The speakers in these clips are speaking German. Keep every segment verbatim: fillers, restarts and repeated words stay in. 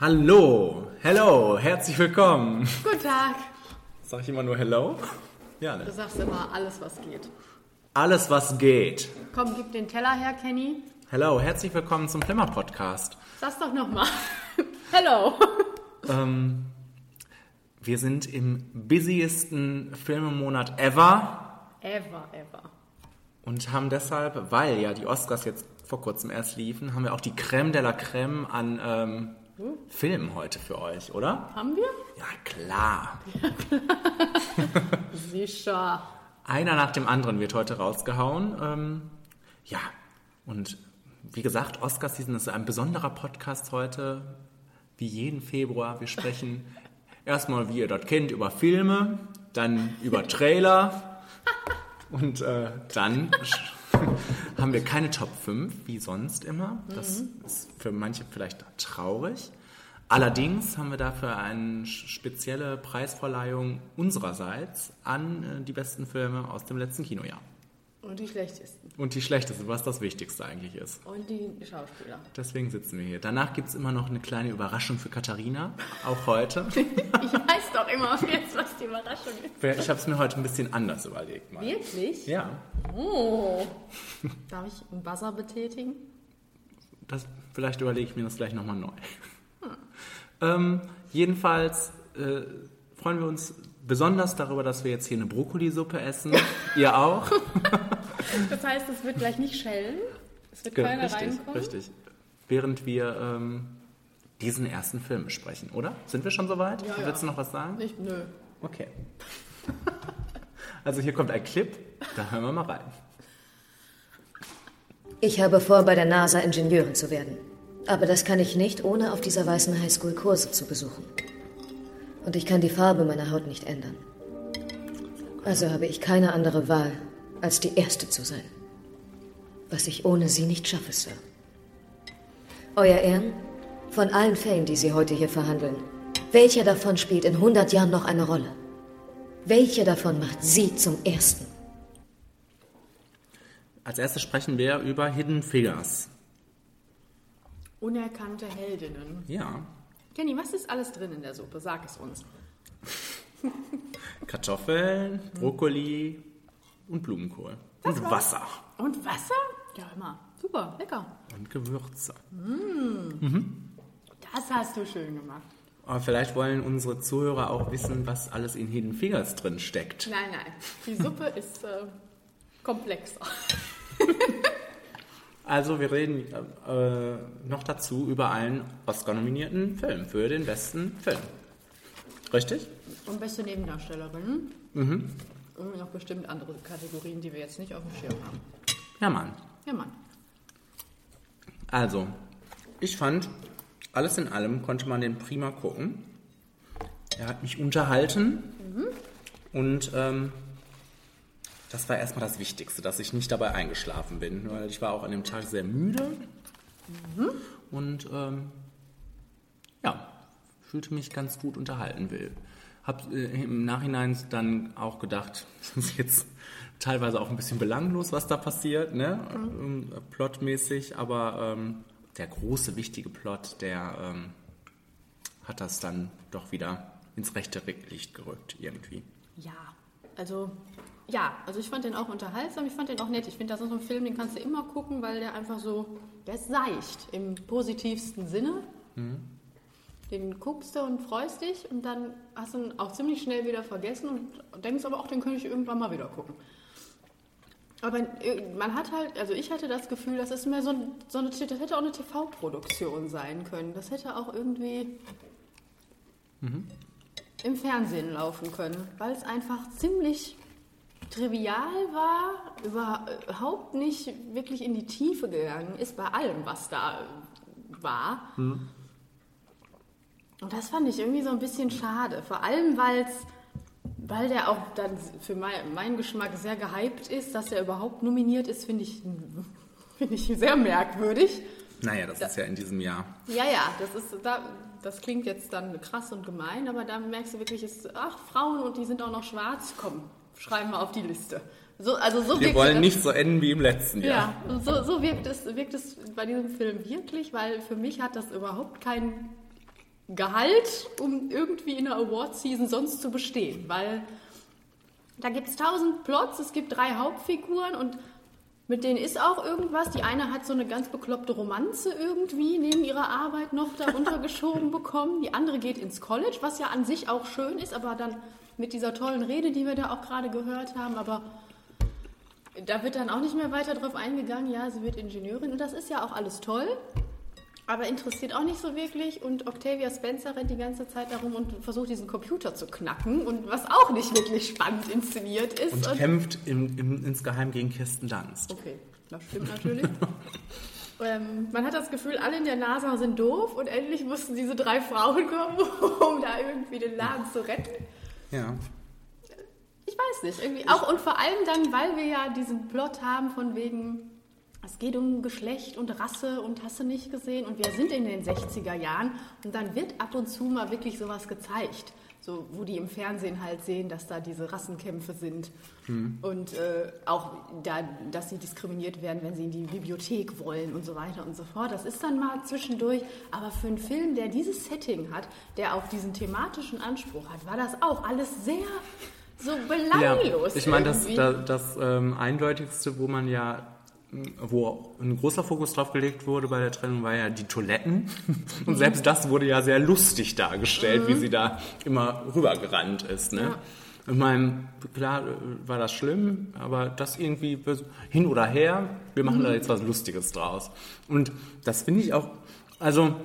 Hallo, hello, herzlich willkommen. Guten Tag. Sag ich immer nur hello? Ja, ne? Du sagst immer alles, was geht. Alles, was geht. Komm, gib den Teller her, Kenny. Hello, herzlich willkommen zum Flimmer-Podcast. Sag's doch nochmal. Hello. Ähm, wir sind im busiesten Filmemonat ever. Ever, ever. Und haben deshalb, weil ja die Oscars jetzt vor kurzem erst liefen, haben wir auch die Crème de la Crème an ähm, hm? Filmen heute für euch, oder? Haben wir? Ja, klar. Ja, klar. Sicher. Einer nach dem anderen wird heute rausgehauen. Ähm, ja, und wie gesagt, Oscar-Season ist ein besonderer Podcast heute, wie jeden Februar. Wir sprechen erstmal, wie ihr das kennt, über Filme, dann über Trailer und äh, dann haben wir keine Top fünf, wie sonst immer. Das mhm. ist für manche vielleicht traurig. Allerdings haben wir dafür eine spezielle Preisverleihung unsererseits an die besten Filme aus dem letzten Kinojahr. Und die schlechtesten. Und die schlechtesten, was das Wichtigste eigentlich ist. Und die Schauspieler. Deswegen sitzen wir hier. Danach gibt es immer noch eine kleine Überraschung für Katharina, auch heute. Ich weiß doch immer jetzt, was die Überraschung ist. Ich habe es mir heute ein bisschen anders überlegt. Mal. Wirklich? Ja. Oh. Darf ich einen Buzzer betätigen? Das, vielleicht überlege ich mir das gleich nochmal neu. Hm. Ähm, jedenfalls äh, freuen wir uns besonders darüber, dass wir jetzt hier eine Brokkolisuppe essen. Ihr auch? Das heißt, es wird gleich nicht schellen? Es wird keiner richtig, reinkommen? Richtig. Während wir ähm, diesen ersten Film besprechen, oder? Sind wir schon soweit? Ja, Willst du ja. noch was sagen? Nicht, nö. Okay. Also hier kommt ein Clip, da hören wir mal rein. Ich habe vor, bei der NASA Ingenieurin zu werden. Aber das kann ich nicht, ohne auf dieser weißen Highschool Kurse zu besuchen. Und ich kann die Farbe meiner Haut nicht ändern. Also habe ich keine andere Wahl, als die Erste zu sein. Was ich ohne sie nicht schaffe, Sir. Euer Ehren, von allen Fällen, die Sie heute hier verhandeln, welcher davon spielt in hundert Jahren noch eine Rolle? Welcher davon macht Sie zum Ersten? Als erstes sprechen wir über Hidden Figures. Unerkannte Heldinnen. Ja. Kenny, was ist alles drin in der Suppe? Sag es uns. Kartoffeln, Brokkoli und Blumenkohl. Das und war's. Wasser. Und Wasser? Ja, immer. Super, lecker. Und Gewürze. Mm. Mhm. Das hast du schön gemacht. Aber vielleicht wollen unsere Zuhörer auch wissen, was alles in Hidden Figures drin steckt. Nein, nein. Die Suppe ist äh, komplexer. Also wir reden äh, noch dazu über einen Oscar-nominierten Film für den besten Film. Richtig? Und beste Nebendarstellerin. Mhm. Und noch bestimmt andere Kategorien, die wir jetzt nicht auf dem Schirm haben. Ja, Mann. Ja, Mann. Also, ich fand, alles in allem konnte man den prima gucken. Er hat mich unterhalten. Mhm. Und ähm, das war erstmal das Wichtigste, dass ich nicht dabei eingeschlafen bin, weil ich war auch an dem Tag sehr müde. Mhm. Und ähm, ja, fühlte mich ganz gut unterhalten will. Hab äh, im Nachhinein dann auch gedacht, das ist jetzt teilweise auch ein bisschen belanglos, was da passiert, ne? Mhm. Ähm, plotmäßig, aber ähm, der große, wichtige Plot, der ähm, hat das dann doch wieder ins rechte Licht gerückt irgendwie. Ja, also ja, also ich fand den auch unterhaltsam, ich fand den auch nett. Ich finde, das ist so ein Film, den kannst du immer gucken, weil der einfach so, der ist seicht im positivsten Sinne. Mhm. Den guckst du und freust dich und dann hast du ihn auch ziemlich schnell wieder vergessen und denkst aber auch, den könnte ich irgendwann mal wieder gucken. Aber man hat halt, also ich hatte das Gefühl, das ist mehr so, ein, so eine, das hätte auch eine T V-Produktion sein können. Das hätte auch irgendwie mhm. im Fernsehen laufen können, weil es einfach ziemlich trivial war, überhaupt nicht wirklich in die Tiefe gegangen ist bei allem, was da war. Mhm. Und das fand ich irgendwie so ein bisschen schade. Vor allem, weil's, weil der auch dann für mein, meinen Geschmack sehr gehypt ist, dass er überhaupt nominiert ist, finde ich, find ich sehr merkwürdig. Naja, das da, ist ja in diesem Jahr. Ja, ja, das ist, da, das klingt jetzt dann krass und gemein, aber da merkst du wirklich, ist, ach, Frauen und die sind auch noch schwarz, komm, schreiben wir auf die Liste. So, also so wir wollen das nicht so enden wie im letzten Jahr. Ja, so, so wirkt, es, wirkt es bei diesem Film wirklich, weil für mich hat das überhaupt keinen Gehalt, um irgendwie in der Award-Season sonst zu bestehen. Weil da gibt es tausend Plots, es gibt drei Hauptfiguren und mit denen ist auch irgendwas. Die eine hat so eine ganz bekloppte Romanze irgendwie neben ihrer Arbeit noch da untergeschoben bekommen. Die andere geht ins College, was ja an sich auch schön ist, aber dann mit dieser tollen Rede, die wir da auch gerade gehört haben. Aber da wird dann auch nicht mehr weiter drauf eingegangen. Ja, sie wird Ingenieurin und das ist ja auch alles toll. Aber interessiert auch nicht so wirklich. Und Octavia Spencer rennt die ganze Zeit darum und versucht, diesen Computer zu knacken. Und was auch nicht wirklich spannend inszeniert ist. Und, und kämpft im, im, insgeheim gegen Kirsten Dunst. Okay, das stimmt natürlich. ähm, man hat das Gefühl, alle in der NASA sind doof. Und endlich mussten diese drei Frauen kommen, um da irgendwie den Laden zu retten. Ja. Ich weiß nicht. Irgendwie auch, und vor allem dann, weil wir ja diesen Plot haben von wegen... Es geht um Geschlecht und Rasse und hast du nicht gesehen. Und wir sind in den sechziger Jahren und dann wird ab und zu mal wirklich sowas gezeigt. So, wo die im Fernsehen halt sehen, dass da diese Rassenkämpfe sind. Hm. Und äh, auch, da, dass sie diskriminiert werden, wenn sie in die Bibliothek wollen und so weiter und so fort. Das ist dann mal zwischendurch. Aber für einen Film, der dieses Setting hat, der auch diesen thematischen Anspruch hat, war das auch alles sehr so belanglos. Ja, ich meine, das, das, das ähm, Eindeutigste, wo man ja wo ein großer Fokus drauf gelegt wurde bei der Trennung, war ja die Toiletten. Und selbst das wurde ja sehr lustig dargestellt, mhm. wie sie da immer rübergerannt ist. Ne? Ja. Ich meine, klar war das schlimm, aber das irgendwie hin oder her, wir machen mhm. da jetzt was Lustiges draus. Und das finde ich auch, also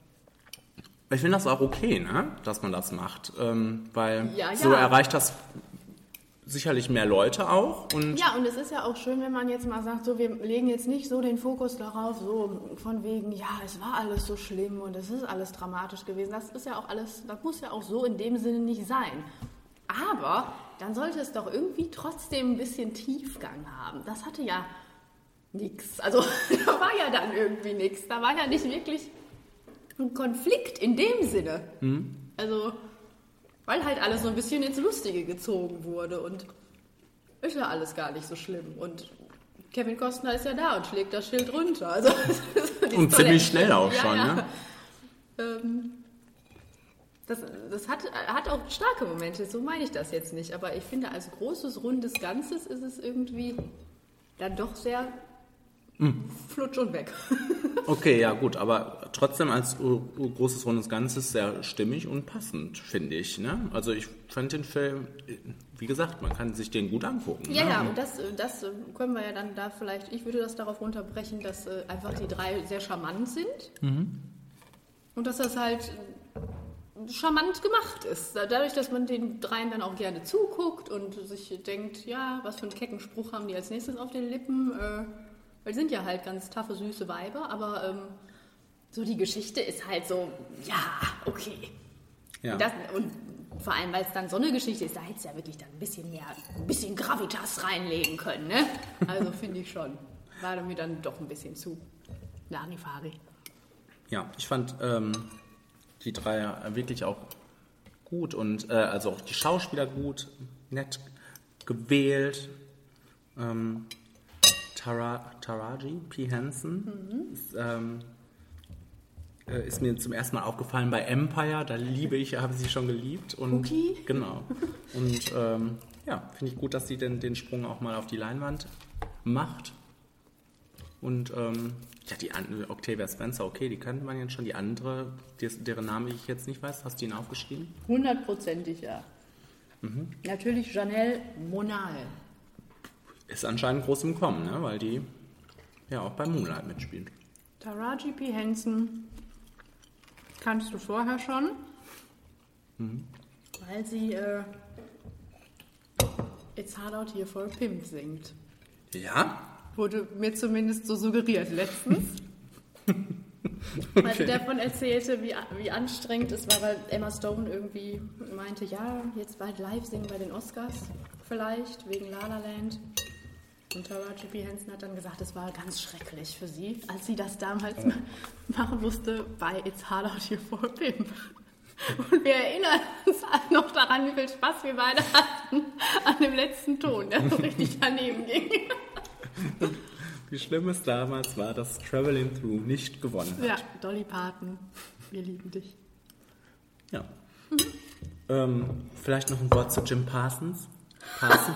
ich finde das auch okay, ne? Dass man das macht, ähm, weil ja, ja. so erreicht das sicherlich mehr Leute auch. Und ja, und es ist ja auch schön, wenn man jetzt mal sagt, so, wir legen jetzt nicht so den Fokus darauf, so von wegen, ja, es war alles so schlimm und es ist alles dramatisch gewesen. Das ist ja auch alles, das muss ja auch so in dem Sinne nicht sein. Aber dann sollte es doch irgendwie trotzdem ein bisschen Tiefgang haben. Das hatte ja nichts. Also da war ja dann irgendwie nichts. Da war ja nicht wirklich ein Konflikt in dem Sinne. Mhm. Also... Weil halt alles so ein bisschen ins Lustige gezogen wurde und ist ja alles gar nicht so schlimm. Und Kevin Costner ist ja da und schlägt das Schild runter. Also, und ziemlich schnell auch ja, schon, ja. ne? Ähm, das das hat, hat auch starke Momente, so meine ich das jetzt nicht. Aber ich finde, als großes, rundes Ganzes ist es irgendwie dann doch sehr mm. flutsch und weg. Okay, ja gut, aber trotzdem als großes, rundes Ganzes sehr stimmig und passend, finde ich. Ne? Also ich fand den Film, wie gesagt, man kann sich den gut angucken. Ja, ne? ja, und das, das können wir ja dann da vielleicht, ich würde das darauf runterbrechen, dass einfach die drei sehr charmant sind mhm. und dass das halt charmant gemacht ist. Dadurch, dass man den dreien dann auch gerne zuguckt und sich denkt, ja, was für einen kecken Spruch haben die als nächstes auf den Lippen, äh, weil die sind ja halt ganz taffe, süße Weiber, aber ähm, so die Geschichte ist halt so, ja, okay. Ja. Das, und vor allem, weil es dann so eine Geschichte ist, da hätte es ja wirklich dann ein bisschen mehr, ein bisschen Gravitas reinlegen können, ne? Also finde ich schon. War mir dann doch ein bisschen zu Larifari. Ja, ich fand ähm, die drei wirklich auch gut und äh, also auch die Schauspieler gut, nett gewählt. Ähm, Tara, Taraji P. Henson mhm. ist, ähm, äh, ist mir zum ersten Mal aufgefallen bei Empire. Da liebe ich, habe sie schon geliebt. Und, okay. Genau. Und ähm, ja, finde ich gut, dass sie den, den Sprung auch mal auf die Leinwand macht. Und ähm, ja, die andere, Octavia Spencer, okay, die kennt man jetzt schon. Die andere, deren Name ich jetzt nicht weiß, hast du ihn aufgeschrieben? Hundertprozentig, ja. Mhm. Natürlich Janelle Monáe. Ist anscheinend groß im Kommen, ne? Weil die ja auch bei Moonlight mitspielt. Taraji P. Henson kannst du vorher schon, mhm. weil sie äh, It's Hard Out Here for a Pimp singt. Ja? Wurde mir zumindest so suggeriert letztens. Okay. Weil sie davon erzählte, wie, wie anstrengend es war, weil Emma Stone irgendwie meinte, ja, jetzt bald live singen bei den Oscars vielleicht, wegen La La Land. Und Taraji P. Henson hat dann gesagt, es war ganz schrecklich für sie, als sie das damals oh. machen musste bei It's Hard Out Here for a Pimp. Und wir erinnern uns noch daran, wie viel Spaß wir beide hatten an dem letzten Ton, der so richtig daneben ging. Wie schlimm es damals war, dass Traveling Through nicht gewonnen hat. Ja, Dolly Parton, wir lieben dich. Ja. Mhm. Ähm, vielleicht noch ein Wort zu Jim Parsons. Parson.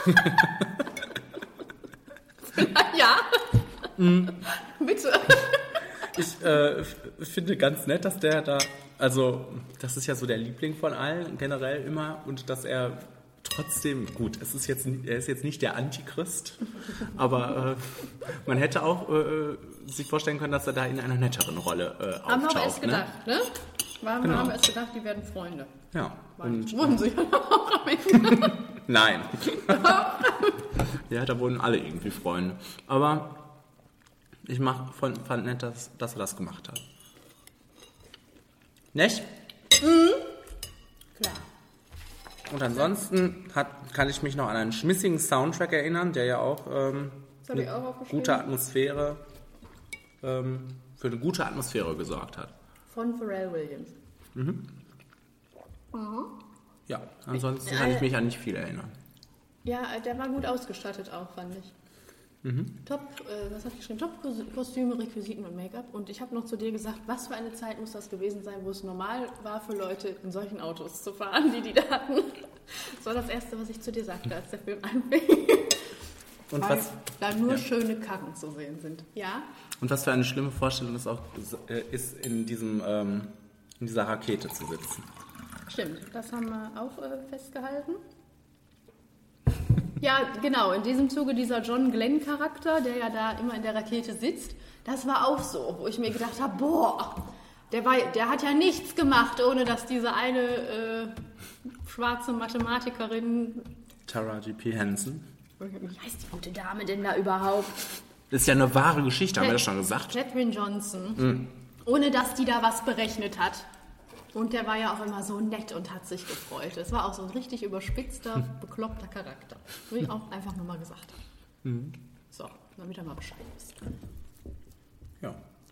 Ja. Mhm. Bitte. Ich äh, f- finde ganz nett, dass der da, also das ist ja so der Liebling von allen generell immer und dass er trotzdem, gut, es ist jetzt, er ist jetzt nicht der Antichrist, aber äh, man hätte auch äh, sich vorstellen können, dass er da in einer netteren Rolle äh, auftaucht. Haben wir aber erst gedacht, ne? ne? War, Genau. Haben wir erst gedacht, die werden Freunde. Ja. Und wurden sie ja auch am Ende. Nein. Ja, da wurden alle irgendwie Freunde. Aber ich mach, fand, fand nett, dass, dass er das gemacht hat. Nicht? Mhm. Klar. Und ansonsten hat, kann ich mich noch an einen schmissigen Soundtrack erinnern, der ja auch, ähm, Das hab ich eine auch aufgeschrieben. gute Atmosphäre, ähm, für eine gute Atmosphäre gesorgt hat. Von Pharrell Williams. Mhm. Mhm. Ja, ansonsten Ich- kann ich äh, mich an nicht viel erinnern. Ja, der war gut ausgestattet auch, fand ich. Mhm. Top, äh, was hab ich geschrieben? Top Kostüme, Requisiten und Make-up. Und ich habe noch zu dir gesagt, was für eine Zeit muss das gewesen sein, wo es normal war für Leute, in solchen Autos zu fahren, die die da hatten. Das war das Erste, was ich zu dir sagte, als der Film anfing. Und Weil was, da nur ja. schöne Karren zu sehen sind. Ja? und was für eine schlimme Vorstellung es auch äh, ist, in, diesem, ähm, in dieser Rakete zu sitzen. Stimmt, das haben wir auch äh, festgehalten. Ja, genau, in diesem Zuge dieser John Glenn-Charakter, der ja da immer in der Rakete sitzt, das war auch so, wo ich mir gedacht habe, boah, der, war, der hat ja nichts gemacht, ohne dass diese eine äh, schwarze Mathematikerin, Tara G P Henson. wie heißt die gute Dame denn da überhaupt? Das ist ja eine wahre Geschichte, haben wir das schon gesagt? Katherine Johnson, Mhm. ohne dass die da was berechnet hat. Und der war ja auch immer so nett und hat sich gefreut. Es war auch so ein richtig überspitzter, bekloppter Charakter. Will ich auch einfach nur mal gesagt haben. Mhm. So, damit er mal Bescheid wisst. Ja.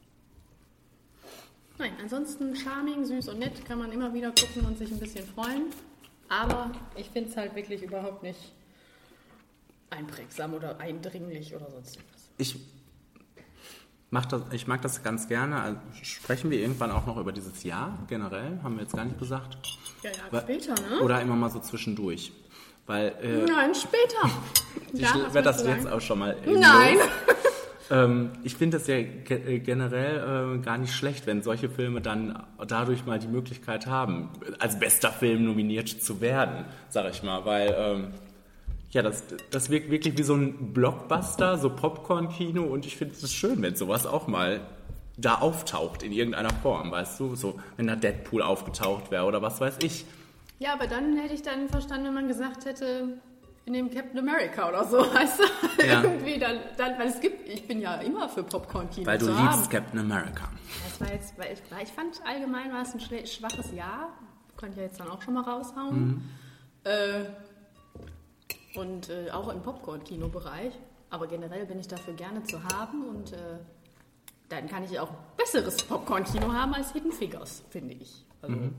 Nein, ansonsten charming, süß und nett, kann man immer wieder gucken und sich ein bisschen freuen. Aber ich finde es halt wirklich überhaupt nicht einprägsam oder eindringlich oder sonst was. Ich, mach das, ich mag das ganz gerne. Also sprechen wir irgendwann auch noch über dieses Jahr generell? Haben wir jetzt gar nicht gesagt. Ja, ja, Weil- später, ne? Oder immer mal so zwischendurch. Weil äh, Nein, später. ich Ja, was werde das willst du jetzt sagen? auch schon mal eben Nein. los. Ähm, ich finde das ja ge- generell äh, gar nicht schlecht, wenn solche Filme dann dadurch mal die Möglichkeit haben, als bester Film nominiert zu werden, sag ich mal, weil ähm, ja, das, das wirkt wirklich wie so ein Blockbuster, so Popcorn-Kino und ich finde es schön, wenn sowas auch mal da auftaucht in irgendeiner Form, weißt du, so wenn da Deadpool aufgetaucht wäre oder was weiß ich. Ja, aber dann hätte ich dann verstanden, wenn man gesagt hätte, in dem Captain America oder so, weißt du? Ja. Irgendwie dann, dann, weil es gibt, ich bin ja immer für Popcorn-Kino Weil du zu liebst haben. Captain America. Das war jetzt, weil ich, weil ich fand allgemein war es ein schle- schwaches Jahr, konnte ich ja jetzt dann auch schon mal raushauen. Mhm. Äh, und äh, auch im Popcorn-Kino-Bereich, aber generell bin ich dafür gerne zu haben und äh, dann kann ich auch besseres Popcorn-Kino haben als Hidden Figures, finde ich. Also, Mhm.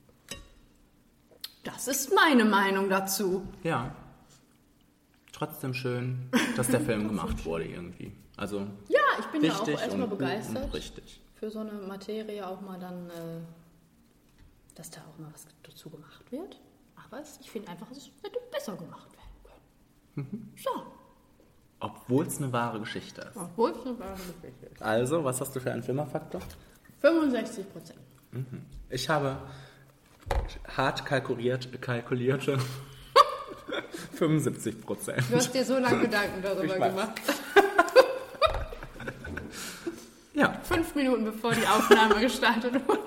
das ist meine Meinung dazu. Ja. Trotzdem schön, dass der Film gemacht wurde irgendwie. Also Ja, ich bin ja auch wichtig erstmal und gut begeistert und richtig. für so eine Materie auch mal dann, äh, dass da auch mal was dazu gemacht wird. Aber es, ich finde einfach, es hätte besser gemacht werden können. Mhm. So, Obwohl es eine wahre Geschichte ist. obwohl es eine wahre Geschichte ist. Also, was hast du für einen Flimmerfaktor? fünfundsechzig Prozent. Ich habe hart kalkuliert, kalkulierte fünfundsiebzig Prozent. Du hast dir so lange Gedanken darüber Ich weiß. gemacht. Ja, Fünf Minuten bevor die Aufnahme gestartet wurde.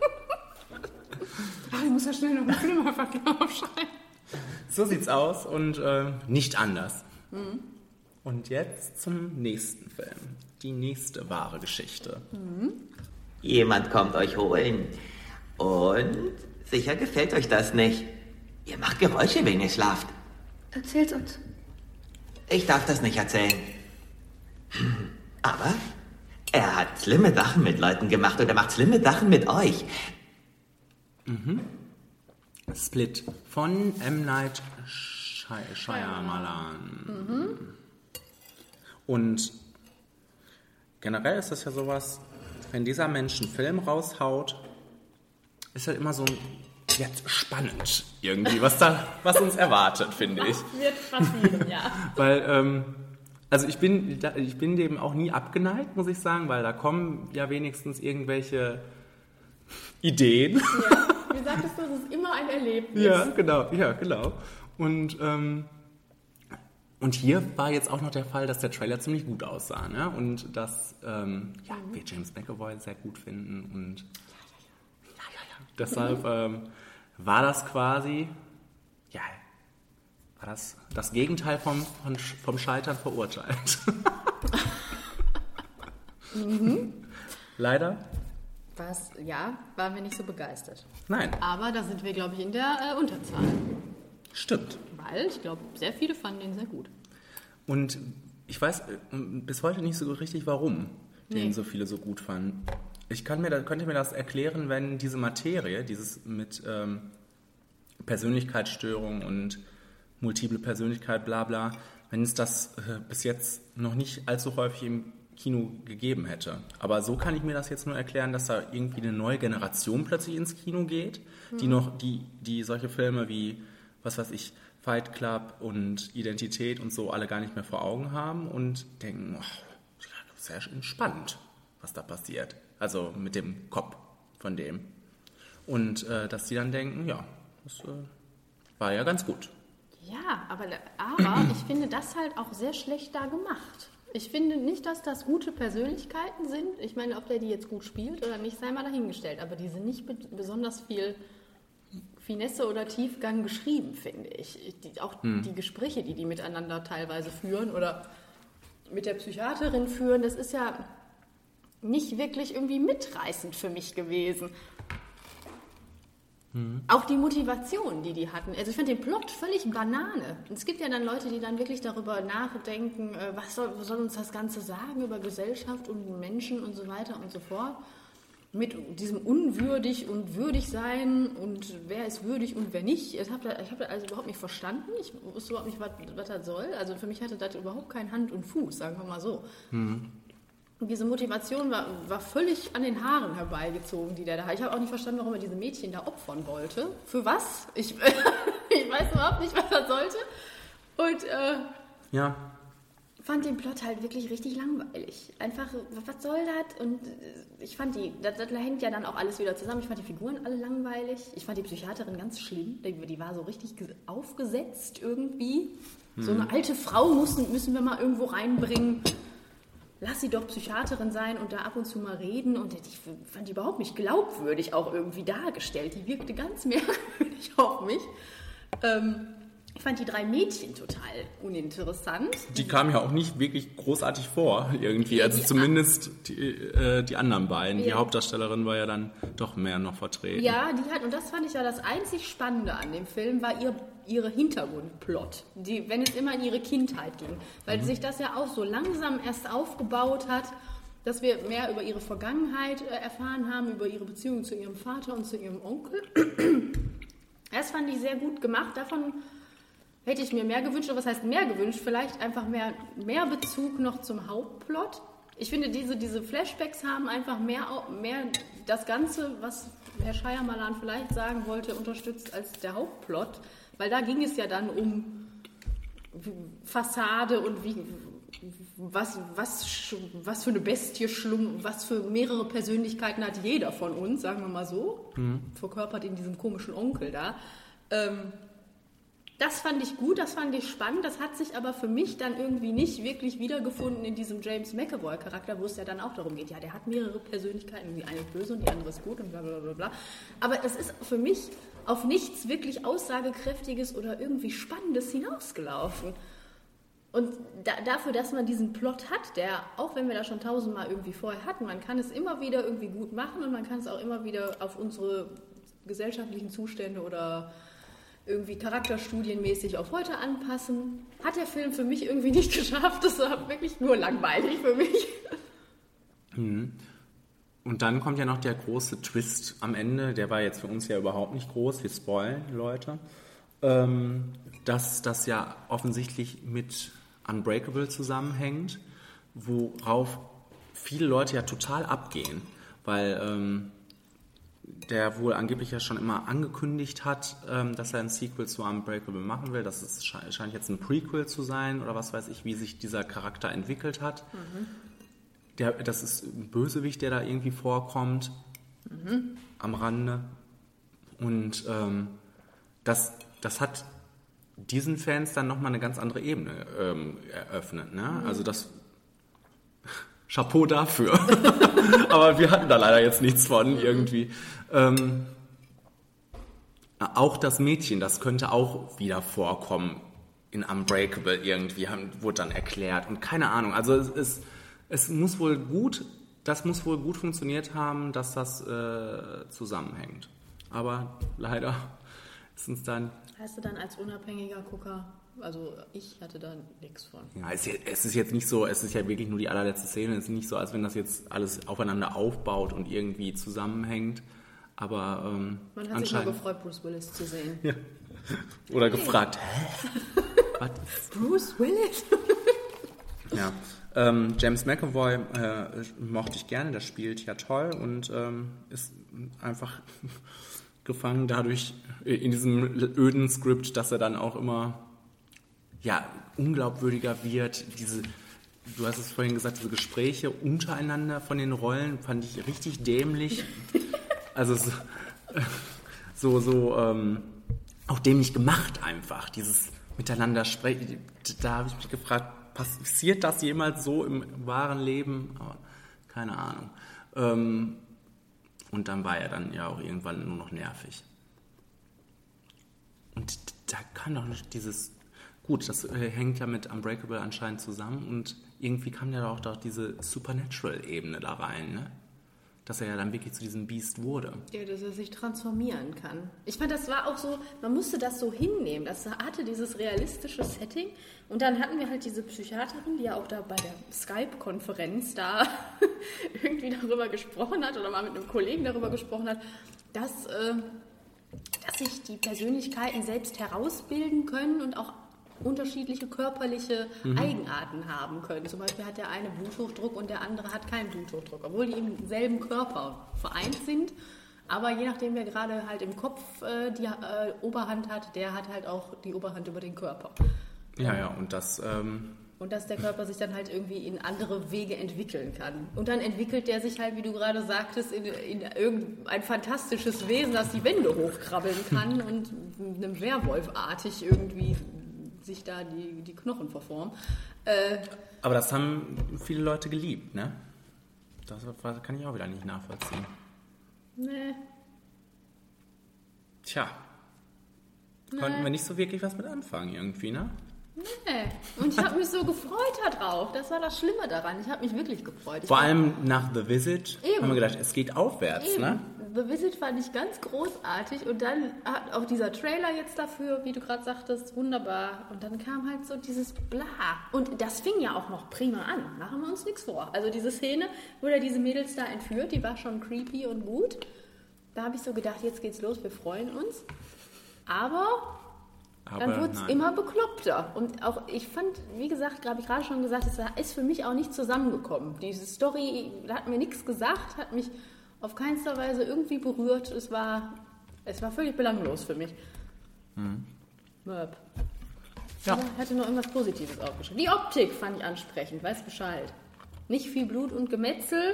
Ach, ich muss ja schnell noch einen Flimmerfaktor aufschreiben. so sieht's aus und äh, nicht anders. Und jetzt zum nächsten Film. Die nächste wahre Geschichte. Jemand kommt euch holen. Und sicher gefällt euch das nicht. Ihr macht Geräusche, wenn ihr schlaft. Erzähl's uns. Ich darf das nicht erzählen. Aber er hat schlimme Sachen mit Leuten gemacht und er macht schlimme Sachen mit euch. Split von M. Night Shy- Shyamalan. Mhm. Und generell ist das ja sowas, wenn dieser Mensch einen Film raushaut, ist halt immer so ein, jetzt spannend irgendwie, was da, was uns erwartet, finde ich. Was wird passieren, ja. Weil, ähm, also ich bin, ich bin dem auch nie abgeneigt, muss ich sagen, weil da kommen ja wenigstens irgendwelche Ideen. Ja, wie sagtest du, es ist immer ein Erlebnis. Ja, genau, ja, genau. Und, ähm, und hier war jetzt auch noch der Fall, dass der Trailer ziemlich gut aussah, ne? Und dass ähm, ja, mhm. wir James McAvoy sehr gut finden und ja, ja, ja. Deshalb ähm, war das quasi, ja, war das das Gegenteil vom, vom, vom Scheitern verurteilt. mhm. Leider. Was, ja, waren wir nicht so begeistert. Nein. Aber da sind wir, glaube ich, in der äh, Unterzahl. Stimmt. Weil, ich glaube, sehr viele fanden den sehr gut. Und ich weiß bis heute nicht so richtig, warum den nee. so viele so gut fanden. Ich kann mir, könnte mir das erklären, wenn diese Materie, dieses mit ähm, Persönlichkeitsstörung und multiple Persönlichkeit, bla bla, wenn es das äh, bis jetzt noch nicht allzu häufig im Kino gegeben hätte. Aber so kann ich mir das jetzt nur erklären, dass da irgendwie eine neue Generation plötzlich ins Kino geht, mhm. die noch, die, die solche Filme wie, was weiß ich, Fight Club und Identität und so alle gar nicht mehr vor Augen haben und denken, oh, sehr entspannt, was da passiert. Also mit dem Kopf von dem. Und äh, dass die dann denken, ja, das äh, war ja ganz gut. Ja, aber, aber ich finde das halt auch sehr schlecht da gemacht. Ich finde nicht, dass das gute Persönlichkeiten sind. Ich meine, ob der die jetzt gut spielt oder nicht, sei mal dahingestellt. Aber die sind nicht be- besonders viel Finesse oder Tiefgang geschrieben, finde ich. Die, auch hm. die Gespräche, die die miteinander teilweise führen oder mit der Psychiaterin führen, das ist ja nicht wirklich irgendwie mitreißend für mich gewesen. Hm. Auch die Motivation, die die hatten. Also ich finde den Plot völlig Banane. Und es gibt ja dann Leute, die dann wirklich darüber nachdenken, was soll, was soll uns das Ganze sagen über Gesellschaft und Menschen und so weiter und so fort. Mit diesem unwürdig und würdig sein und wer ist würdig und wer nicht. Ich habe das, hab das also überhaupt nicht verstanden. Ich wusste überhaupt nicht, was, was das soll. Also für mich hatte das überhaupt kein Hand und Fuß, sagen wir mal so. Hm. Und diese Motivation war, war völlig an den Haaren herbeigezogen, die der da hat. Ich habe auch nicht verstanden, warum er diese Mädchen da opfern wollte. Für was? Ich, ich weiß überhaupt nicht, was das sollte. Und äh, ja. fand den Plot halt wirklich richtig langweilig. Einfach, was soll das? Und ich fand die, das, das hängt ja dann auch alles wieder zusammen. Ich fand die Figuren alle langweilig. Ich fand die Psychiaterin ganz schlimm. Die, die war so richtig aufgesetzt irgendwie. Hm. So eine alte Frau müssen, müssen wir mal irgendwo reinbringen. Lass sie doch Psychiaterin sein und da ab und zu mal reden. Und ich fand die überhaupt nicht glaubwürdig auch irgendwie dargestellt. Die wirkte ganz merkwürdig auf mich. Ähm, ich fand die drei Mädchen total uninteressant. Die kamen ja auch nicht wirklich großartig vor irgendwie. Also die, zumindest die, äh, die anderen beiden. Ja. Die Hauptdarstellerin war ja dann doch mehr noch vertreten. Ja, die hat, und das fand ich ja das einzig Spannende an dem Film, war ihr ihre Hintergrundplot, die, wenn es immer in ihre Kindheit ging. Weil mhm. sich das ja auch so langsam erst aufgebaut hat, dass wir mehr über ihre Vergangenheit äh, erfahren haben, über ihre Beziehung zu ihrem Vater und zu ihrem Onkel. Das fand ich sehr gut gemacht. Davon hätte ich mir mehr gewünscht. Oder was heißt mehr gewünscht? Vielleicht einfach mehr, mehr Bezug noch zum Hauptplot. Ich finde, diese, diese Flashbacks haben einfach mehr, mehr das Ganze, was Herr Shyamalan vielleicht sagen wollte, unterstützt als der Hauptplot. Weil da ging es ja dann um Fassade und wie, was, was, was für eine Bestie schlumm, was für mehrere Persönlichkeiten hat jeder von uns, sagen wir mal so, mhm. verkörpert in diesem komischen Onkel da. Ähm, das fand ich gut, das fand ich spannend, das hat sich aber für mich dann irgendwie nicht wirklich wiedergefunden in diesem James McAvoy-Charakter, wo es ja dann auch darum geht, ja, der hat mehrere Persönlichkeiten, die eine ist böse und die andere ist gut und bla bla bla bla. Aber es ist für mich auf nichts wirklich Aussagekräftiges oder irgendwie Spannendes hinausgelaufen. Und da, dafür, dass man diesen Plot hat, der, auch wenn wir das schon tausendmal irgendwie vorher hatten, man kann es immer wieder irgendwie gut machen und man kann es auch immer wieder auf unsere gesellschaftlichen Zustände oder irgendwie charakterstudienmäßig auf heute anpassen, hat der Film für mich irgendwie nicht geschafft. Das war wirklich nur langweilig für mich. Mhm. Und dann kommt ja noch der große Twist am Ende, der war jetzt für uns ja überhaupt nicht groß, wir spoilen, Leute, ähm, dass das ja offensichtlich mit Unbreakable zusammenhängt, worauf viele Leute ja total abgehen, weil ähm, der wohl angeblich ja schon immer angekündigt hat, ähm, dass er ein Sequel zu Unbreakable machen will. Das ist, scheint jetzt ein Prequel zu sein oder was weiß ich, wie sich dieser Charakter entwickelt hat. Mhm. Der, das ist ein Bösewicht, der da irgendwie vorkommt, mhm. am Rande. Und ähm, das, das hat diesen Fans dann nochmal eine ganz andere Ebene ähm, eröffnet. Ne? Mhm. Also das Chapeau dafür. Aber wir hatten da leider jetzt nichts von irgendwie. Ähm, auch das Mädchen, das könnte auch wieder vorkommen in Unbreakable irgendwie, haben, wurde dann erklärt. Und keine Ahnung, also es, es, es muss wohl gut, das muss wohl gut funktioniert haben, dass das äh, zusammenhängt. Aber leider ist uns dann... Heißt du dann als unabhängiger Gucker... Also ich hatte da nichts von. Ja, es ist jetzt nicht so, es ist ja wirklich nur die allerletzte Szene, es ist nicht so, als wenn das jetzt alles aufeinander aufbaut und irgendwie zusammenhängt, aber ähm, man hat sich nur gefreut, Bruce Willis zu sehen. Ja. Oder hey. gefragt, hä? Was? Bruce Willis? Ja, ähm, James McAvoy äh, mochte ich gerne, der spielt ja toll und ähm, ist einfach gefangen dadurch in diesem öden Skript, dass er dann auch immer ja, unglaubwürdiger wird. Diese, du hast es vorhin gesagt, diese Gespräche untereinander von den Rollen fand ich richtig dämlich. Also so, so, so ähm, auch dämlich gemacht einfach, dieses Miteinander sprechen. Da habe ich mich gefragt, passiert das jemals so im wahren Leben? Aber keine Ahnung. Ähm, und dann war er dann ja auch irgendwann nur noch nervig. Und da kann doch nicht dieses... Gut, das äh, hängt ja mit Unbreakable anscheinend zusammen und irgendwie kam ja auch doch diese Supernatural-Ebene da rein, ne? Dass er ja dann wirklich zu diesem Beast wurde. Ja, dass er sich transformieren kann. Ich fand, das war auch so, man musste das so hinnehmen. Das hatte dieses realistische Setting und dann hatten wir halt diese Psychiaterin, die ja auch da bei der Skype-Konferenz da irgendwie darüber gesprochen hat oder mal mit einem Kollegen darüber gesprochen hat, dass, äh, dass sich die Persönlichkeiten selbst herausbilden können und auch unterschiedliche körperliche mhm. Eigenarten haben können. Zum Beispiel hat der eine Bluthochdruck und der andere hat keinen Bluthochdruck, obwohl die im selben Körper vereint sind. Aber je nachdem, wer gerade halt im Kopf äh, die äh, Oberhand hat, der hat halt auch die Oberhand über den Körper. Ja, ja, und das... Ähm Und dass der Körper sich dann halt irgendwie in andere Wege entwickeln kann. Und dann entwickelt der sich halt, wie du gerade sagtest, in, in irgendein fantastisches Wesen, das die Wände hochkrabbeln kann und einem Werwolfartig irgendwie sich da die, die Knochen verformen. Äh, Aber das haben viele Leute geliebt, ne? Das kann ich auch wieder nicht nachvollziehen. Nee. Tja. Nee. Konnten wir nicht so wirklich was mit anfangen irgendwie, ne? Nee. Und ich habe mich so gefreut darauf. Das war das Schlimme daran. Ich habe mich wirklich gefreut. Ich Vor allem nach The Visit Eben. haben wir gedacht, es geht aufwärts, Eben. ne? The Visit fand ich ganz großartig und dann hat auch dieser Trailer jetzt dafür, wie du gerade sagtest, wunderbar. Und dann kam halt so dieses Bla. Und das fing ja auch noch prima an. Machen wir uns nichts vor. Also diese Szene, wo er diese Mädels da entführt, die war schon creepy und gut. Da habe ich so gedacht, jetzt geht's los, wir freuen uns. Aber... Aber dann wurde es immer bekloppter. Und auch, ich fand, wie gesagt, habe ich gerade schon gesagt, es ist für mich auch nicht zusammengekommen. Diese Story hat mir nichts gesagt, hat mich auf keinster Weise irgendwie berührt. Es war, es war völlig belanglos für mich. Mhm. Möp. Ja. Ich hatte nur irgendwas Positives aufgeschrieben. Die Optik fand ich ansprechend, weiß Bescheid. Nicht viel Blut und Gemetzel,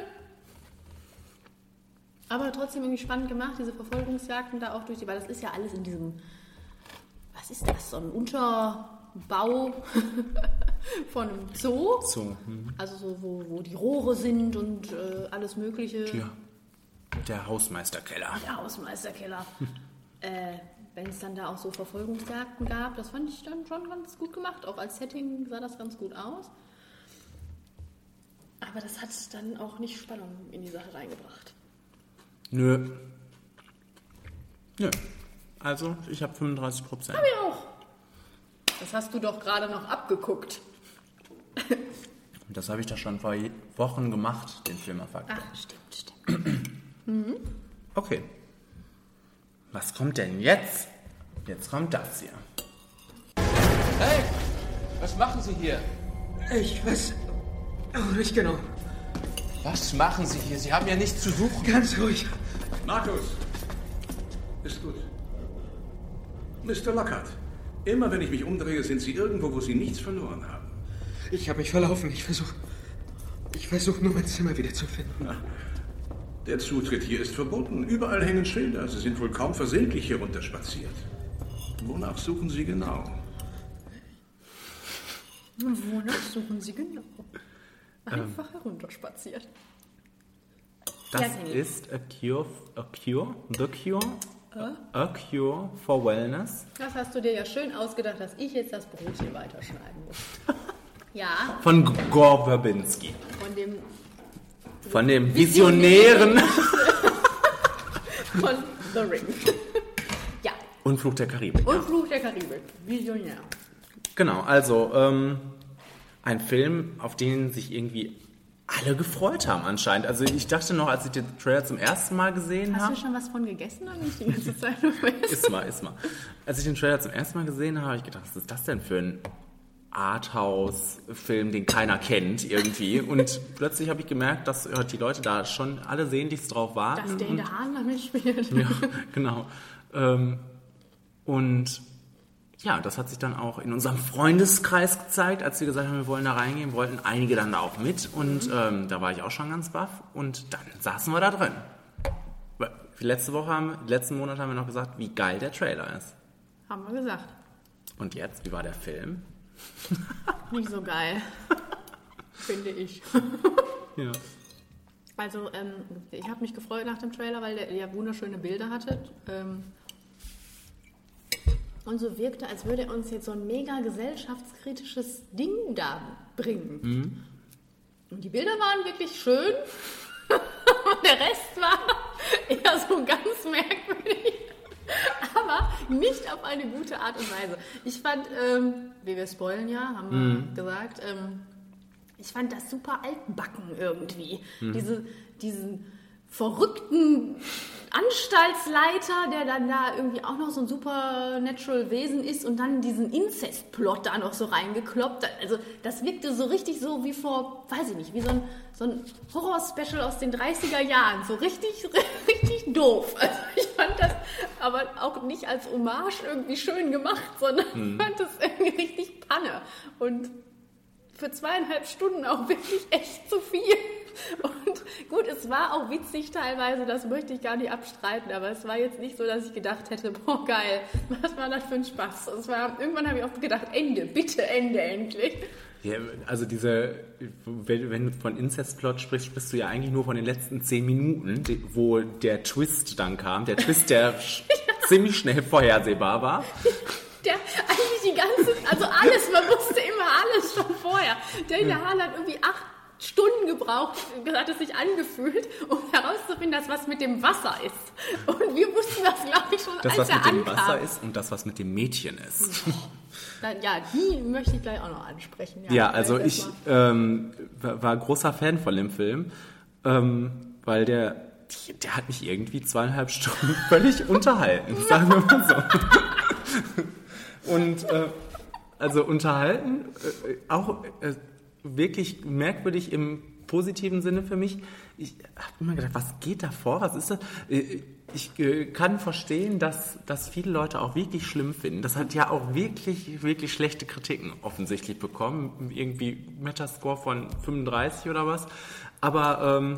aber trotzdem irgendwie spannend gemacht, diese Verfolgungsjagden da auch durch die, weil das ist ja alles in diesem... Was ist das? So ein Unterbau von einem Zoo. Zoo. Mhm. Also so, wo, wo die Rohre sind und äh, alles Mögliche. Ja. Der Hausmeisterkeller. Der Hausmeisterkeller. äh, wenn es dann da auch so Verfolgungsjagden gab, das fand ich dann schon ganz gut gemacht. Auch als Setting sah das ganz gut aus. Aber das hat dann auch nicht Spannung in die Sache reingebracht. Nö. Nö. Also, ich habe fünfunddreißig Prozent. Hab ich auch. Das hast du doch gerade noch abgeguckt. Das habe ich doch schon vor Wochen gemacht, den Filmerfaktor. Ach, stimmt, stimmt. mhm. Okay. Was kommt denn jetzt? Jetzt kommt das hier. Hey, was machen Sie hier? Ich weiß auch nicht genau. Was machen Sie hier? Sie haben ja nichts zu suchen. Ganz ruhig. Markus, Ist gut. Mister Lockhart, immer wenn ich mich umdrehe, sind Sie irgendwo, wo Sie nichts verloren haben. Ich habe mich verlaufen. Ich versuche... Ich versuche nur, mein Zimmer wiederzufinden. Ach, der Zutritt hier ist verboten. Überall hängen Schilder. Sie sind wohl kaum versehentlich hier runterspaziert. Wonach suchen Sie genau? Wonach suchen Sie genau? Einfach ähm, herunterspaziert. Das ja, ist a cure, a cure, the cure, äh? a cure for wellness. Das hast du dir ja schön ausgedacht, dass ich jetzt das Brötchen weiterschneiden muss. Ja. Von Gore Verbinski. Von dem... Von dem Visionären. Von The Ring. Ja. Und Fluch der Karibik. Und ja. Fluch der Karibik. Visionär. Genau, also ähm, ein Film, auf den sich irgendwie alle gefreut haben anscheinend. Also ich dachte noch, als ich den Trailer zum ersten Mal gesehen habe... Hast du schon was von gegessen oder nicht die ganze Zeit? Iss mal, iss mal. Als ich den Trailer zum ersten Mal gesehen habe, habe ich gedacht, was ist das denn für ein Arthouse-Film, den keiner kennt irgendwie. Und plötzlich habe ich gemerkt, dass die Leute da schon alle sehnlichst drauf warten. Dass der in der Hahn damit spielt. Ja, genau. Und ja, das hat sich dann auch in unserem Freundeskreis gezeigt, als wir gesagt haben, wir wollen da reingehen, wollten einige dann da auch mit. Und mhm. ähm, da war ich auch schon ganz baff. Und dann saßen wir da drin. Letzte Woche, haben, letzten Monat haben wir noch gesagt, wie geil der Trailer ist. Haben wir gesagt. Und jetzt, wie war der Film? Nicht so geil, finde ich. Ja. Also, ähm, ich habe mich gefreut nach dem Trailer, weil der ja wunderschöne Bilder hatte. Ähm, und so wirkte, als würde er uns jetzt so ein mega gesellschaftskritisches Ding da bringen. Mhm. Und die Bilder waren wirklich schön. Und der Rest war eher so ganz merkwürdig. Aber nicht auf eine gute Art und Weise. Ich fand, ähm, wie wir spoilen ja, haben wir mhm. gesagt, ähm, ich fand das super altbacken irgendwie. Mhm. Diese, diesen verrückten Anstaltsleiter, der dann da irgendwie auch noch so ein supernatural Wesen ist und dann diesen Inzestplot da noch so reingekloppt. Also das wirkte so richtig so wie vor, weiß ich nicht, wie so ein, so ein Horror-Special aus den dreißiger Jahren. So richtig, richtig doof. Also ich fand das aber auch nicht als Hommage irgendwie schön gemacht, sondern mhm. ich fand das irgendwie richtig Panne. Und für zweieinhalb Stunden auch wirklich echt zu viel. Und gut, es war auch witzig teilweise, das möchte ich gar nicht abstreiten, aber es war jetzt nicht so, dass ich gedacht hätte, boah geil, was war das für ein Spaß. Es war, irgendwann habe ich auch gedacht, Ende, bitte Ende endlich. Ja, also diese, wenn du von Inzestplot sprichst, sprichst du ja eigentlich nur von den letzten zehn Minuten, wo der Twist dann kam, der Twist, der ja. ziemlich schnell vorhersehbar war. Der eigentlich die ganze, also alles, man wusste immer alles schon vorher. Der in der Hahn hat irgendwie acht Stunden gebraucht, hat es sich angefühlt, um herauszufinden, dass was mit dem Wasser ist. Und wir wussten das, glaube ich, schon, das, als er ankam. Das, was mit dem Wasser ist und das, was mit dem Mädchen ist. Dann, ja, die möchte ich gleich auch noch ansprechen. Ja, ja also ich ähm, war großer Fan von dem Film, ähm, weil der, der hat mich irgendwie zweieinhalb Stunden völlig unterhalten, sagen wir mal so. Und äh, also unterhalten, äh, auch äh, wirklich merkwürdig im positiven Sinne für mich. Ich habe immer gedacht, was geht da vor? Was ist das? Ich äh, kann verstehen, dass, dass viele Leute auch wirklich schlimm finden. Das hat ja auch wirklich, wirklich schlechte Kritiken offensichtlich bekommen. Irgendwie Metascore von fünfunddreißig oder was. Aber ähm,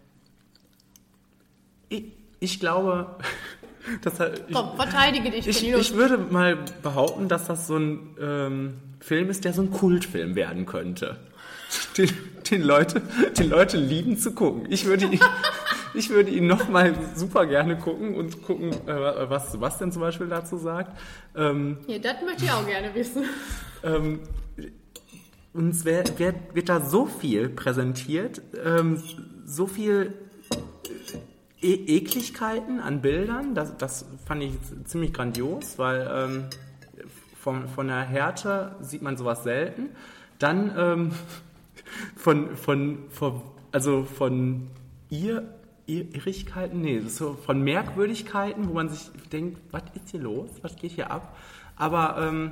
ich, ich glaube... Das hat, ich, Komm, verteidige dich. Ich, ich würde mal behaupten, dass das so ein ähm, Film ist, der so ein Kultfilm werden könnte. Den, den, Leute, den Leute lieben zu gucken. Ich würde ihn, ich würde ihn noch mal super gerne gucken und gucken, äh, was Sebastian zum Beispiel dazu sagt. Ähm, ja, das möchte ich auch gerne wissen. Ähm, uns wär, wär, wird da so viel präsentiert, ähm, so viel E- Ekligkeiten an Bildern, das, das fand ich ziemlich grandios, weil ähm, von, von der Härte sieht man sowas selten. Dann ähm, von, von, von, also von ihr, Irrigkeiten, nee, so von Merkwürdigkeiten, wo man sich denkt, was ist hier los, was geht hier ab? Aber ähm,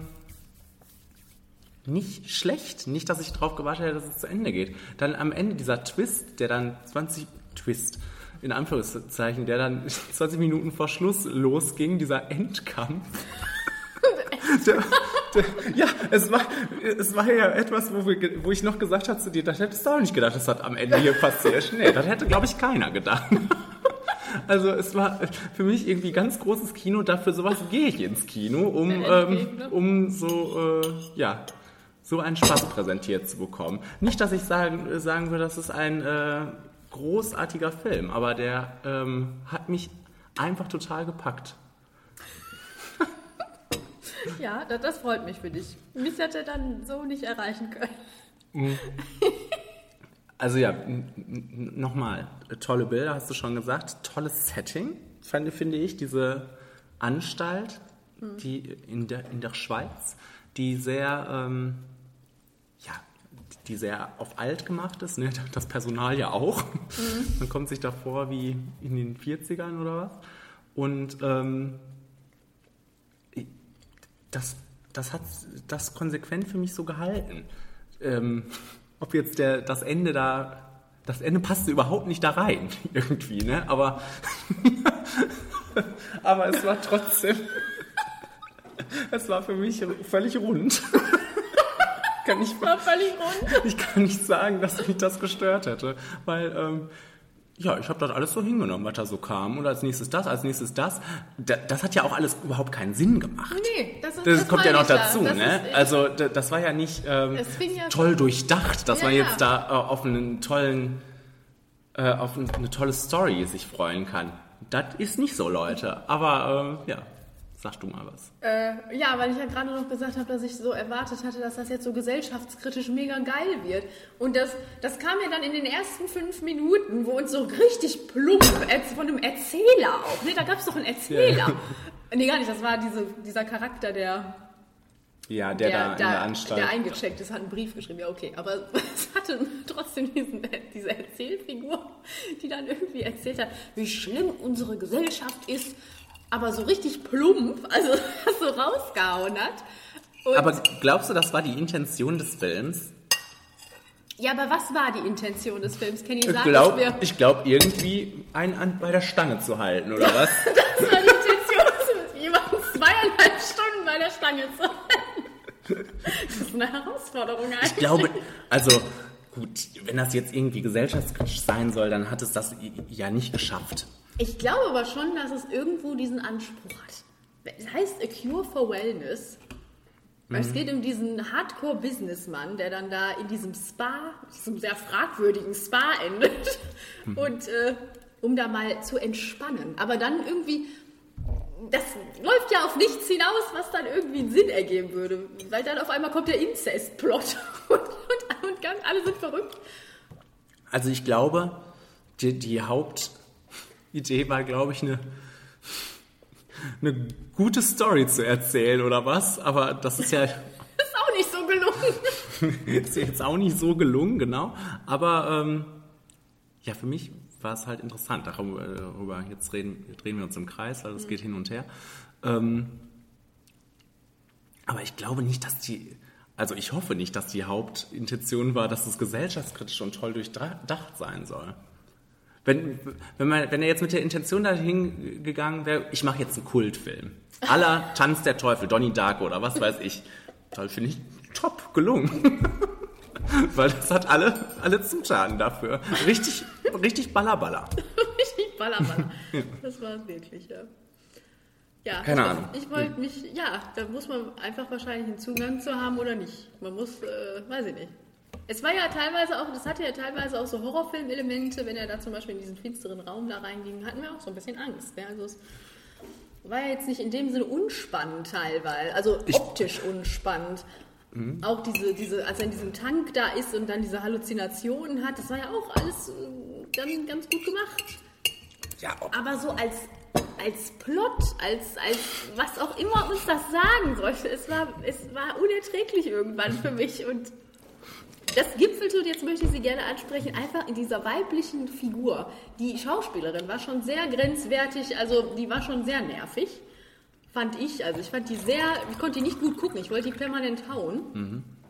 nicht schlecht, nicht, dass ich drauf gewartet hätte, dass es zu Ende geht. Dann am Ende dieser Twist, der dann zwanzig Twist, in Anführungszeichen, der dann zwanzig Minuten vor Schluss losging, dieser Endkampf. der, der, ja, es war, es war ja etwas, wo, wir, wo ich noch gesagt habe zu dir, das hättest du auch nicht gedacht, das hat am Ende hier passiert. Nee, das hätte, glaube ich, keiner gedacht. Also es war für mich irgendwie ganz großes Kino, dafür sowas gehe ich ins Kino, um, ähm, um so, äh, ja, so einen Spaß präsentiert zu bekommen. Nicht, dass ich sagen, sagen würde, das ist ein äh, großartiger Film, aber der ähm, hat mich einfach total gepackt. Ja, das, das freut mich für dich. Mich hat er dann so nicht erreichen können. Also ja, n- n- nochmal, tolle Bilder, hast du schon gesagt, tolles Setting, fand, finde ich, diese Anstalt, mhm. die in der, in der Schweiz, die sehr, ähm, ja, die sehr auf alt gemacht ist, ne? Das Personal ja auch. Mhm. Man kommt sich da vor wie in den vierzigern oder was. Und ähm, das, das hat das konsequent für mich so gehalten. Ähm, ob jetzt der, das Ende da, das Ende passte überhaupt nicht da rein, irgendwie, ne? Aber, aber es war trotzdem, es war für mich völlig rund. Kann ich, war völlig rund. Ich kann nicht sagen, dass mich das gestört hätte, weil, ähm, ja, ich habe das alles so hingenommen, was da so kam. Und als nächstes das, als nächstes das. Da, das hat ja auch alles überhaupt keinen Sinn gemacht. Nee, das, ist, das, das kommt ja noch das. dazu, Das ne? ist, also da, das war ja nicht ähm, ja toll durchdacht, dass ja, man jetzt ja. da äh, auf einen tollen, äh, auf eine tolle Story sich freuen kann. Das ist nicht so, Leute. Aber ähm, ja. Sag du mal was. Äh, ja, weil ich ja gerade noch gesagt habe, dass ich so erwartet hatte, dass das jetzt so gesellschaftskritisch mega geil wird. Und das, das kam ja dann in den ersten fünf Minuten, wo uns so richtig plump von einem Erzähler auch. Ne, da gab es doch einen Erzähler. Ja. Nee, gar nicht, das war diese, dieser Charakter, der... Ja, der, der da in der, der Anstalt... Der eingecheckt ist, hat einen Brief geschrieben. Ja, okay. Aber es hatte trotzdem diesen, diese Erzählfigur, die dann irgendwie erzählt hat, wie schlimm unsere Gesellschaft ist, aber so richtig plump, also so rausgehauen hat. Und aber glaubst du, das war die Intention des Films? Ja, aber was war die Intention des Films? Kenny, ich sag glaube, mir. Ich glaube, irgendwie einen an, bei der Stange zu halten, oder was? Das war die Intention, jemanden zweieinhalb Stunden bei der Stange zu halten. Das ist eine Herausforderung eigentlich. Ich glaube, also gut, wenn das jetzt irgendwie gesellschaftskritisch sein soll, dann hat es das ja nicht geschafft. Ich glaube aber schon, dass es irgendwo diesen Anspruch hat. Es heißt A Cure for Wellness. Mhm. Es geht um diesen Hardcore-Businessmann, der dann da in diesem Spa, diesem sehr fragwürdigen Spa endet. Mhm. Und äh, um da mal zu entspannen. Aber dann irgendwie, das läuft ja auf nichts hinaus, was dann irgendwie einen Sinn ergeben würde. Weil dann auf einmal kommt der Inzest-Plot und, und, und ganz, alle sind verrückt. Also ich glaube, die, die Haupt... Idee war, glaube ich, eine, eine gute Story zu erzählen oder was, aber das ist ja... ist auch nicht so gelungen. Ist jetzt auch nicht so gelungen, genau, aber ähm, ja, für mich war es halt interessant, darüber, jetzt reden, drehen wir uns im Kreis, also es mhm. geht hin und her. Ähm, aber ich glaube nicht, dass die... Also ich hoffe nicht, dass die Hauptintention war, dass es gesellschaftskritisch und toll durchdacht sein soll. Wenn, wenn, man, wenn er jetzt mit der Intention dahin gegangen wäre, ich mache jetzt einen Kultfilm. À la Tanz der Teufel, Donnie Darko oder was weiß ich. Toll, finde ich top gelungen. Weil das hat alle, alle Zutaten dafür. Richtig, richtig ballerballer. Richtig ballerballer. Das war es wirklich, ja. Ja, keine ich, Ahnung. Ich wollte mich, ja, da muss man einfach wahrscheinlich einen Zugang zu haben oder nicht. Man muss, äh, weiß ich nicht. Es war ja teilweise auch, das hatte ja teilweise auch so Horrorfilm-Elemente, wenn er da zum Beispiel in diesen finsteren Raum da reinging, hatten wir auch so ein bisschen Angst. Ja? Also es war ja jetzt nicht in dem Sinne unspannend teilweise, also optisch ich, unspannend. Mhm. Auch diese, diese, als er in diesem Tank da ist und dann diese Halluzinationen hat, das war ja auch alles ganz, ganz gut gemacht. Ja, aber so als, als Plot, als, als was auch immer uns das sagen sollte, es war, es war unerträglich irgendwann für mich und das gipfelte, und jetzt möchte ich Sie gerne ansprechen, einfach in dieser weiblichen Figur. Die Schauspielerin war schon sehr grenzwertig, also die war schon sehr nervig, fand ich. Also ich fand die sehr, ich konnte die nicht gut gucken, ich wollte die permanent hauen. Mhm.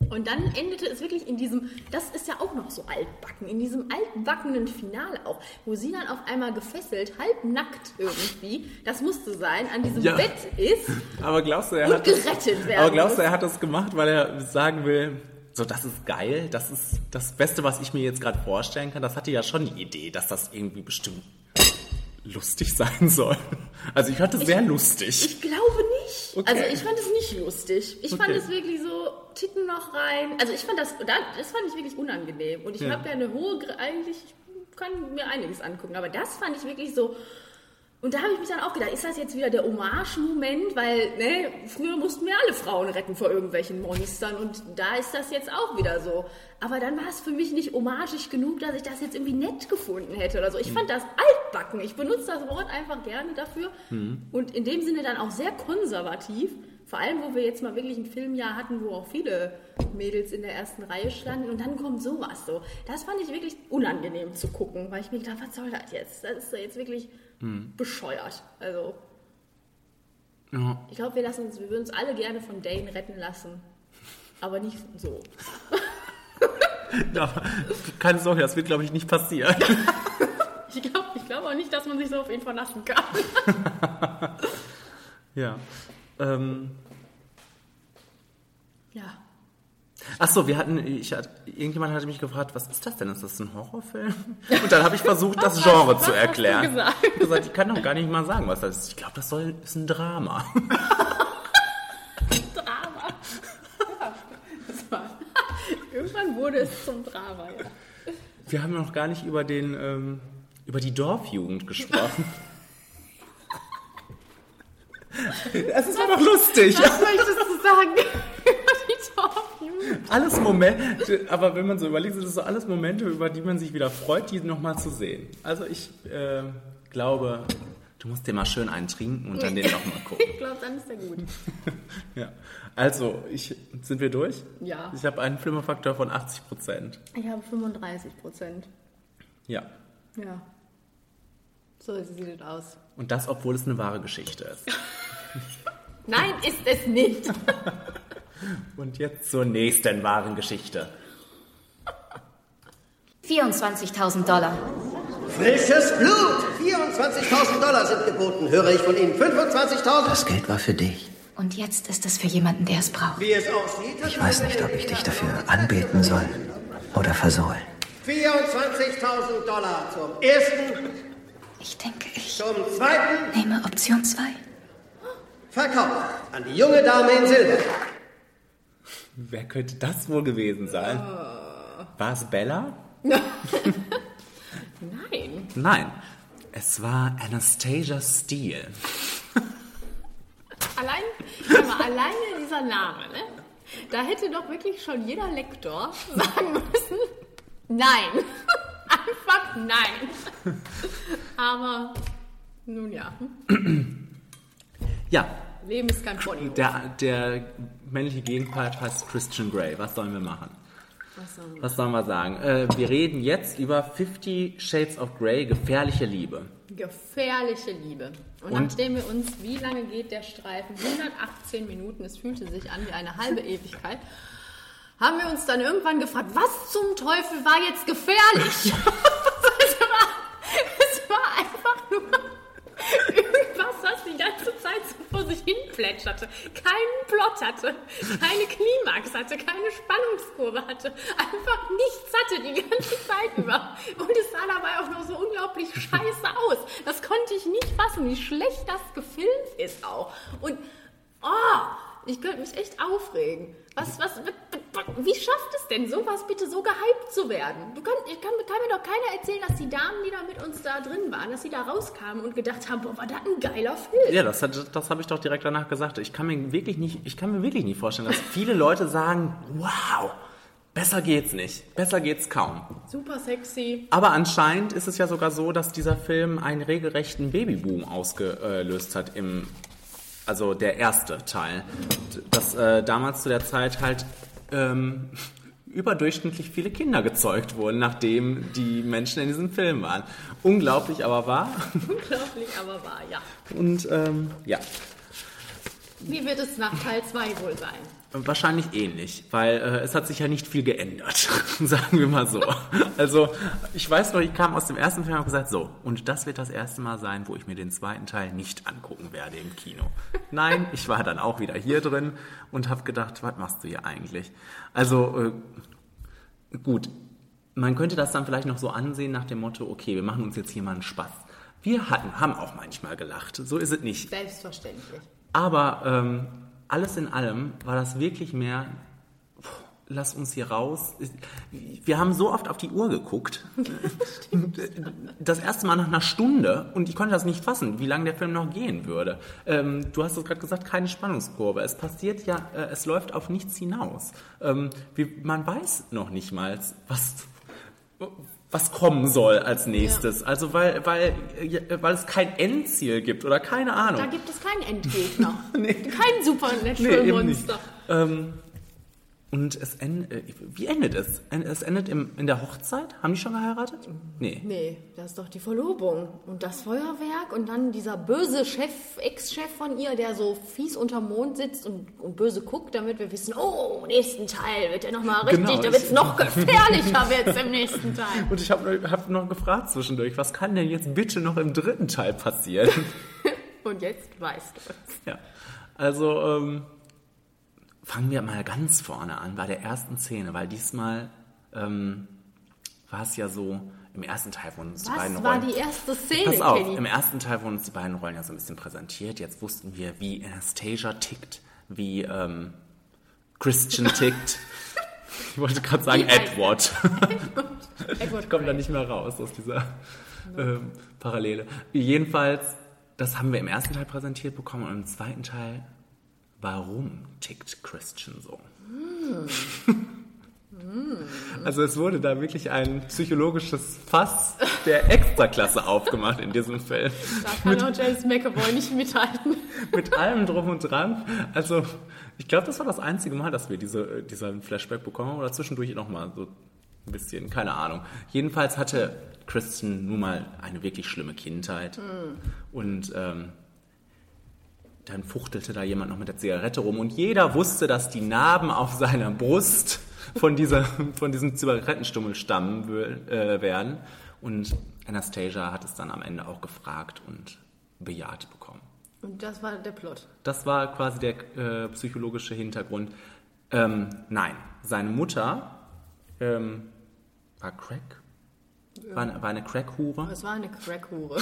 Und dann endete es wirklich in diesem, das ist ja auch noch so altbacken, in diesem altbackenen Finale auch, wo sie dann auf einmal gefesselt, halbnackt irgendwie, das musste sein, an diesem Ja. Bett ist Aber glaubst du, er und hat das, gerettet werden aber glaubst du, muss. er hat das gemacht, weil er sagen will, so, das ist geil, das ist das Beste, was ich mir jetzt gerade vorstellen kann. Das hatte ja schon die Idee, dass das irgendwie bestimmt lustig sein soll. Also ich fand es sehr lustig. Ich glaube nicht. Okay. Also ich fand es nicht lustig. Ich fand Okay. es wirklich so, Ticken noch rein. Also ich fand das, das fand ich wirklich unangenehm. Und ich Ja. habe ja eine hohe, Gre- eigentlich, ich kann mir einiges angucken, aber das fand ich wirklich so. Und da habe ich mich dann auch gedacht, ist das jetzt wieder der Hommage-Moment? Weil, ne, früher mussten wir alle Frauen retten vor irgendwelchen Monstern und da ist das jetzt auch wieder so. Aber dann war es für mich nicht hommagig genug, dass ich das jetzt irgendwie nett gefunden hätte oder so. Ich fand das altbacken. Ich benutze das Wort einfach gerne dafür. Und in dem Sinne dann auch sehr konservativ. Vor allem, wo wir jetzt mal wirklich ein Filmjahr hatten, wo auch viele Mädels in der ersten Reihe standen und dann kommt sowas so. Das fand ich wirklich unangenehm zu gucken, weil ich mir gedacht, was soll das jetzt? Das ist doch jetzt wirklich bescheuert. Also, Ja. ich glaube, wir lassen uns, wir würden uns alle gerne von Dane retten lassen, aber nicht so. Ja, keine Sorge, das wird, glaube ich, nicht passieren. Ich glaube ich glaub auch nicht, dass man sich so auf ihn verlassen kann. Ja. Ähm, Ja. Achso, wir hatten, ich hatte, irgendjemand hatte mich gefragt, was ist das denn? Ist das ein Horrorfilm? Und dann habe ich versucht, das Genre was zu hast du erklären. gesagt? Ich habe gesagt, ich kann doch gar nicht mal sagen, was das ist. Ich glaube, das soll, ist ein Drama. Drama. Ja, das war, irgendwann wurde es zum Drama, ja. Wir haben noch gar nicht über den, ähm, über die Dorfjugend gesprochen. Es ist doch lustig. Was möchtest du sagen? Über die Dorfjugend. Alles Momente, aber wenn man so überlegt, sind das so alles Momente, über die man sich wieder freut, die nochmal zu sehen. Also ich äh, glaube, du musst dir mal schön einen trinken und dann den nochmal gucken. Ich glaube, dann ist der gut. Ja. Also, ich, sind wir durch? Ja. Ich habe einen Flimmerfaktor von achtzig Prozent. Ich habe fünfunddreißig Prozent. Ja. Ja. So sieht es aus. Und das, obwohl es eine wahre Geschichte ist. Nein, ist es nicht. Und jetzt zur nächsten wahren Geschichte. vierundzwanzigtausend Dollar. Frisches Blut! vierundzwanzigtausend Dollar sind geboten. Höre ich von Ihnen fünfundzwanzigtausend? Das Geld war für dich. Und jetzt ist es für jemanden, der es braucht. Wie es aussieht... Ich weiß nicht, ob ich dich dafür anbeten soll oder versohlen. vierundzwanzigtausend Dollar zum ersten, Ich denke, ich zum zweiten nehme Option zwei. Verkauf an die junge Dame in Silber. Wer könnte das wohl gewesen sein? War es Bella? Nein. Nein. Es war Anastasia Steele. Allein, ja, mal, alleine dieser Name, ne? Da hätte doch wirklich schon jeder Lektor sagen müssen, nein. Einfach nein. Aber, nun ja. Ja, Leben ist kein Ponyhof. der, der männliche Gegenpart heißt Christian Grey. Was sollen wir machen? Was sollen wir- Was sollen wir sagen? Äh, wir reden jetzt über Fifty Shades of Grey, gefährliche Liebe. Gefährliche Liebe. Und, Und- nachdem wir uns, wie lange geht der Streifen? hundertachtzehn Minuten, es fühlte sich an wie eine halbe Ewigkeit, haben wir uns dann irgendwann gefragt, was zum Teufel war jetzt gefährlich? es, war, es war einfach nur irgendwas, was die ganze Zeit so vor sich hin plätscherte, keinen Plot hatte, keine Klimax hatte, keine Spannungskurve hatte, einfach nichts hatte die ganze Zeit über. Und es sah dabei auch noch so unglaublich scheiße aus. Das konnte ich nicht fassen, wie schlecht das gefilmt ist auch. Und, oh, ich könnte mich echt aufregen. Was, was, wie schafft es denn, sowas bitte so gehypt zu werden? Du kann, ich kann, kann mir doch keiner erzählen, dass die Damen, die da mit uns da drin waren, dass sie da rauskamen und gedacht haben, boah, war das ein geiler Film. Ja, das, hat- das habe ich doch direkt danach gesagt. Ich kann mir wirklich nicht, ich kann mir wirklich nicht vorstellen, dass viele Leute sagen, wow, besser geht's nicht. Besser geht's kaum. Super sexy. Aber anscheinend ist es ja sogar so, dass dieser Film einen regelrechten Babyboom ausgelöst hat im, also der erste Teil. Dass äh, damals zu der Zeit halt ähm, überdurchschnittlich viele Kinder gezeugt wurden, nachdem die Menschen in diesem Film waren. Unglaublich, aber wahr. Unglaublich, aber wahr, ja. Und ähm, ja, Wie wird es nach Teil zwei wohl sein? Wahrscheinlich ähnlich, weil äh, es hat sich ja nicht viel geändert, sagen wir mal so. Also ich weiß noch, ich kam aus dem ersten Film und habe gesagt, so, und das wird das erste Mal sein, wo ich mir den zweiten Teil nicht angucken werde im Kino. Nein, ich war dann auch wieder hier drin und habe gedacht, was machst du hier eigentlich? Also äh, gut, man könnte das dann vielleicht noch so ansehen nach dem Motto, okay, wir machen uns jetzt hier mal einen Spaß. Wir hatten, haben auch manchmal gelacht, so ist es nicht. Selbstverständlich. Aber ähm, alles in allem war das wirklich mehr, pff, lass uns hier raus. Wir haben so oft auf die Uhr geguckt. Das erste Mal nach einer Stunde und ich konnte das nicht fassen, wie lange der Film noch gehen würde. Ähm, du hast es gerade gesagt, keine Spannungskurve. Es passiert ja, äh, es läuft auf nichts hinaus. Ähm, wie, man weiß noch nicht mal, was... was kommen soll als nächstes. Ja. Also weil, weil, weil es kein Endziel gibt oder keine Ahnung. Da gibt es keinen Endgegner. Nee. Kein Supernatural-Monster. Nee, ähm, und es endet, wie endet es? Es endet im, in der Hochzeit? Haben die schon geheiratet? Nee. Nee, das ist doch die Verlobung. Und das Feuerwerk und dann dieser böse Chef, Ex-Chef von ihr, der so fies unterm Mond sitzt und, und böse guckt, damit wir wissen, oh, im nächsten Teil wird er nochmal richtig, genau, da wird es noch gefährlicher wird's im nächsten Teil. Und ich habe hab noch gefragt zwischendurch, was kann denn jetzt bitte noch im dritten Teil passieren? Und jetzt weißt du es. Ja, also, ähm, fangen wir mal ganz vorne an, bei der ersten Szene, weil diesmal ähm, war es ja so, im ersten Teil wurden uns die beiden Rollen... Was war die erste Szene, Pass auf, Kenny? Im ersten Teil wurden uns die beiden Rollen ja so ein bisschen präsentiert. Jetzt wussten wir, wie Anastasia tickt, wie ähm, Christian tickt. Ich wollte gerade sagen wie Edward. Edward. Edward ich komme da nicht mehr raus aus dieser ähm, Parallele. Jedenfalls, das haben wir im ersten Teil präsentiert bekommen und im zweiten Teil... Warum tickt Christian so? Also es wurde da wirklich ein psychologisches Fass der Extraklasse aufgemacht in diesem Film. Da kann mit, auch James McAvoy nicht mithalten. Mit allem drum und dran. Also ich glaube, das war das einzige Mal, dass wir diese, diesen Flashback bekommen haben. Oder zwischendurch nochmal so ein bisschen, keine Ahnung. Jedenfalls hatte Christian nun mal eine wirklich schlimme Kindheit. Mhm. Und... Ähm, dann fuchtelte da jemand noch mit der Zigarette rum und jeder wusste, dass die Narben auf seiner Brust von, dieser, von diesem Zigarettenstummel stammen äh, werden. Und Anastasia hat es dann am Ende auch gefragt und bejaht bekommen. Und das war der Plot? Das war quasi der äh, psychologische Hintergrund. Ähm, nein, seine Mutter ähm, war Crack? Ja. War, eine, war eine Crack-Hure? Es war eine Crack-Hure.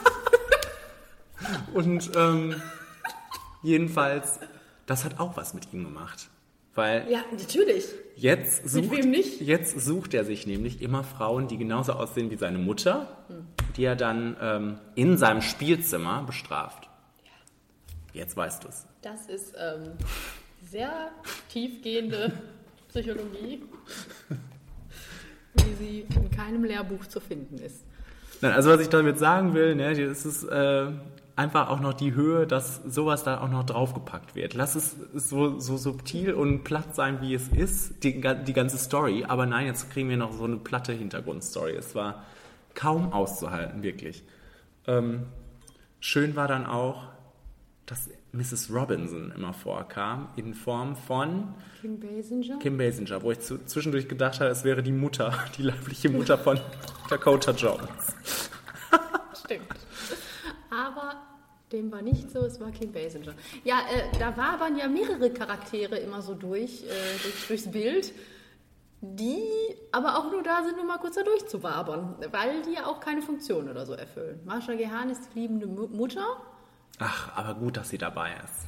Und... Ähm, jedenfalls, das hat auch was mit ihm gemacht. Weil ja, natürlich. Jetzt sucht, mit wem nicht? Jetzt sucht er sich nämlich immer Frauen, die genauso aussehen wie seine Mutter, hm. die er dann ähm, in seinem Spielzimmer bestraft. Ja. Jetzt weißt du es. Das ist ähm, sehr tiefgehende Psychologie, wie sie in keinem Lehrbuch zu finden ist. Nein, also was ich damit sagen will, ne, das ist... Äh, einfach auch noch die Höhe, dass sowas da auch noch draufgepackt wird. Lass es so, so subtil und platt sein, wie es ist, die, die ganze Story. Aber nein, jetzt kriegen wir noch so eine platte Hintergrundstory. Es war kaum auszuhalten, wirklich. Ähm, schön war dann auch, dass Missus Robinson immer vorkam, in Form von... Kim Basinger? Kim Basinger, wo ich zu, zwischendurch gedacht habe, es wäre die Mutter, die leibliche Mutter von Dakota Jones. Stimmt. Aber dem war nicht so, es war Kim Basinger. Ja, äh, da wabern ja mehrere Charaktere immer so durch, äh, durch, durchs Bild, die aber auch nur da sind, um mal kurz da durchzuwabern, weil die ja auch keine Funktion oder so erfüllen. Marsha Gehan ist die liebende M- Mutter. Ach, aber gut, dass sie dabei ist.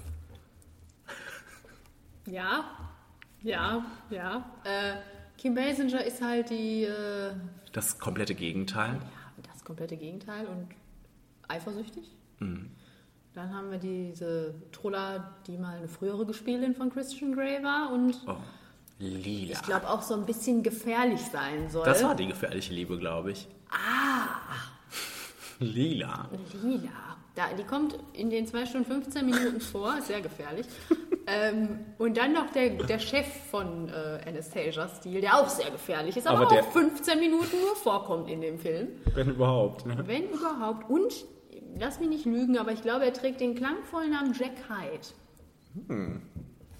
Ja, ja, ja. Äh, Kim Basinger ist halt die... Äh, das komplette Gegenteil. Ja, das komplette Gegenteil und eifersüchtig. Mhm. Dann haben wir diese Trulla, die mal eine frühere Gespielin von Christian Grey war und oh, Lila. Ich glaube auch so ein bisschen gefährlich sein soll. Das war die gefährliche Liebe, glaube ich. Ah! Lila. Lila. Da, die kommt in den zwei Stunden fünfzehn Minuten vor, ist sehr gefährlich. ähm, und dann noch der, der Chef von äh, Anastasia Steele, der auch sehr gefährlich ist, aber, aber auch fünfzehn Minuten nur vorkommt in dem Film. Wenn überhaupt. Ne? Wenn überhaupt. Und, lass mich nicht lügen, aber ich glaube, er trägt den klangvollen Namen Jack Hyde. Hm.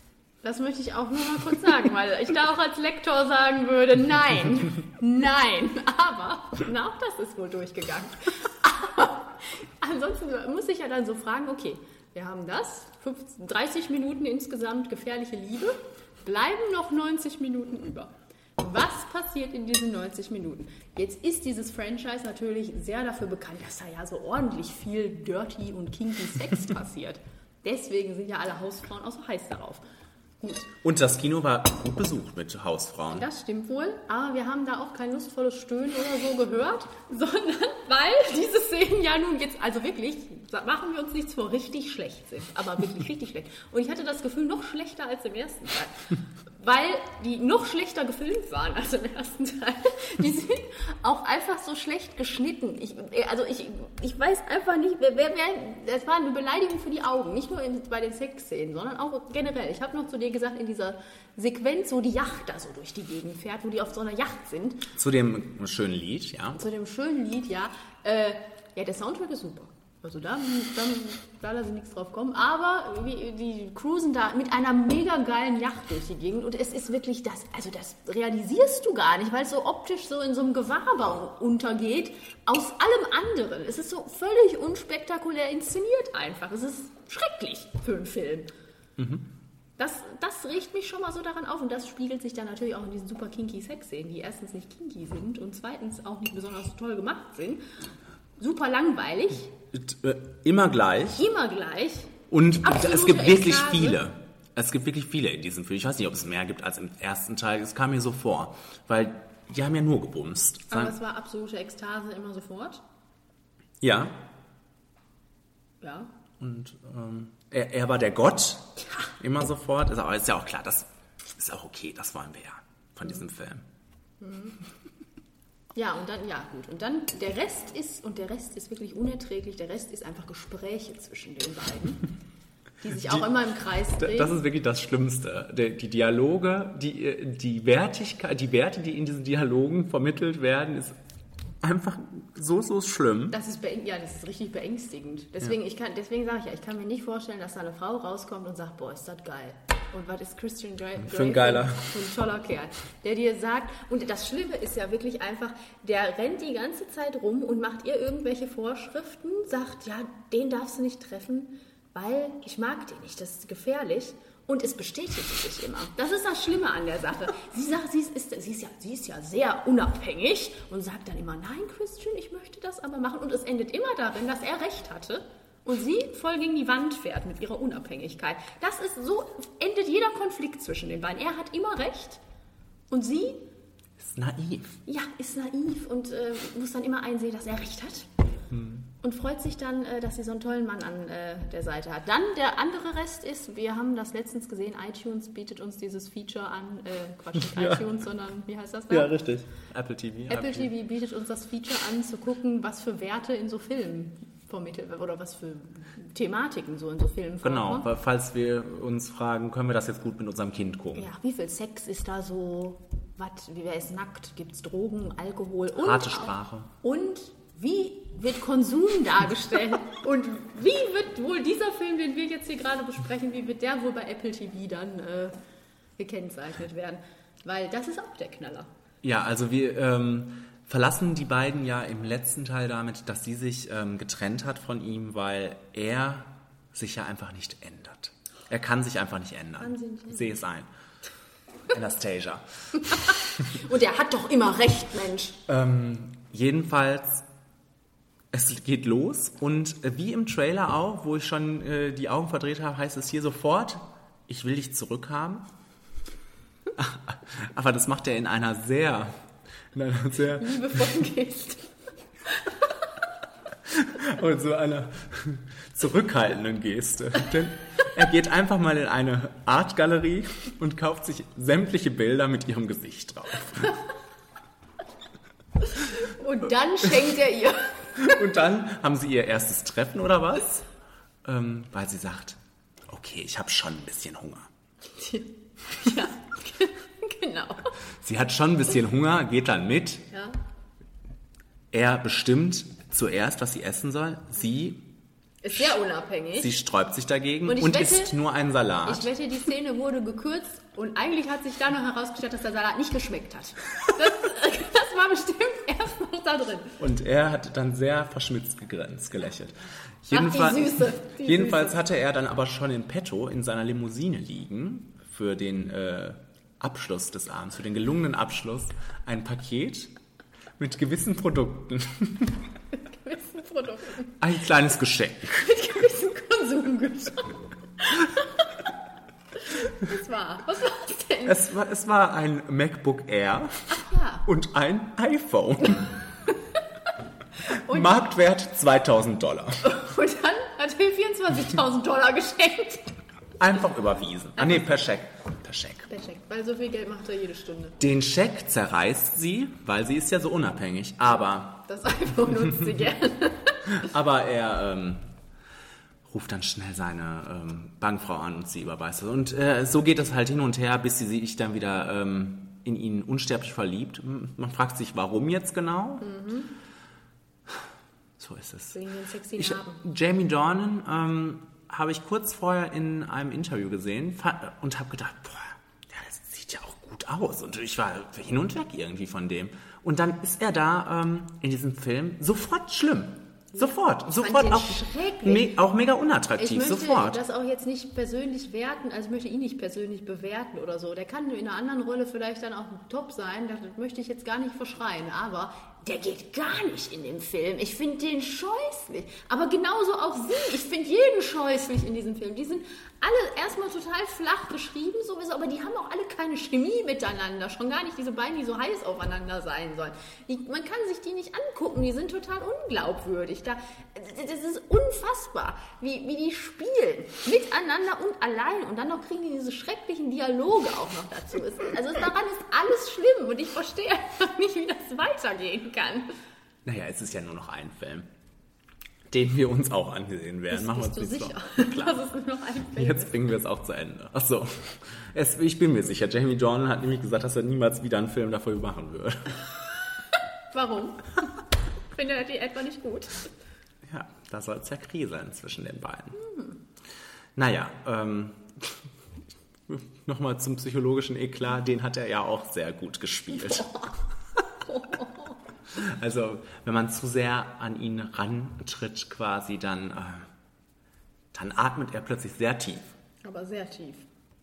Das möchte ich auch nur mal kurz sagen, weil ich da auch als Lektor sagen würde, nein, nein, aber na, auch das ist wohl durchgegangen. Aber ansonsten muss ich ja dann so fragen, okay, wir haben das, fünfzehn, dreißig Minuten insgesamt gefährliche Liebe, bleiben noch neunzig Minuten über. Was passiert in diesen neunzig Minuten? Jetzt ist dieses Franchise natürlich sehr dafür bekannt, dass da ja so ordentlich viel Dirty und Kinky Sex passiert. Deswegen sind ja alle Hausfrauen auch so heiß darauf. Gut. Und das Kino war gut besucht mit Hausfrauen. Das stimmt wohl, aber wir haben da auch kein lustvolles Stöhnen oder so gehört, sondern weil diese Szenen ja nun jetzt, also wirklich, machen wir uns nichts vor, richtig schlecht sind. Aber wirklich richtig schlecht. Und ich hatte das Gefühl, noch schlechter als im ersten Teil. Weil die noch schlechter gefilmt waren als im ersten Teil. Die sind auch einfach so schlecht geschnitten. Ich, also ich, ich weiß einfach nicht, wer, wer, das war eine Beleidigung für die Augen. Nicht nur in, bei den Sexszenen, sondern auch generell. Ich habe noch zu dir gesagt, in dieser Sequenz, wo die Yacht da so durch die Gegend fährt, wo die auf so einer Yacht sind. Zu dem schönen Lied, ja. Zu dem schönen Lied, ja. Äh, ja, der Soundtrack ist super. Also da, da, da lasse ich nichts drauf kommen. Aber wie, die cruisen da mit einer mega geilen Yacht durch die Gegend. Und es ist wirklich das, also das realisierst du gar nicht, weil es so optisch so in so einem Gewahrbau untergeht. Aus allem anderen. Es ist so völlig unspektakulär inszeniert einfach. Es ist schrecklich für einen Film. Mhm. Das, das regt mich schon mal so daran auf. Und das spiegelt sich dann natürlich auch in diesen super kinky Sex-Szenen, die erstens nicht kinky sind und zweitens auch nicht besonders toll gemacht sind. Super langweilig. Immer gleich. Immer gleich. Und Absolute es gibt wirklich Ekstase. viele. Es gibt wirklich viele in diesem Film. Ich weiß nicht, ob es mehr gibt als im ersten Teil. Es kam mir so vor. Weil die haben ja nur gebumst. Aber es war absolute Ekstase immer sofort. Ja. Ja. Und ähm, er, er war der Gott. Ja. Immer sofort. Aber ist ja auch klar, das ist auch okay. Das wollen wir ja von diesem Film. Mhm. Ja, und dann, ja gut. Und dann, der Rest ist, und der Rest ist wirklich unerträglich, der Rest ist einfach Gespräche zwischen den beiden, die sich auch die, immer im Kreis drehen. Das ist wirklich das Schlimmste. Die, die Dialoge, die, die Wertigkeit, die Werte, die in diesen Dialogen vermittelt werden, ist einfach so, so schlimm. Das ist, ja, das ist richtig beängstigend. Deswegen, ja. deswegen sage ich ja, ich kann mir nicht vorstellen, dass da eine Frau rauskommt und sagt, boah, ist das geil. Und was ist Christian Grey? Für ein geiler. Für ein toller Kerl, der dir sagt, und das Schlimme ist ja wirklich einfach, der rennt die ganze Zeit rum und macht ihr irgendwelche Vorschriften, sagt, ja, den darfst du nicht treffen, weil ich mag den nicht, das ist gefährlich. Und es bestätigt sich immer. Das ist das Schlimme an der Sache. Sie sagt, sie ist, sie ist, ja, sie ist ja sehr unabhängig und sagt dann immer, nein, Christian, ich möchte das aber machen. Und es endet immer darin, dass er recht hatte und sie voll gegen die Wand fährt mit ihrer Unabhängigkeit. Das ist so, endet jeder Konflikt zwischen den beiden. Er hat immer recht und sie ist naiv. Ja, ist naiv und äh, muss dann immer einsehen, dass er recht hat. Hm. Und freut sich dann, äh, dass sie so einen tollen Mann an äh, der Seite hat. Dann der andere Rest ist, wir haben das letztens gesehen, iTunes bietet uns dieses Feature an, äh, Quatsch, nicht ja. iTunes, sondern wie heißt das da? Ja, richtig. Apple T V. Apple T V bietet uns das Feature an, zu gucken, was für Werte in so Filmen vermittelt oder was für Thematiken so in so Filmen vorkommen. Genau, weil falls wir uns fragen, können wir das jetzt gut mit unserem Kind gucken? Ja, wie viel Sex ist da so? Was, wer ist nackt? Gibt es Drogen, Alkohol? Und harte Sprache. Und wie wird Konsum dargestellt? Und wie wird wohl dieser Film, den wir jetzt hier gerade besprechen, wie wird der wohl bei Apple T V dann äh, gekennzeichnet werden? Weil das ist auch der Knaller. Ja, also wir ähm, verlassen die beiden ja im letzten Teil damit, dass sie sich ähm, getrennt hat von ihm, weil er sich ja einfach nicht ändert. Er kann sich einfach nicht ändern. Kann sie nicht ändern. Sehe es ein. Anastasia. Und er hat doch immer recht, Mensch. Ähm, jedenfalls, es geht los und wie im Trailer auch, wo ich schon äh, die Augen verdreht habe, heißt es hier sofort, ich will dich zurückhaben. Aber das macht er in einer sehr, in einer sehr liebevollen Geste. Und so einer zurückhaltenden Geste. Denn er geht einfach mal in eine Artgalerie und kauft sich sämtliche Bilder mit ihrem Gesicht drauf. Und dann schenkt er ihr. Und dann haben sie ihr erstes Treffen oder was? Ähm, weil sie sagt, okay, ich habe schon ein bisschen Hunger. Ja, genau. Sie hat schon ein bisschen Hunger, geht dann mit. Ja. Er bestimmt zuerst, was sie essen soll. Sie Ist sehr unabhängig. Sie sträubt sich dagegen und, und wette, isst nur einen Salat. Ich wette, die Szene wurde gekürzt und eigentlich hat sich da noch herausgestellt, dass der Salat nicht geschmeckt hat. Das, das war bestimmt erst noch da drin. Und er hat dann sehr verschmitzt gegrinst, gelächelt. Ach, die Jedenfalls, Süße, die jedenfalls Süße. hatte er dann aber schon in petto in seiner Limousine liegen für den äh, Abschluss des Abends, für den gelungenen Abschluss, ein Paket mit gewissen Produkten. Mit gewissen Produkten. Ein kleines Geschenk. Mit gewissen Konsumgütern. Was war? Was war es denn? Es war, es war ein MacBook Air Ach ja. und ein iPhone. Und, Marktwert zweitausend Dollar. und dann hat er vierundzwanzigtausend Dollar geschenkt. Einfach überwiesen. Ah nee, per Scheck. Per Scheck. Der Scheck, weil so viel Geld macht er jede Stunde. Den Scheck zerreißt sie, weil sie ist ja so unabhängig. Aber, Das iPhone nutzt sie gerne. aber er ähm, ruft dann schnell seine ähm, Bankfrau an und sie überweist es. Und äh, so geht es halt hin und her, bis sie sich dann wieder ähm, in ihn unsterblich verliebt. Man fragt sich, warum jetzt genau? Mhm. So ist es. Wegen den sexy Ich, Narben. Jamie Dornan ähm, habe ich kurz vorher in einem Interview gesehen fa- und habe gedacht, boah, ja, das sieht ja auch gut aus. Und ich war hin und weg irgendwie von dem. Und dann ist er da ähm, in diesem Film sofort schlimm. Sofort. Ich sofort fand den auch, schrecklich. me- auch mega unattraktiv. Ich möchte sofort. das auch jetzt nicht persönlich werten, also ich möchte ihn nicht persönlich bewerten oder so. Der kann in einer anderen Rolle vielleicht dann auch top sein, das möchte ich jetzt gar nicht verschreien, aber der geht gar nicht in dem Film. Ich finde den scheußlich. Aber genauso auch sie. Ich finde jeden scheußlich in diesem Film. Die sind alle erstmal total flach geschrieben, sowieso, aber die haben auch alle keine Chemie miteinander. Schon gar nicht diese beiden, die so heiß aufeinander sein sollen. Die, man kann sich die nicht angucken. Die sind total unglaubwürdig. Da, das ist unfassbar, wie, wie die spielen. Miteinander und allein. Und dann noch kriegen die diese schrecklichen Dialoge auch noch dazu. Es, also daran ist alles schlimm. Und ich verstehe einfach nicht, wie das weitergehen kann. Naja, es ist ja nur noch ein Film, den wir uns auch angesehen werden. Bist, Machen wir bist uns du nicht sicher, so. Klar. dass es nur noch ein Film Jetzt ist? bringen wir es auch zu Ende. Achso, es, ich bin mir sicher. Jamie Dornan hat nämlich gesagt, dass er niemals wieder einen Film dafür machen würde. Warum? Findet er die etwa nicht gut? Ja, da soll es ja kriseln zwischen den beiden. Hm. Naja, ähm, nochmal zum psychologischen Eklat, den hat er ja auch sehr gut gespielt. Also, wenn man zu sehr an ihn rantritt quasi, dann, äh, dann atmet er plötzlich sehr tief. Aber sehr tief.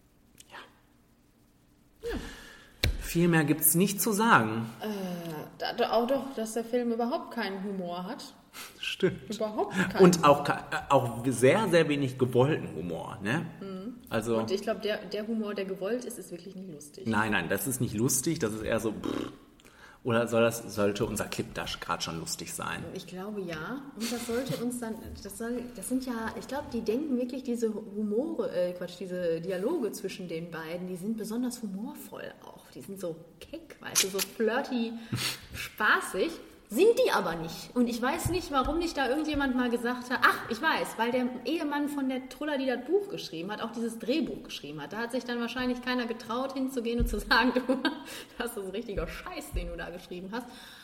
Viel mehr gibt es nicht zu sagen. Äh, da, da, auch doch, dass der Film überhaupt keinen Humor hat. Stimmt. Überhaupt keinen. Und auch, äh, auch sehr, sehr wenig gewollten Humor, ne? Mhm. Also, Und ich glaube, der, der Humor, der gewollt ist, ist wirklich nicht lustig. nein, nein, das ist nicht lustig, das ist eher so, pff. Oder soll das, sollte unser Clip da gerade schon lustig sein? Ich glaube ja. Und das sollte uns dann, das soll, das sind ja, ich glaube, die denken wirklich diese Humore, äh, Quatsch, diese Dialoge zwischen den beiden, die sind besonders humorvoll auch. Die sind so keck, weißt du, so flirty, spaßig. Sind die aber nicht. Und ich weiß nicht, warum nicht da irgendjemand mal gesagt hat, ach, ich weiß, weil der Ehemann von der Truller, die das Buch geschrieben hat, auch dieses Drehbuch geschrieben hat. Da hat sich dann wahrscheinlich keiner getraut, hinzugehen und zu sagen, du, das ist ein richtiger Scheiß, den du da geschrieben hast.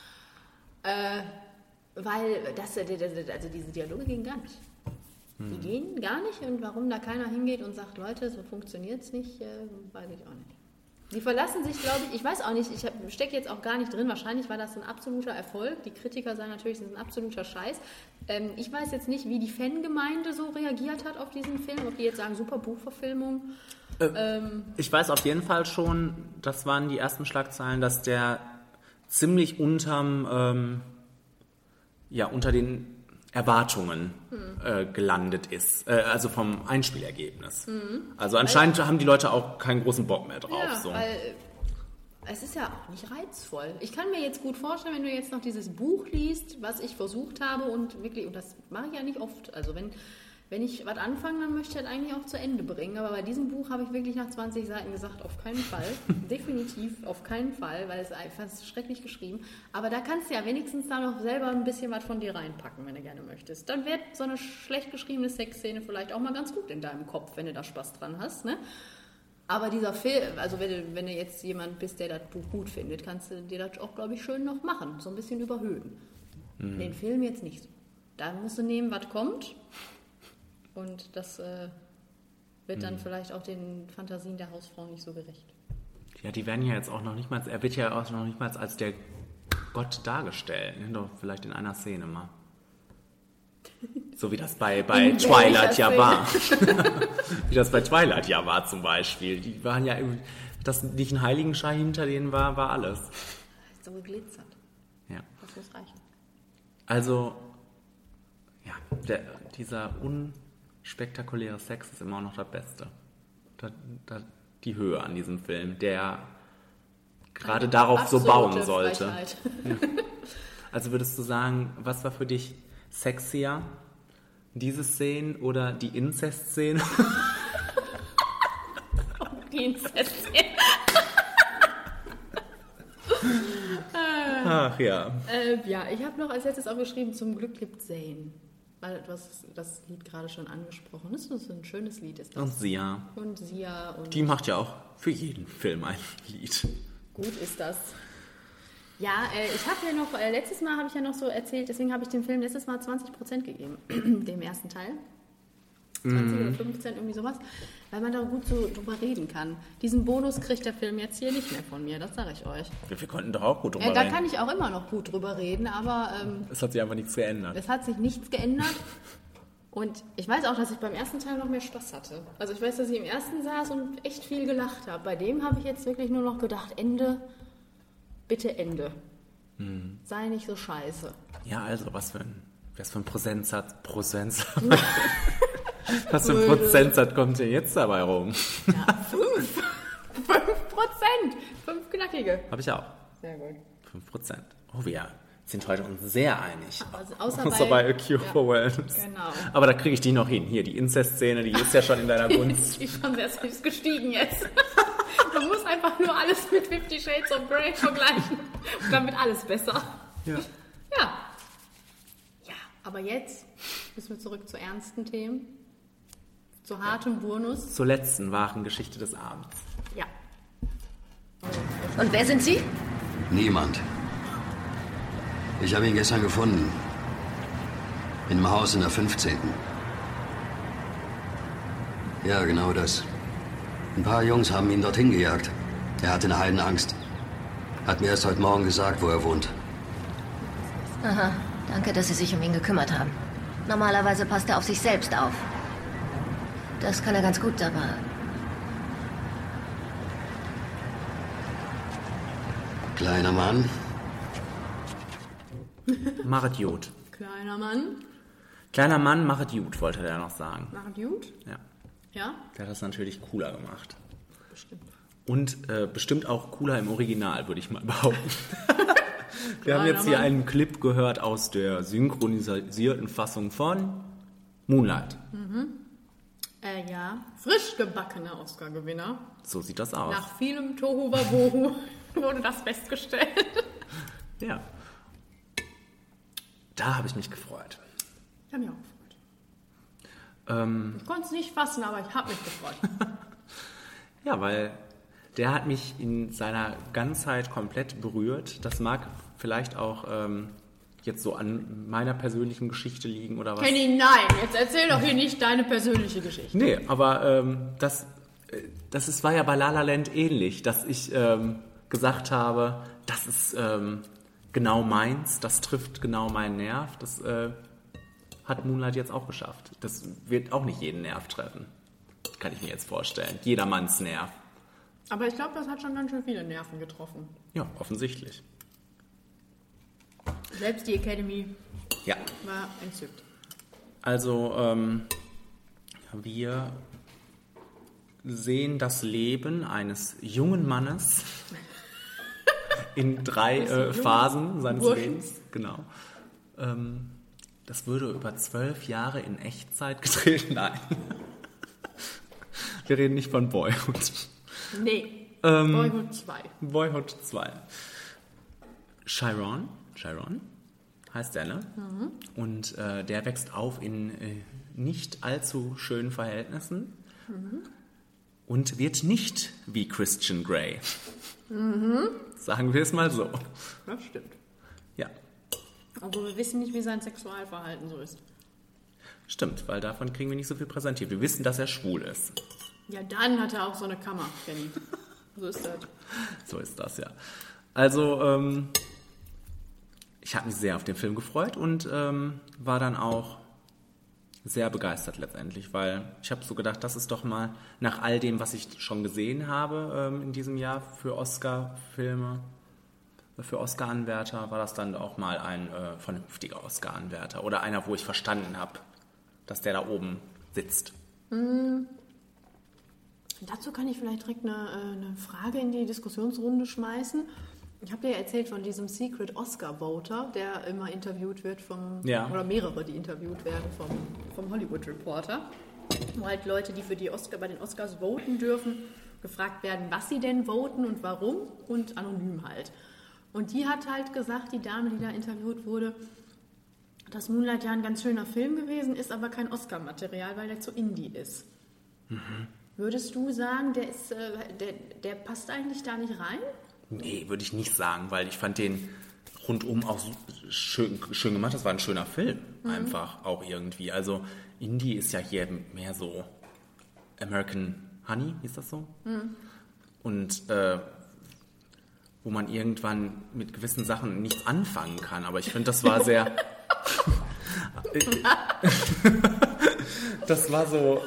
Äh, weil das, also diese Dialoge gehen gar nicht. Hm. Die gehen gar nicht und warum da keiner hingeht und sagt, Leute, so funktioniert es nicht, äh, weiß ich auch nicht. Die verlassen sich, glaube ich, ich weiß auch nicht, ich stecke jetzt auch gar nicht drin, wahrscheinlich war das ein absoluter Erfolg. Die Kritiker sagen natürlich, das ist ein absoluter Scheiß. Ähm, ich weiß jetzt nicht, wie die Fangemeinde so reagiert hat auf diesen Film, ob die jetzt sagen, super Buchverfilmung. Äh, ähm, ich weiß auf jeden Fall schon, das waren die ersten Schlagzeilen, dass der ziemlich unterm, ähm, ja, unter den Erwartungen hm. äh, gelandet ist, äh, also vom Einspielergebnis. Hm. Also anscheinend weil, haben die Leute auch keinen großen Bock mehr drauf. Ja, so. weil es ist ja auch nicht reizvoll. Ich kann mir jetzt gut vorstellen, wenn du jetzt noch dieses Buch liest, was ich versucht habe und wirklich, und das mache ich ja nicht oft, also wenn, wenn ich was anfange, dann möchte ich das eigentlich auch zu Ende bringen, aber bei diesem Buch habe ich wirklich nach zwanzig Seiten gesagt, auf keinen Fall, definitiv auf keinen Fall, weil es einfach ist schrecklich geschrieben, aber da kannst du ja wenigstens da noch selber ein bisschen was von dir reinpacken, wenn du gerne möchtest. Dann wird so eine schlecht geschriebene Sexszene vielleicht auch mal ganz gut in deinem Kopf, wenn du da Spaß dran hast, ne? Aber dieser Film, also wenn du, wenn du jetzt jemand bist, der das Buch gut findet, kannst du dir das auch, glaube ich, schön noch machen, so ein bisschen überhöhen. Mhm. Den Film jetzt nicht so. Da musst du nehmen, was kommt. Und das äh, wird dann hm. vielleicht auch den Fantasien der Hausfrau nicht so gerecht. Ja, die werden ja jetzt auch noch nicht mal, er wird ja auch noch nicht mal als der Gott dargestellt. Ne? Doch vielleicht in einer Szene mal. So wie das bei, bei Twilight ja war. Wie das bei Twilight ja war zum Beispiel. Die waren ja, dass nicht ein Heiligenschein hinter denen war, war alles. So geglitzert. Ja. Das muss reichen. Also, ja, der, dieser unspektakuläre Sex ist immer noch das Beste. Da, da, die Höhe an diesem Film, der gerade Eine darauf so bauen sollte. Ja. Also würdest du sagen, was war für dich sexier? Diese Szenen oder die Inzest-Szene? Die Inzest-Szene. Ach ja. Äh, ja, ich habe noch als letztes aufgeschrieben, zum Glück lebt Zane. Weil du hast das Lied gerade schon angesprochen. Das ist ein schönes Lied. Ist das. Und Sia. Und Sia. Und die macht ja auch für jeden Film ein Lied. Gut ist das. Ja, äh, ich habe ja noch, äh, letztes Mal habe ich ja noch so erzählt, deswegen habe ich dem Film letztes Mal zwanzig Prozent gegeben, dem ersten Teil. zwanzig mm. oder fünfzehn, irgendwie sowas, weil man da gut so drüber reden kann. Diesen Bonus kriegt der Film jetzt hier nicht mehr von mir, das sage ich euch. Wir, wir konnten doch auch gut drüber äh, reden. Da kann ich auch immer noch gut drüber reden, aber... Ähm, es hat sich einfach nichts geändert. Es hat sich nichts geändert. Und ich weiß auch, dass ich beim ersten Teil noch mehr Spaß hatte. Also ich weiß, dass ich im ersten saß und echt viel gelacht habe. Bei dem habe ich jetzt wirklich nur noch gedacht, Ende, bitte Ende. Hm. Sei nicht so scheiße. Ja, also was für ein, was für ein Prozentsatz, Prozentsatz, was für ein Prozentsatz kommt denn jetzt dabei rum? Ja, fünf. Fünf Prozent. Fünf knackige. Habe ich auch. Sehr gut. Fünf Prozent. Oh, wir sind heute uns sehr einig. Also außer, außer bei, bei A Cure ja, for Wellness. Genau. Aber da kriege ich die noch hin. Hier, die Inzest-Szene, die ist ja schon in deiner Gunst. Die ist schon sehr selbst gestiegen jetzt. Man muss einfach nur alles mit Fifty Shades of Grey vergleichen. Und dann wird alles besser. Ja. Ja. Ja, aber jetzt müssen wir zurück zu ernsten Themen. Zu hartem Burnus. Zur letzten wahren Geschichte des Abends. Ja. Und wer sind Sie? Niemand. Ich habe ihn gestern gefunden. In einem Haus in der fünfzehnten Ja, genau das. Ein paar Jungs haben ihn dorthin gejagt. Er hatte eine Heidenangst. Hat mir erst heute Morgen gesagt, wo er wohnt. Aha, danke, dass Sie sich um ihn gekümmert haben. Normalerweise passt er auf sich selbst auf. Das kann er ganz gut, aber... Kleiner Mann. Machet gut. Kleiner Mann. Kleiner Mann, machet gut, wollte der noch sagen. Machet gut? Ja. Ja? Der hat das natürlich cooler gemacht. Bestimmt. Und äh, bestimmt auch cooler im Original, würde ich mal behaupten. Wir haben jetzt hier einen Clip gehört aus der synchronisierten Fassung von Moonlight. Mhm. Äh, ja, frisch gebackener Oscar-Gewinner. So sieht das aus. Nach vielem Tohu Wabohu wurde das festgestellt. Ja. Da habe ich mich gefreut. Ich habe mich auch gefreut. Ähm, ich konnte es nicht fassen, aber ich habe mich gefreut. Ja, weil der hat mich in seiner Ganzheit komplett berührt. Das mag vielleicht auch ähm, jetzt so an meiner persönlichen Geschichte liegen oder was. Kenny, nein, jetzt erzähl doch hier nicht deine persönliche Geschichte. Nee, aber ähm, das, das ist, war ja bei La La Land ähnlich, dass ich ähm, gesagt habe, das ist ähm, genau meins, das trifft genau meinen Nerv. Das äh, hat Moonlight jetzt auch geschafft. Das wird auch nicht jeden Nerv treffen. Kann ich mir jetzt vorstellen. Jedermanns Nerv. Aber ich glaube, das hat schon ganz schön viele Nerven getroffen. Ja, offensichtlich. Selbst die Academy ja. war entzückt. Also, ähm, wir sehen das Leben eines jungen Mannes in drei äh, Phasen seines Burschen. Lebens. Genau. Ähm, das würde über zwölf Jahre in Echtzeit gedreht. Nein. Wir reden nicht von Boyhood. Nee, ähm, Boyhood zwei. Boyhood zwei. Chiron, Chiron heißt der, ne? Mhm. Und äh, der wächst auf in äh, nicht allzu schönen Verhältnissen mhm. und wird nicht wie Christian Grey. Mhm. Sagen wir es mal so. Das stimmt. Ja. Aber wir wissen nicht, wie sein Sexualverhalten so ist. Stimmt, weil davon kriegen wir nicht so viel präsentiert. Wir wissen, dass er schwul ist. Ja, dann hat er auch so eine Kammer, Kenny. So ist das. So ist das, ja. Also, ähm, ich habe mich sehr auf den Film gefreut und ähm, war dann auch sehr begeistert letztendlich, weil ich habe so gedacht, das ist doch mal nach all dem, was ich schon gesehen habe ähm, in diesem Jahr für Oscar-Filme, für Oscar-Anwärter, war das dann auch mal ein äh, vernünftiger Oscar-Anwärter oder einer, wo ich verstanden habe, dass der da oben sitzt. Mm. Dazu kann ich vielleicht direkt eine, eine Frage in die Diskussionsrunde schmeißen. Ich habe dir ja erzählt von diesem Secret Oscar Voter, der immer interviewt wird vom, ja. oder mehrere, die interviewt werden vom, vom Hollywood Reporter, wo halt Leute, die für die Oscar, bei den Oscars voten dürfen, gefragt werden, was sie denn voten und warum und anonym halt. Und die hat halt gesagt, die Dame, die da interviewt wurde, dass Moonlight ja ein ganz schöner Film gewesen ist, aber kein Oscar-Material, weil der zu Indie ist. Mhm. Würdest du sagen, der, ist, äh, der, der passt eigentlich da nicht rein? Nee, würde ich nicht sagen, weil ich fand den rundum auch so schön, schön gemacht. Das war ein schöner Film, mhm. einfach auch irgendwie. Also Indie ist ja hier mehr so American Honey, hieß das so? Mhm. Und äh, wo man irgendwann mit gewissen Sachen nichts anfangen kann. Aber ich finde, das war sehr... das war so...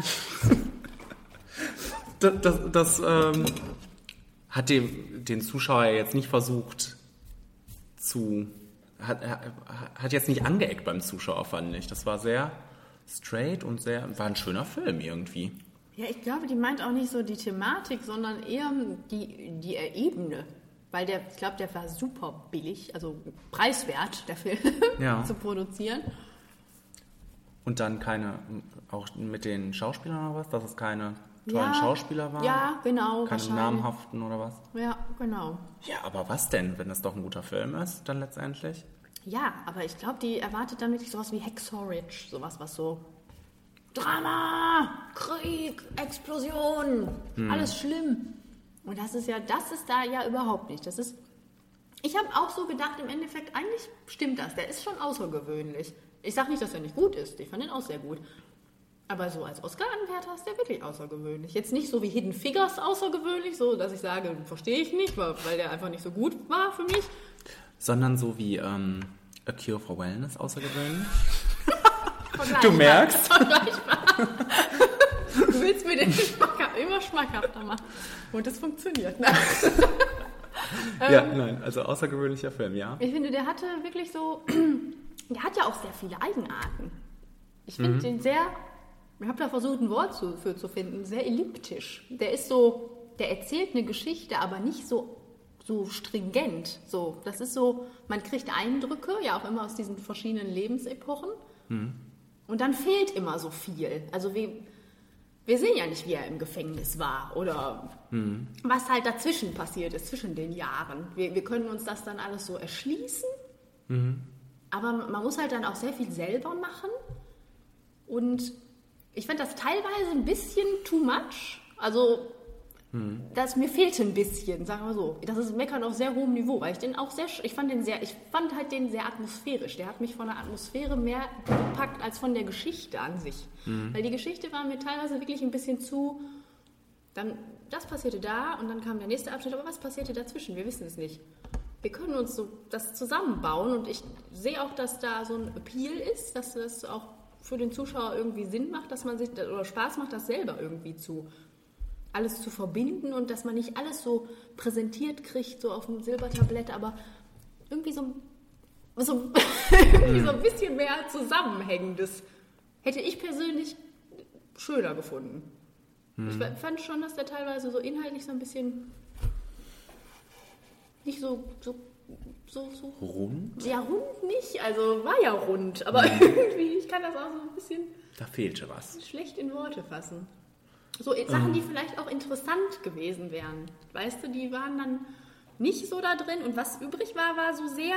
das das, das ähm, hat dem, den Zuschauer jetzt nicht versucht zu... Hat, hat jetzt nicht angeeckt beim Zuschauer, fand ich. Das war sehr straight und sehr... War ein schöner Film irgendwie. Ja, ich glaube, die meint auch nicht so die Thematik, sondern eher die, die Ebene. Weil der, ich glaube, der war super billig, also preiswert, der Film ja. zu produzieren. Und dann keine, auch mit den Schauspielern oder was, dass es keine tollen ja, Schauspieler waren? Ja, genau. Keine namhaften oder was? Ja, genau. Ja, aber was denn, wenn das doch ein guter Film ist, dann letztendlich? Ja, aber ich glaube, die erwartet dann wirklich sowas wie Hacksaw Ridge, sowas, was so Drama, Krieg, Explosion, hm. alles schlimm. Und das ist ja, das ist da ja überhaupt nicht. Das ist, ich habe auch so gedacht, im Endeffekt, eigentlich stimmt das. Der ist schon außergewöhnlich. Ich sage nicht, dass er nicht gut ist. Ich fand ihn auch sehr gut. Aber so als Oscar-Anwärter ist der wirklich außergewöhnlich. Jetzt nicht so wie Hidden Figures außergewöhnlich, so dass ich sage, verstehe ich nicht, weil, weil der einfach nicht so gut war für mich. Sondern so wie ähm, A Cure for Wellness außergewöhnlich. Du merkst. Du willst mir den Schmackhaft, immer schmackhafter machen. Und das funktioniert. Ne? Ja, nein, also außergewöhnlicher Film, ja. Ich finde, der hatte wirklich so, der hat ja auch sehr viele Eigenarten. Ich finde mhm. den sehr, ich habe da versucht, ein Wort zu, für zu finden, sehr elliptisch. Der ist so, der erzählt eine Geschichte, aber nicht so, so stringent. So, das ist so, man kriegt Eindrücke, ja auch immer aus diesen verschiedenen Lebensepochen. Mhm. Und dann fehlt immer so viel. Also wir, wir sehen ja nicht, wie er im Gefängnis war oder mhm. was halt dazwischen passiert ist, zwischen den Jahren. Wir, wir können uns das dann alles so erschließen, mhm. aber man muss halt dann auch sehr viel selber machen. Und ich fand das teilweise ein bisschen too much. Also mhm. das, mir fehlte ein bisschen, sagen wir so. Das ist Meckern auf sehr hohem Niveau, weil ich den auch sehr, ich fand den sehr, ich fand halt den sehr atmosphärisch. Der hat mich von der Atmosphäre mehr gepackt als von der Geschichte an sich. Mhm. Weil die Geschichte war mir teilweise wirklich ein bisschen zu, dann, das passierte da und dann kam der nächste Abschnitt, aber was passierte dazwischen? Wir wissen es nicht. Wir können uns so das zusammenbauen und ich sehe auch, dass da so ein Appeal ist, dass das auch für den Zuschauer irgendwie Sinn macht, dass man sich, oder Spaß macht, das selber irgendwie zu alles zu verbinden und dass man nicht alles so präsentiert kriegt, so auf dem Silbertablett, aber irgendwie so, so, irgendwie so ein bisschen mehr Zusammenhängendes hätte ich persönlich schöner gefunden. Hm. Ich fand schon, dass der teilweise so inhaltlich so ein bisschen nicht so, so, so, so rund? Ja, rund nicht, also war ja rund, aber hm. irgendwie, ich kann das auch so ein bisschen da fehlte was. Schlecht in Worte fassen. So Sachen, die vielleicht auch interessant gewesen wären. Weißt du, die waren dann nicht so da drin. Und was übrig war, war so sehr,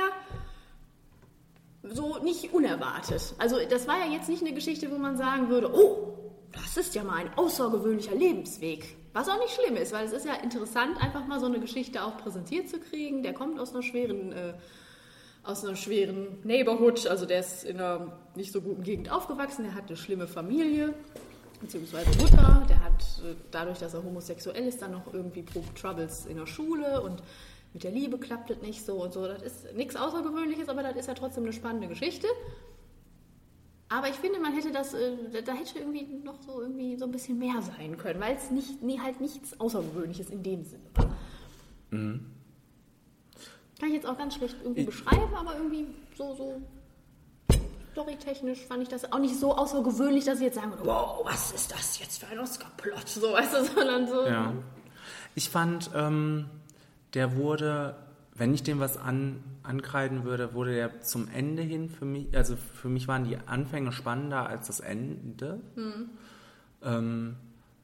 so nicht unerwartet. Also das war ja jetzt nicht eine Geschichte, wo man sagen würde, oh, das ist ja mal ein außergewöhnlicher Lebensweg. Was auch nicht schlimm ist, weil es ist ja interessant, einfach mal so eine Geschichte auch präsentiert zu kriegen. Der kommt aus einer schweren, äh, aus einer schweren Neighborhood, also der ist in einer nicht so guten Gegend aufgewachsen, der hat eine schlimme Familie, beziehungsweise Mutter, der hat dadurch, dass er homosexuell ist, dann noch irgendwie Troubles in der Schule und mit der Liebe klappt es nicht so und so. Das ist nichts Außergewöhnliches, aber das ist ja trotzdem eine spannende Geschichte. Aber ich finde, man hätte das, da hätte irgendwie noch so irgendwie so ein bisschen mehr sein können, weil es nicht, nie, halt nichts Außergewöhnliches in dem Sinne war. Mhm. Kann ich jetzt auch ganz schlecht irgendwie ich beschreiben, aber irgendwie so, so storytechnisch fand ich das auch nicht so außergewöhnlich, dass ich jetzt sagen würde, wow, was ist das jetzt für ein Oscar-Plot, so, weißt du, sondern so. Ja. Ich fand, ähm, der wurde, wenn ich dem was an, ankreiden würde, wurde der zum Ende hin für mich, also für mich waren die Anfänge spannender als das Ende. Mhm. Ähm,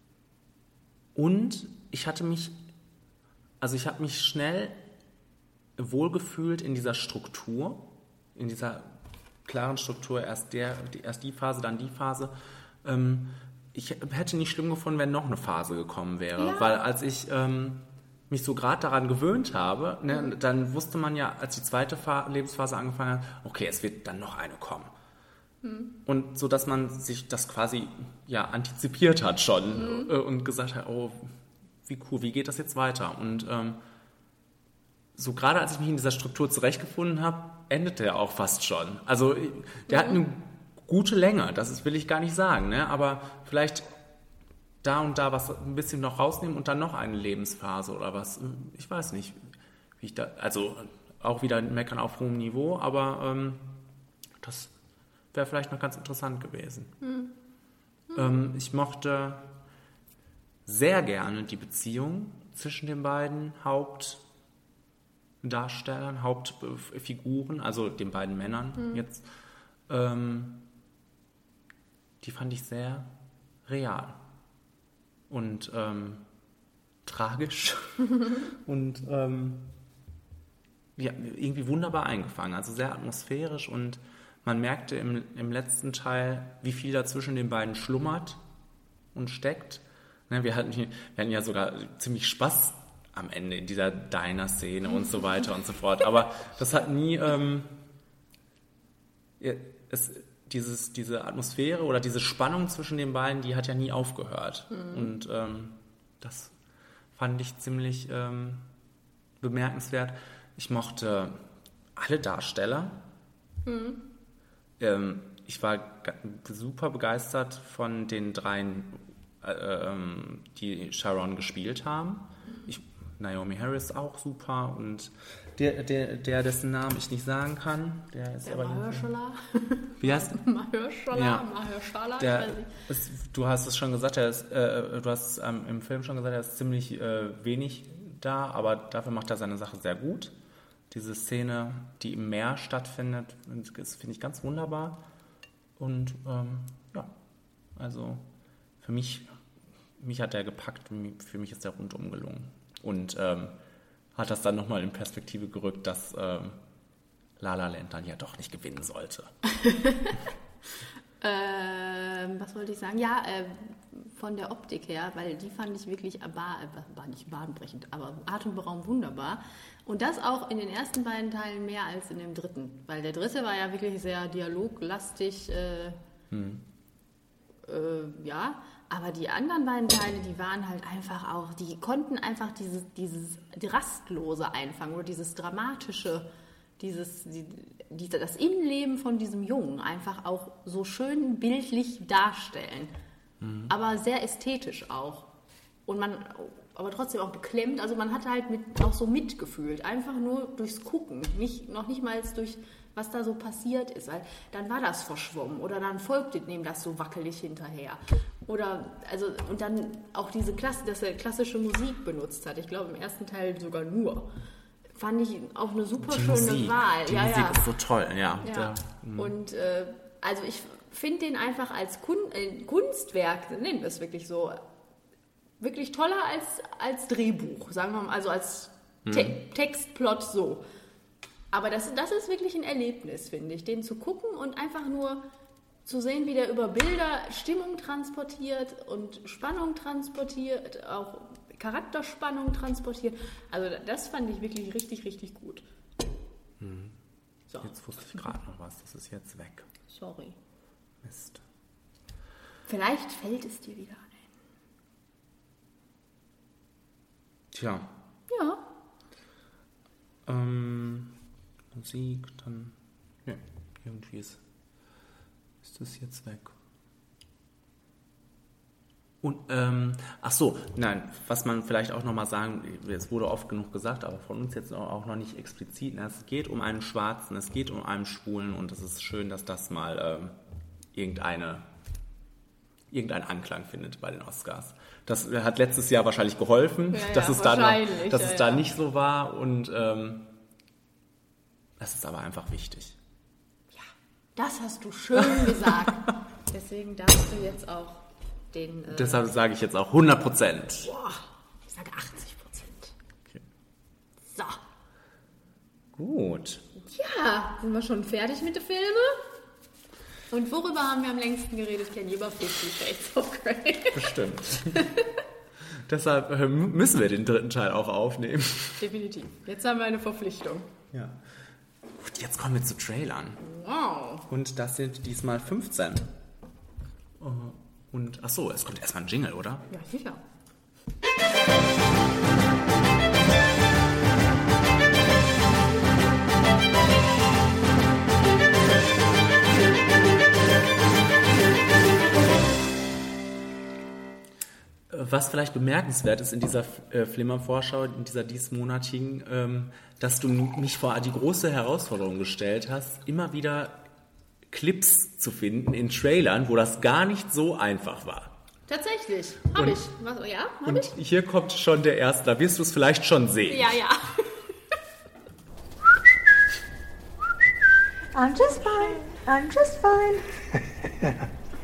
und ich hatte mich, also ich habe mich schnell wohlgefühlt in dieser Struktur, in dieser klaren Struktur, erst, der, erst die Phase, dann die Phase. Ähm, ich hätte nicht schlimm gefunden, wenn noch eine Phase gekommen wäre, ja. Weil als ich ähm, mich so gerade daran gewöhnt habe, ne, mhm. dann wusste man ja, als die zweite Fa- Lebensphase angefangen hat, okay, es wird dann noch eine kommen. Mhm. Und so, dass man sich das quasi ja antizipiert hat schon mhm. und gesagt hat, oh, wie cool, wie geht das jetzt weiter? Und ähm, so gerade als ich mich in dieser Struktur zurechtgefunden habe, endet der auch fast schon. Also der mhm. hat eine gute Länge, das ist, will ich gar nicht sagen, ne? Aber vielleicht da und da was ein bisschen noch rausnehmen und dann noch eine Lebensphase oder was. Ich weiß nicht, wie ich da, also auch wieder meckern auf hohem Niveau, aber ähm, das wäre vielleicht noch ganz interessant gewesen. Mhm. Mhm. Ähm, ich mochte sehr gerne die Beziehung zwischen den beiden Hauptdarstellern, Hauptfiguren, also den beiden Männern mhm. jetzt. Ähm, die fand ich sehr real und ähm, tragisch und ähm, ja, irgendwie wunderbar eingefangen, also sehr atmosphärisch und man merkte im, im letzten Teil, wie viel da zwischen den beiden schlummert und steckt. Ne, wir, hatten, wir hatten ja sogar ziemlich Spaß am Ende in dieser Diner-Szene und so weiter und so fort, aber das hat nie ähm, es Dieses, diese Atmosphäre oder diese Spannung zwischen den beiden, die hat ja nie aufgehört. Mhm. Und ähm, das fand ich ziemlich ähm, bemerkenswert. Ich mochte alle Darsteller. Mhm. Ähm, ich war g- super begeistert von den dreien, äh, ähm, die Sharon gespielt haben. Ich, Naomi Harris auch super und Der, der, der, dessen Namen ich nicht sagen kann, der ist der aber... Mahershala. Wie heißt der? Mahershala, ja. Mahershala, der ich weiß nicht. ist, du hast es schon gesagt, er ist, äh, du hast es ähm, im Film schon gesagt, er ist ziemlich äh, wenig da, aber dafür macht er seine Sache sehr gut. Diese Szene, die im Meer stattfindet, das finde ich ganz wunderbar. Und ähm, ja, also für mich, mich hat er gepackt, für mich ist der rundum gelungen. Und ähm, hat das dann nochmal in Perspektive gerückt, dass ähm, La La Land dann ja doch nicht gewinnen sollte. ähm, was wollte ich sagen? Ja, äh, von der Optik her, weil die fand ich wirklich, war, war nicht bahnbrechend, aber atemberaubend wunderbar. Und das auch in den ersten beiden Teilen mehr als in dem dritten. Weil der dritte war ja wirklich sehr dialoglastig, äh, hm. äh, ja. Aber die anderen beiden Teile, die waren halt einfach auch, die konnten einfach dieses, dieses die Rastlose einfangen oder dieses Dramatische, dieses, die, die, das Innenleben von diesem Jungen einfach auch so schön bildlich darstellen. Mhm. Aber sehr ästhetisch auch. Und man, aber trotzdem auch beklemmt, also man hat halt mit, auch so mitgefühlt, einfach nur durchs Gucken, nicht, noch nicht mal durch was da so passiert ist, weil dann war das verschwommen oder dann folgte dem das so wackelig hinterher. Oder, also, und dann auch diese Klasse, dass er klassische Musik benutzt hat. Ich glaube, im ersten Teil sogar nur. Fand ich auch eine super die schöne Musik, Wahl. Die ja, Musik ja. ist so toll, ja. ja. Da, und, äh, also ich finde den einfach als Kun- äh, Kunstwerk, nennen wir es wirklich so, wirklich toller als, als Drehbuch, sagen wir mal, also als Te- hm. Textplot so. Aber das, das ist wirklich ein Erlebnis, finde ich, den zu gucken und einfach nur zu sehen, wie der über Bilder Stimmung transportiert und Spannung transportiert, auch Charakterspannung transportiert. Also das fand ich wirklich richtig, richtig gut. So. Jetzt wusste ich gerade noch was. Das ist jetzt weg. Sorry. Mist. Vielleicht fällt es dir wieder ein. Tja. Ja. Ähm, Musik, dann... Ja, irgendwie ist, ist das jetzt weg. Und, ähm, ach so, nein, was man vielleicht auch nochmal sagen, es wurde oft genug gesagt, aber von uns jetzt auch noch nicht explizit, ne? Es geht um einen Schwarzen, es geht um einen Schwulen und es ist schön, dass das mal ähm, irgendeine, irgendeinen Anklang findet bei den Oscars. Das hat letztes Jahr wahrscheinlich geholfen, ja, dass, ja, es, da noch, dass ja, es da ja. nicht so war und ähm, das ist aber einfach wichtig. Das hast du schön gesagt. Deswegen darfst du jetzt auch den... Äh, Deshalb sage ich jetzt auch hundert Prozent. Boah, ich sage achtzig Prozent. Okay. So. Gut. Ja, sind wir schon fertig mit den Filmen? Und worüber haben wir am längsten geredet, Kenny? Über Fifty Shades of Grey. Bestimmt. Deshalb äh, müssen wir den dritten Teil auch aufnehmen. Definitiv. Jetzt haben wir eine Verpflichtung. Ja. Gut, jetzt kommen wir zu Trailern. Wow. Und das sind diesmal fünfzehn. Und, ach so, es kommt erstmal ein Jingle, oder? Ja, sicher. Was vielleicht bemerkenswert ist in dieser äh, Flimmer-Vorschau, in dieser diesmonatigen, ähm, dass du mich vor die große Herausforderung gestellt hast, immer wieder Clips zu finden in Trailern, wo das gar nicht so einfach war. Tatsächlich. Hab Und- ich. Was, ja, hab Und ich? hier kommt schon der erste, da wirst du es vielleicht schon sehen. Ja, ja. I'm just fine. I'm just fine.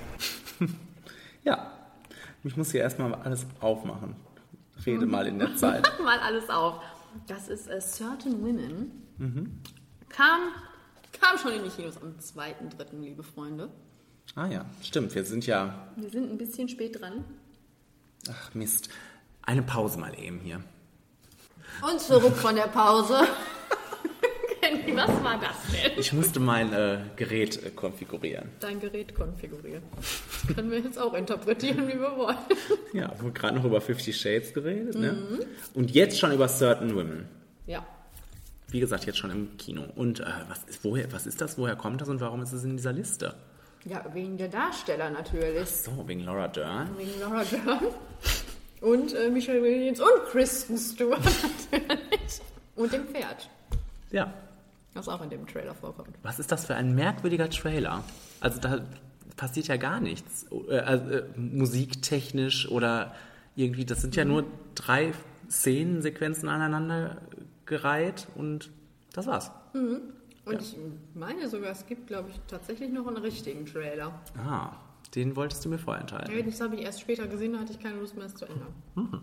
Ja, ich muss hier erstmal alles aufmachen. Rede mal in der Zeit. Mach mal alles auf. Das ist uh, Certain Women. Mhm. Kam, kam schon in die Kinos am zweiten, dritten, liebe Freunde. Ah ja, stimmt, wir sind ja... Wir sind ein bisschen spät dran. Ach Mist, eine Pause mal eben hier. Und zurück von der Pause. Kenny, was war das denn? Ich musste mein äh, Gerät äh, konfigurieren. Dein Gerät konfigurieren. Das können wir jetzt auch interpretieren, wie wir wollen. Ja, wir haben gerade noch über Fifty Shades geredet, ne? Mhm. Und jetzt schon über Certain Women. Ja. Wie gesagt, jetzt schon im Kino. Und äh, was, ist, woher, was ist das, woher kommt das und warum ist es in dieser Liste? Ja, wegen der Darsteller natürlich. Ach so, wegen Laura Dern. Wegen Laura Dern. Und äh, Michelle Williams und Kristen Stewart natürlich. Und dem Pferd. Ja. Was auch in dem Trailer vorkommt. Was ist das für ein merkwürdiger Trailer? Also da passiert ja gar nichts. Äh, äh, musiktechnisch oder irgendwie, das sind ja nur drei Szenensequenzen aneinander gereiht und das war's. Mhm. Und Ja. ich meine sogar, es gibt, glaube ich, tatsächlich noch einen richtigen Trailer. Ah, den wolltest du mir vorenthalten. Ja, das habe ich erst später gesehen, da hatte ich keine Lust mehr, es zu ändern. Mhm.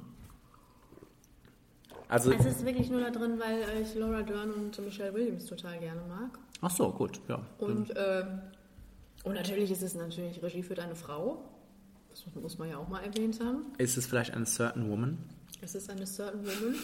Also, Es ist wirklich nur da drin, weil äh, ich Laura Dern und Michelle Williams total gerne mag. ach so, gut, ja. Und, äh, und natürlich ist es natürlich Regie für deine Frau. Das muss man ja auch mal erwähnt haben. Ist es vielleicht eine Certain Woman? Es ist eine Certain Woman.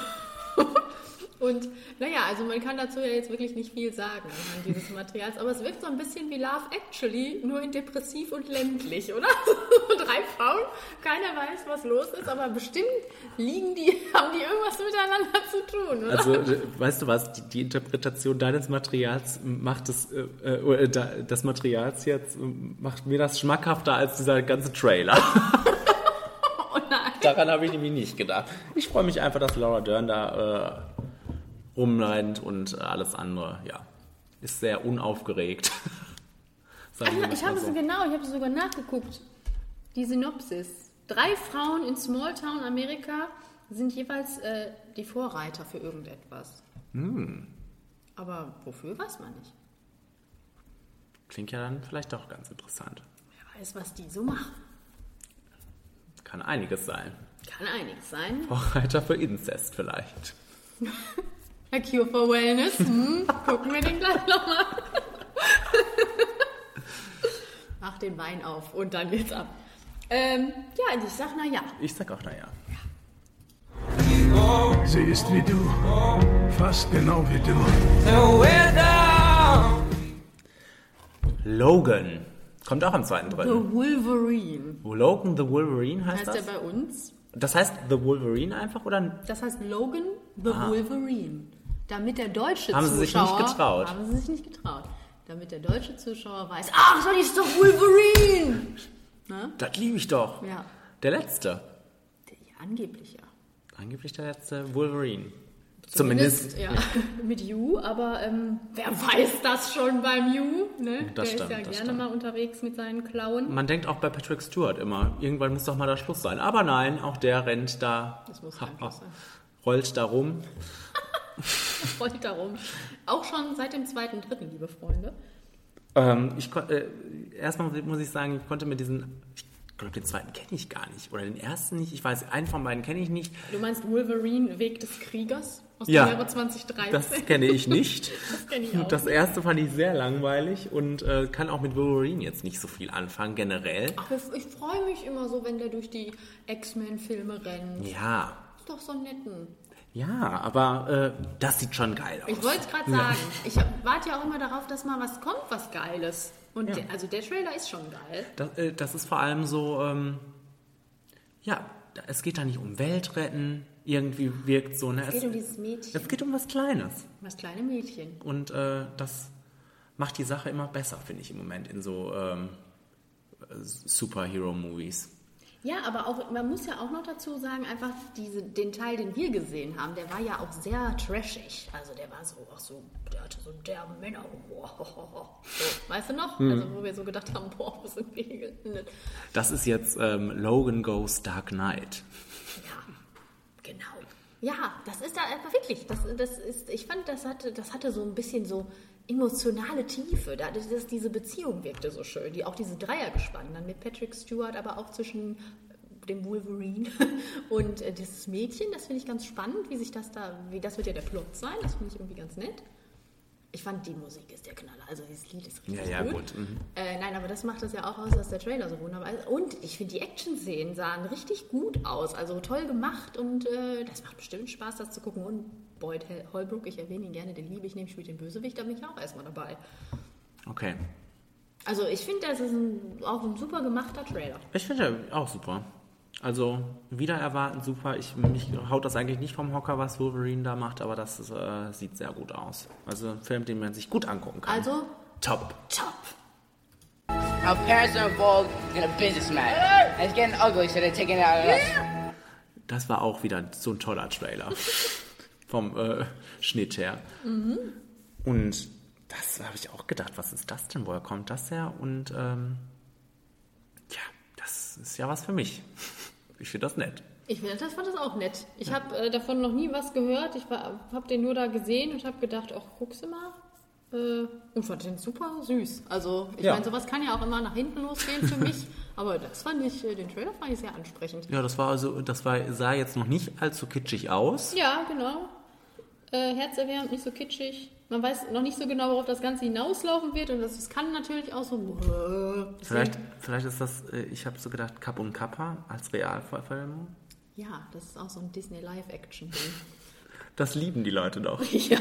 Und naja, also man kann dazu ja jetzt wirklich nicht viel sagen anhand dieses Materials, aber es wirkt so ein bisschen wie Love Actually, nur in depressiv und ländlich, oder? Drei Frauen, keiner weiß, was los ist, aber bestimmt liegen die, haben die irgendwas miteinander zu tun, oder? Also, äh, weißt du was, die, die Interpretation deines Materials macht es, äh, äh, da- das Materials jetzt, äh, macht mir das schmackhafter als dieser ganze Trailer. Oh nein. Daran habe ich nämlich nicht gedacht. Ich freue mich einfach, dass Laura Dern da äh, rumleidet und äh, alles andere, ja, ist sehr unaufgeregt. Sagen wir Ah, ich mal habe so. es genau, ich habe es sogar nachgeguckt. Die Synopsis. Drei Frauen in Smalltown Amerika sind jeweils äh, die Vorreiter für irgendetwas. Hm, Aber wofür, weiß man nicht. klingt ja dann vielleicht doch ganz interessant. Wer weiß, was die so machen. Kann einiges sein. Kann einiges sein. Vorreiter für Inzest vielleicht. A Cure for Wellness. Hm, gucken wir den gleich nochmal. Mach den Wein auf und dann geht's ab. Ähm, ja, also ich sag na ja. Ich sag auch, naja. Sie ist wie du, fast genau wie du. So we're down. Logan. Kommt auch am zweiten dritten The Wolverine. Logan the Wolverine heißt, Heißt das? der bei uns? Das heißt The Wolverine einfach, oder? Das heißt Logan the Ah. Wolverine. Damit der deutsche Haben Zuschauer... sie sich nicht getraut. Haben sie sich nicht getraut. Damit der deutsche Zuschauer weiß, ach, das ist doch Wolverine! Ne? Das liebe ich doch. Ja. Der letzte. Ja, angeblich ja. Angeblich der letzte Wolverine. Zumindest, Zumindest. ja, mit Hugh, aber ähm, wer weiß das schon beim Hugh? Ne? Das der stimmt, ist ja das gerne stimmt. mal unterwegs mit seinen Klauen. Man denkt auch bei Patrick Stewart immer, irgendwann muss doch mal der Schluss sein. Aber nein, auch der rennt da, Das muss kein Schluss sein. rollt da rum. Rollt darum. Auch schon seit dem zweiten, dritten, liebe Freunde. Ähm, ich kon- äh, erstmal muss ich sagen, ich konnte mit diesen, ich glaube, den zweiten kenne ich gar nicht. Oder den ersten nicht. Ich weiß, einen von beiden kenne ich nicht. Du meinst Wolverine, Weg des Kriegers aus Ja, dem Jahre zwanzig dreizehn? Das kenne ich nicht. Das kenne ich auch. Das erste fand ich sehr langweilig und äh, kann auch mit Wolverine jetzt nicht so viel anfangen, generell. Ach, ich freue mich immer so, wenn der durch die X-Men-Filme rennt. Ja, Ist doch so netten. ja, aber äh, das sieht schon geil aus. Ich wollte es gerade Ja. sagen. Ich hab- warte ja auch immer darauf, dass mal was kommt, was Geiles. Und Ja. der, also der Trailer ist schon geil. Das, äh, das ist vor allem so, ähm, ja, da- es geht da nicht um Weltretten, irgendwie wirkt so, ne? Es geht um dieses Mädchen. Es geht um was Kleines. Das kleine Mädchen. Und äh, das macht die Sache immer besser, finde ich im Moment in so ähm, Superhero-Movies. Ja, aber auch, man muss ja auch noch dazu sagen, einfach diese, den Teil, den wir gesehen haben, der war ja auch sehr trashig. Also der war so, auch so, der hatte so derben Männerhumor. So, weißt du noch? Hm. Also wo wir so gedacht haben, boah, wo sind wir hier gelandet? Das ist jetzt ähm, Logan Goes Dark Knight. Genau. Ja, das ist da einfach wirklich, das, das ist, ich fand, das hatte, das hatte so ein bisschen so emotionale Tiefe. Da, das, diese Beziehung wirkte so schön, die auch diese Dreiergespann dann mit Patrick Stewart, aber auch zwischen dem Wolverine und äh, dieses Mädchen, das finde ich ganz spannend, wie sich das da, wie das wird ja der Plot sein, das finde ich irgendwie ganz nett. Ich fand, die Musik ist der Knaller, also dieses Lied ist richtig Ja, ja, gut. gut. Mhm. Äh, nein, aber das macht es ja auch aus, dass der Trailer so wunderbar ist. Und ich finde, die Action-Szenen sahen richtig gut aus, also toll gemacht und äh, das macht bestimmt Spaß, das zu gucken. Und Boyd Holbrook, ich erwähne ihn gerne, den liebe ich, nämlich spielt den Bösewicht, da bin ich auch erstmal dabei. Okay. Also ich finde, das ist ein, auch ein super gemachter Trailer. Ich finde auch super. Also, wieder erwarten super. Ich, mich haut das eigentlich nicht vom Hocker, was Wolverine da macht, aber das ist, äh, sieht sehr gut aus. Also ein Film, den man sich gut angucken kann. Also, top. Top. Our parents are involved in a business matter. And it's getting ugly, so they're taking it out on us. Das war auch wieder so ein toller Trailer. Vom äh, Schnitt her. Mhm. Und das habe ich auch gedacht, was ist das denn? Woher kommt das her? Und ähm, ja, das ist ja was für mich. Ich finde das nett. Ich finde, das fand das auch nett. Ich habe äh, davon noch nie was gehört. Ich habe den nur da gesehen und habe gedacht, ach, guck's immer. Äh, und fand den super süß. Also, ich Ja. meine, sowas kann ja auch immer nach hinten losgehen für mich. Aber das fand ich, äh, den Trailer fand ich sehr ansprechend. Ja, das war also, das war, sah jetzt noch nicht allzu kitschig aus. Ja, genau. Äh, herzerwärmend, nicht so kitschig. Man weiß noch nicht so genau, worauf das Ganze hinauslaufen wird. Und das, das kann natürlich auch so... Äh, Vielleicht, vielleicht ist das, äh, ich habe so gedacht, Kapp und Kappa als Realverfilmung. Ja, das ist auch so ein Disney Live-Action-Ding. Das lieben die Leute doch. Ja.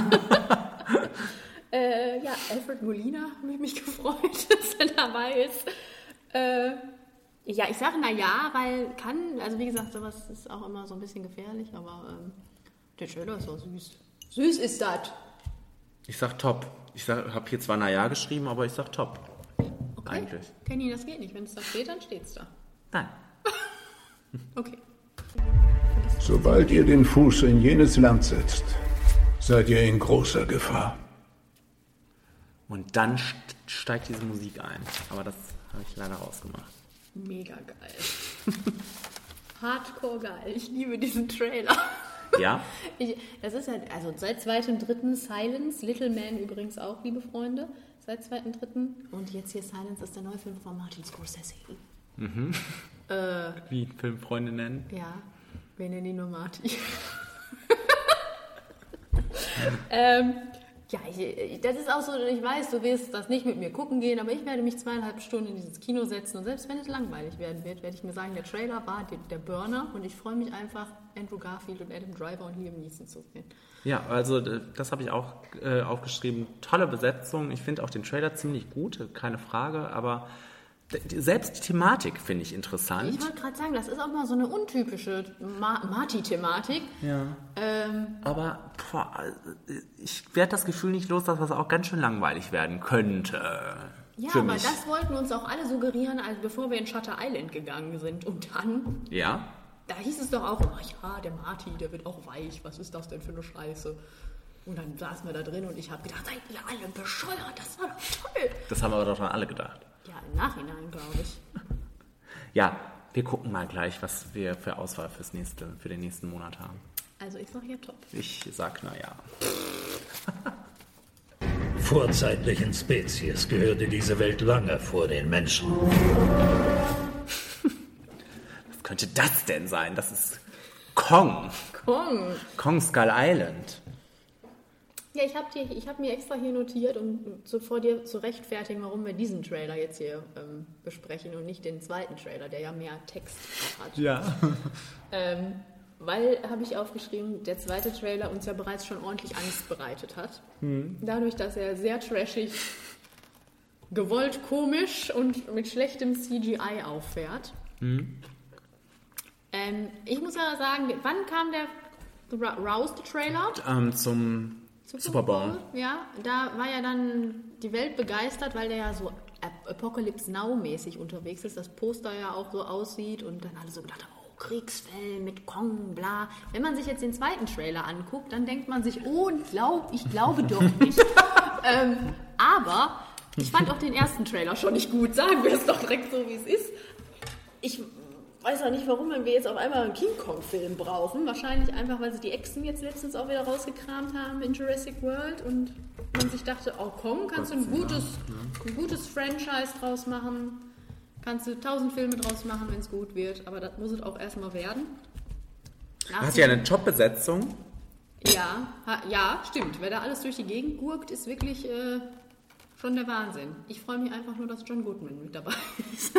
äh, ja, Alfred Molina, habe ich mich gefreut, dass er dabei ist. Äh, ja, ich sage na ja, weil kann, also wie gesagt, sowas ist auch immer so ein bisschen gefährlich, aber ähm, der Trailer ist so süß. Süß ist das. Ich sag top. Ich habe hier zwar naja geschrieben, aber ich sag top. Okay. Eigentlich. Kenny, das geht nicht. Wenn es da steht, dann steht es da. Nein. Okay. Sobald ihr den Fuß in jenes Land setzt, seid ihr in großer Gefahr. Und dann st- steigt diese Musik ein. Aber das habe ich leider rausgemacht. Mega geil. Hardcore geil. Ich liebe diesen Trailer. Ja? Ich, das ist halt, also seit zweiten dritten Silence, Little Man übrigens auch, liebe Freunde, seit zweiten dritten Und jetzt hier Silence ist der neue Film von Martin Scorsese. Mhm. Äh, Wie Filmfreunde nennen. ja, wir nennen ihn nur Martin. ähm, Ja, ich, das ist auch so, ich weiß, du wirst das nicht mit mir gucken gehen, aber ich werde mich zweieinhalb Stunden in dieses Kino setzen und selbst wenn es langweilig werden wird, werde ich mir sagen, der Trailer war der, der Burner und ich freue mich einfach, Andrew Garfield und Adam Driver und Liam Neeson zu sehen. Ja, also das habe ich auch äh, aufgeschrieben. Tolle Besetzung. Ich finde auch den Trailer ziemlich gut, keine Frage, aber selbst die Thematik finde ich interessant. Ich wollte gerade sagen, das ist auch mal so eine untypische Ma- Marty-Thematik. Ja. Ähm, aber boah, ich werde das Gefühl nicht los, dass das auch ganz schön langweilig werden könnte. Ja, für aber mich. Das wollten uns auch alle suggerieren, als bevor wir in Shutter Island gegangen sind. Und dann, ja. da hieß es doch auch, oh ja, der Marty, der wird auch weich. Was ist das denn für eine Scheiße? Und dann saßen wir da drin und ich habe gedacht, seid ihr alle bescheuert, das war doch toll. Das haben aber doch schon alle gedacht. Ja, im Nachhinein, glaube ich. Ja, wir gucken mal gleich, was wir für Auswahl fürs nächste, für den nächsten Monat haben. Also ich sag ja top. Ich sag na ja. Vorzeitlichen Spezies gehörte diese Welt lange vor den Menschen. Was könnte das denn sein? Das ist Kong. Kong. Kong Skull Island. Ja, ich habe hab mir extra hier notiert, um so vor dir zu rechtfertigen, warum wir diesen Trailer jetzt hier ähm, besprechen und nicht den zweiten Trailer, der ja mehr Text hat. Ja. Ähm, weil, habe ich aufgeschrieben, der zweite Trailer uns ja bereits schon ordentlich Angst bereitet hat. Hm. Dadurch, dass er sehr trashig, gewollt komisch und mit schlechtem C G I auffährt. Hm. Ähm, ich muss ja sagen, wann kam der Roused-Trailer? Ähm, zum... Super Bowl. Ja, da war ja dann die Welt begeistert, weil der ja so Apocalypse Now-mäßig unterwegs ist, das Poster ja auch so aussieht und dann alle so gedacht haben, oh, Kriegsfell mit Kong, bla. Wenn man sich jetzt den zweiten Trailer anguckt, dann denkt man sich, oh, glaub, ich glaube doch nicht. ähm, aber ich fand auch den ersten Trailer schon nicht gut, sagen wir es doch direkt so, wie es ist. Ich weiß auch nicht, warum wir jetzt auf einmal einen King Kong-Film brauchen. Wahrscheinlich einfach, weil sie die Echsen jetzt letztens auch wieder rausgekramt haben in Jurassic World und man sich dachte, oh Kong, kannst du ein gutes, ein gutes Franchise draus machen, kannst du tausend Filme draus machen, wenn es gut wird, aber das muss es auch erstmal werden. Nach Hast du ja eine Top-Besetzung? Ja, ha, ja, stimmt. Wer da alles durch die Gegend gurkt, ist wirklich äh, schon der Wahnsinn. Ich freue mich einfach nur, dass John Goodman mit dabei ist.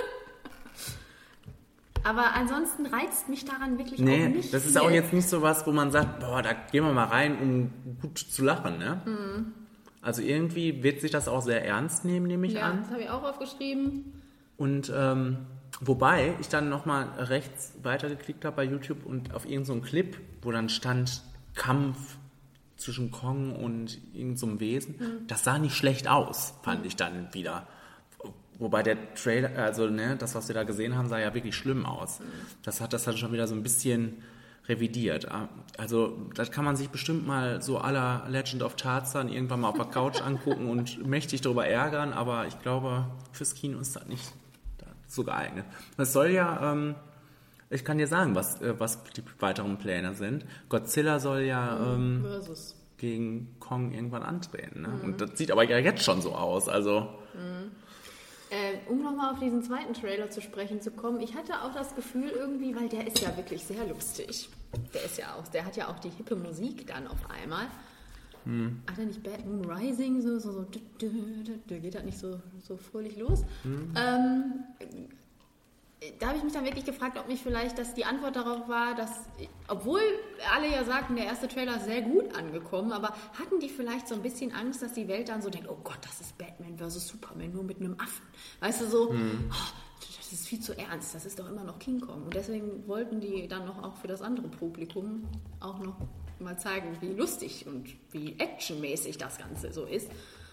Aber ansonsten reizt mich daran wirklich nee, auch nicht. Das ist viel. auch jetzt nicht so was, wo man sagt, boah, da gehen wir mal rein, um gut zu lachen, ne? Mhm. Also irgendwie wird sich das auch sehr ernst nehmen, nehme ich ja, an. Ja, das habe ich auch aufgeschrieben. Und ähm, wobei ich dann nochmal rechts weitergeklickt habe bei YouTube und auf irgendeinen so Clip, wo dann stand Kampf zwischen Kong und irgendeinem so Wesen. Mhm. Das sah nicht schlecht aus, fand mhm. ich dann wieder. Wobei der Trailer, also ne, das, was wir da gesehen haben, sah ja wirklich schlimm aus. Mhm. Das hat das dann schon wieder so ein bisschen revidiert. Also das kann man sich bestimmt mal so à la Legend of Tarzan irgendwann mal auf der Couch angucken und mächtig darüber ärgern, aber ich glaube, fürs Kino ist das nicht so geeignet. Es soll ja, ähm, ich kann dir sagen, was, äh, was die weiteren Pläne sind. Godzilla soll ja ähm, gegen Kong irgendwann antreten. Ne? Mhm. Und das sieht aber ja jetzt schon so aus. Also... Mhm. Äh, um nochmal auf diesen zweiten Trailer zu sprechen zu kommen, ich hatte auch das Gefühl irgendwie, weil der ist ja wirklich sehr lustig. Der ist ja auch, der hat ja auch die hippe Musik dann auf einmal. Hm. Hat er nicht Bad Moon Rising, so, so, so, da geht das nicht so, so fröhlich los. Hm. Ähm, da habe ich mich dann wirklich gefragt, ob mich vielleicht, dass die Antwort darauf war, dass, obwohl alle ja sagten, der erste Trailer ist sehr gut angekommen, aber hatten die vielleicht so ein bisschen Angst, dass die Welt dann so denkt, oh Gott, das ist Batman versus Superman, nur mit einem Affen. Weißt du, so, hm. oh, das ist viel zu ernst, das ist doch immer noch King Kong. Und deswegen wollten die dann noch auch für das andere Publikum auch noch mal zeigen, wie lustig und wie actionmäßig das Ganze so ist.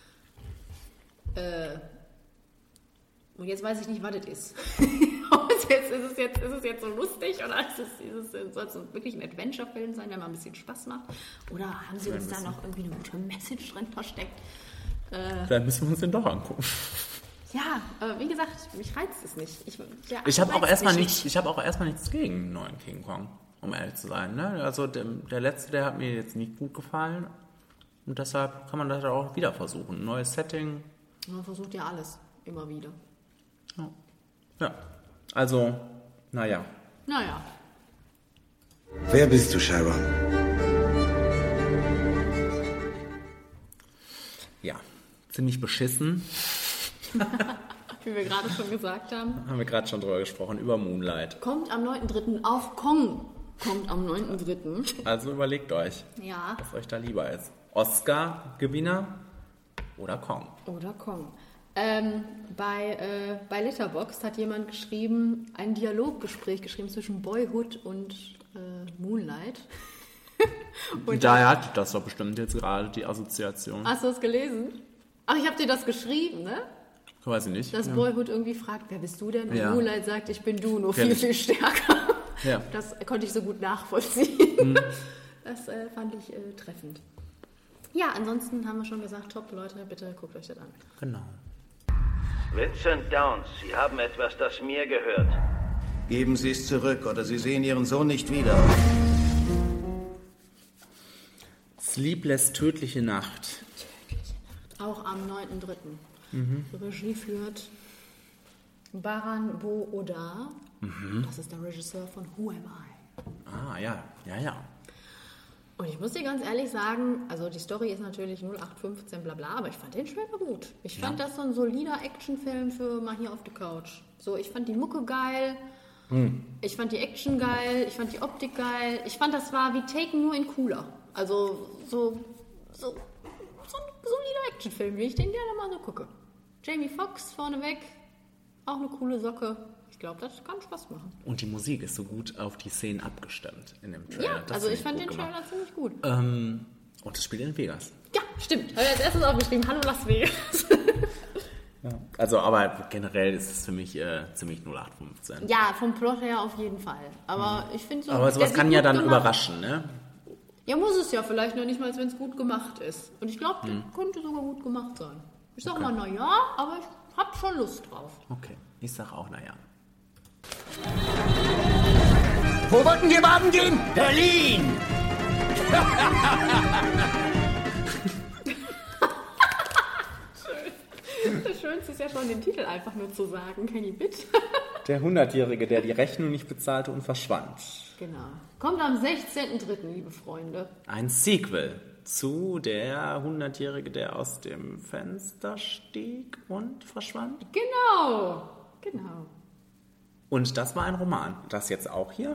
Äh, und jetzt weiß ich nicht, was das ist. Jetzt ist, es jetzt, ist es jetzt so lustig oder ist es, ist es, soll es wirklich ein Adventure-Film sein, der mal ein bisschen Spaß macht? Oder haben sie uns da noch irgendwie eine gute Message drin versteckt? Äh, Vielleicht müssen wir uns den doch angucken. Ja, äh, wie gesagt, mich reizt es nicht. Ich, ich habe auch erstmal nichts, ich habe auch erstmal nichts gegen einen neuen King Kong, um ehrlich zu sein. Ne? Also der, der letzte, der hat mir jetzt nicht gut gefallen und deshalb kann man das auch wieder versuchen. Ein neues Setting. Man versucht ja alles, immer wieder. Ja. Ja. Also, naja. Naja. Wer bist du, Sharon? ziemlich beschissen. Wie wir gerade schon gesagt haben. Haben wir gerade schon drüber gesprochen, über Moonlight. Kommt am neunten dritten auch Kong. Kommt am neunten dritten Also überlegt euch, ja. was euch da lieber ist. Oscar-Gewinner oder Kong? Oder Kong. Ähm, bei, äh, bei Letterboxd hat jemand geschrieben, ein Dialoggespräch geschrieben zwischen Boyhood und äh, Moonlight. Und daher hat das doch bestimmt jetzt gerade die Assoziation. Hast du das gelesen? Ach, ich habe dir das geschrieben, ne? Weiß ich nicht. Dass ja. Boyhood irgendwie fragt, wer bist du denn? Und ja. Moonlight sagt, ich bin du, nur Kenn viel, ich. viel stärker. Ja. Das konnte ich so gut nachvollziehen. Mhm. Das äh, fand ich äh, treffend. Ja, ansonsten haben wir schon gesagt, top, Leute, bitte guckt euch das an. Genau. Vincent Downs, Sie haben etwas, das mir gehört. Geben Sie es zurück, oder Sie sehen Ihren Sohn nicht wieder. Sleepless, tödliche Nacht. Tödliche Nacht. Auch am neunten dritten Mhm. Regie führt Baran Bo Odar. Mhm. Das ist der Regisseur von Who Am I? Ah, ja, ja, ja. Und ich muss dir ganz ehrlich sagen, also die Story ist natürlich null acht fünfzehn bla bla, aber ich fand den Trailer gut. Ich fand Ja. das so ein solider Actionfilm für mal hier auf der Couch. So, ich fand die Mucke geil, Hm. ich fand die Action geil, ich fand die Optik geil. Ich fand, das war wie Taken nur in cooler. Also so, so, so ein solider Actionfilm, wie ich den gerne mal so gucke. Jamie Foxx vorneweg, auch eine coole Socke. Ich glaube, das kann Spaß machen. Und die Musik ist so gut auf die Szenen abgestimmt in dem Trailer. Ja, Das also finde ich fand gut den gemacht. Trailer ziemlich gut. Ähm, und das spielt in Vegas. Ja, stimmt. Habe ich als erstes aufgeschrieben. Hallo Las Vegas. Ja. Also, aber generell ist es für mich äh, ziemlich null acht fünfzehn. Ja, vom Plot her auf jeden Fall. Aber ich finde so... Aber der sowas sieht kann ja gut dann gemacht. überraschen, ne? Ja, muss es ja vielleicht noch nicht mal, wenn es gut gemacht ist. Und ich glaube, Hm. das könnte sogar gut gemacht sein. Ich sag Okay. mal, naja, aber ich habe schon Lust drauf. Okay, ich sag auch, naja. Wo wollten wir baden gehen? Berlin! Das Schönste ist ja schon, den Titel einfach nur zu sagen. Kenny, bitte. Der Hundertjährige, der die Rechnung nicht bezahlte und verschwand. Genau. Kommt am sechzehnten dritten, liebe Freunde. Ein Sequel zu der Hundertjährige, der aus dem Fenster stieg und verschwand. Genau. Genau. Und das war ein Roman. Das jetzt auch hier?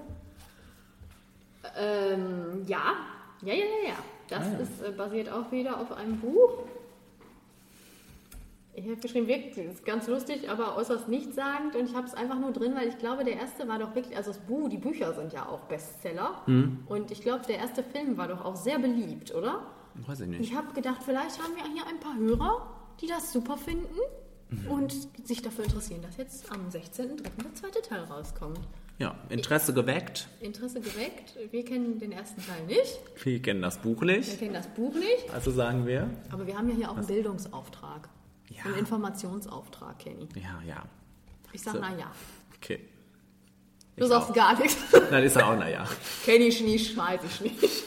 Ähm, ja. Ja, ja, ja, ja. Das Ah, ja. ist äh, basiert auch wieder auf einem Buch. Ich habe geschrieben, wirklich, ist ganz lustig, aber äußerst nichtssagend. Und ich habe es einfach nur drin, weil ich glaube, der erste war doch wirklich, also das Buch, die Bücher sind ja auch Bestseller. Hm. Und ich glaube, der erste Film war doch auch sehr beliebt, oder? Weiß ich nicht. Ich habe gedacht, vielleicht haben wir hier ein paar Hörer, die das super finden Mhm. und sich dafür interessieren, dass jetzt am sechzehnten dritten der zweite Teil rauskommt. Ja, Interesse geweckt. Interesse geweckt. Wir kennen den ersten Teil nicht. Wir kennen das Buch Wir nicht. kennen das Buch nicht. Also sagen wir. Aber wir haben ja hier auch einen Bildungsauftrag. Ja. Einen Informationsauftrag, Kenny. Ja, ja. Ich sag So. na ja. Okay. Du Ich sagst auch. gar nichts. Dann ist er auch, naja. Kenny ich nicht, schmeiß ich nicht.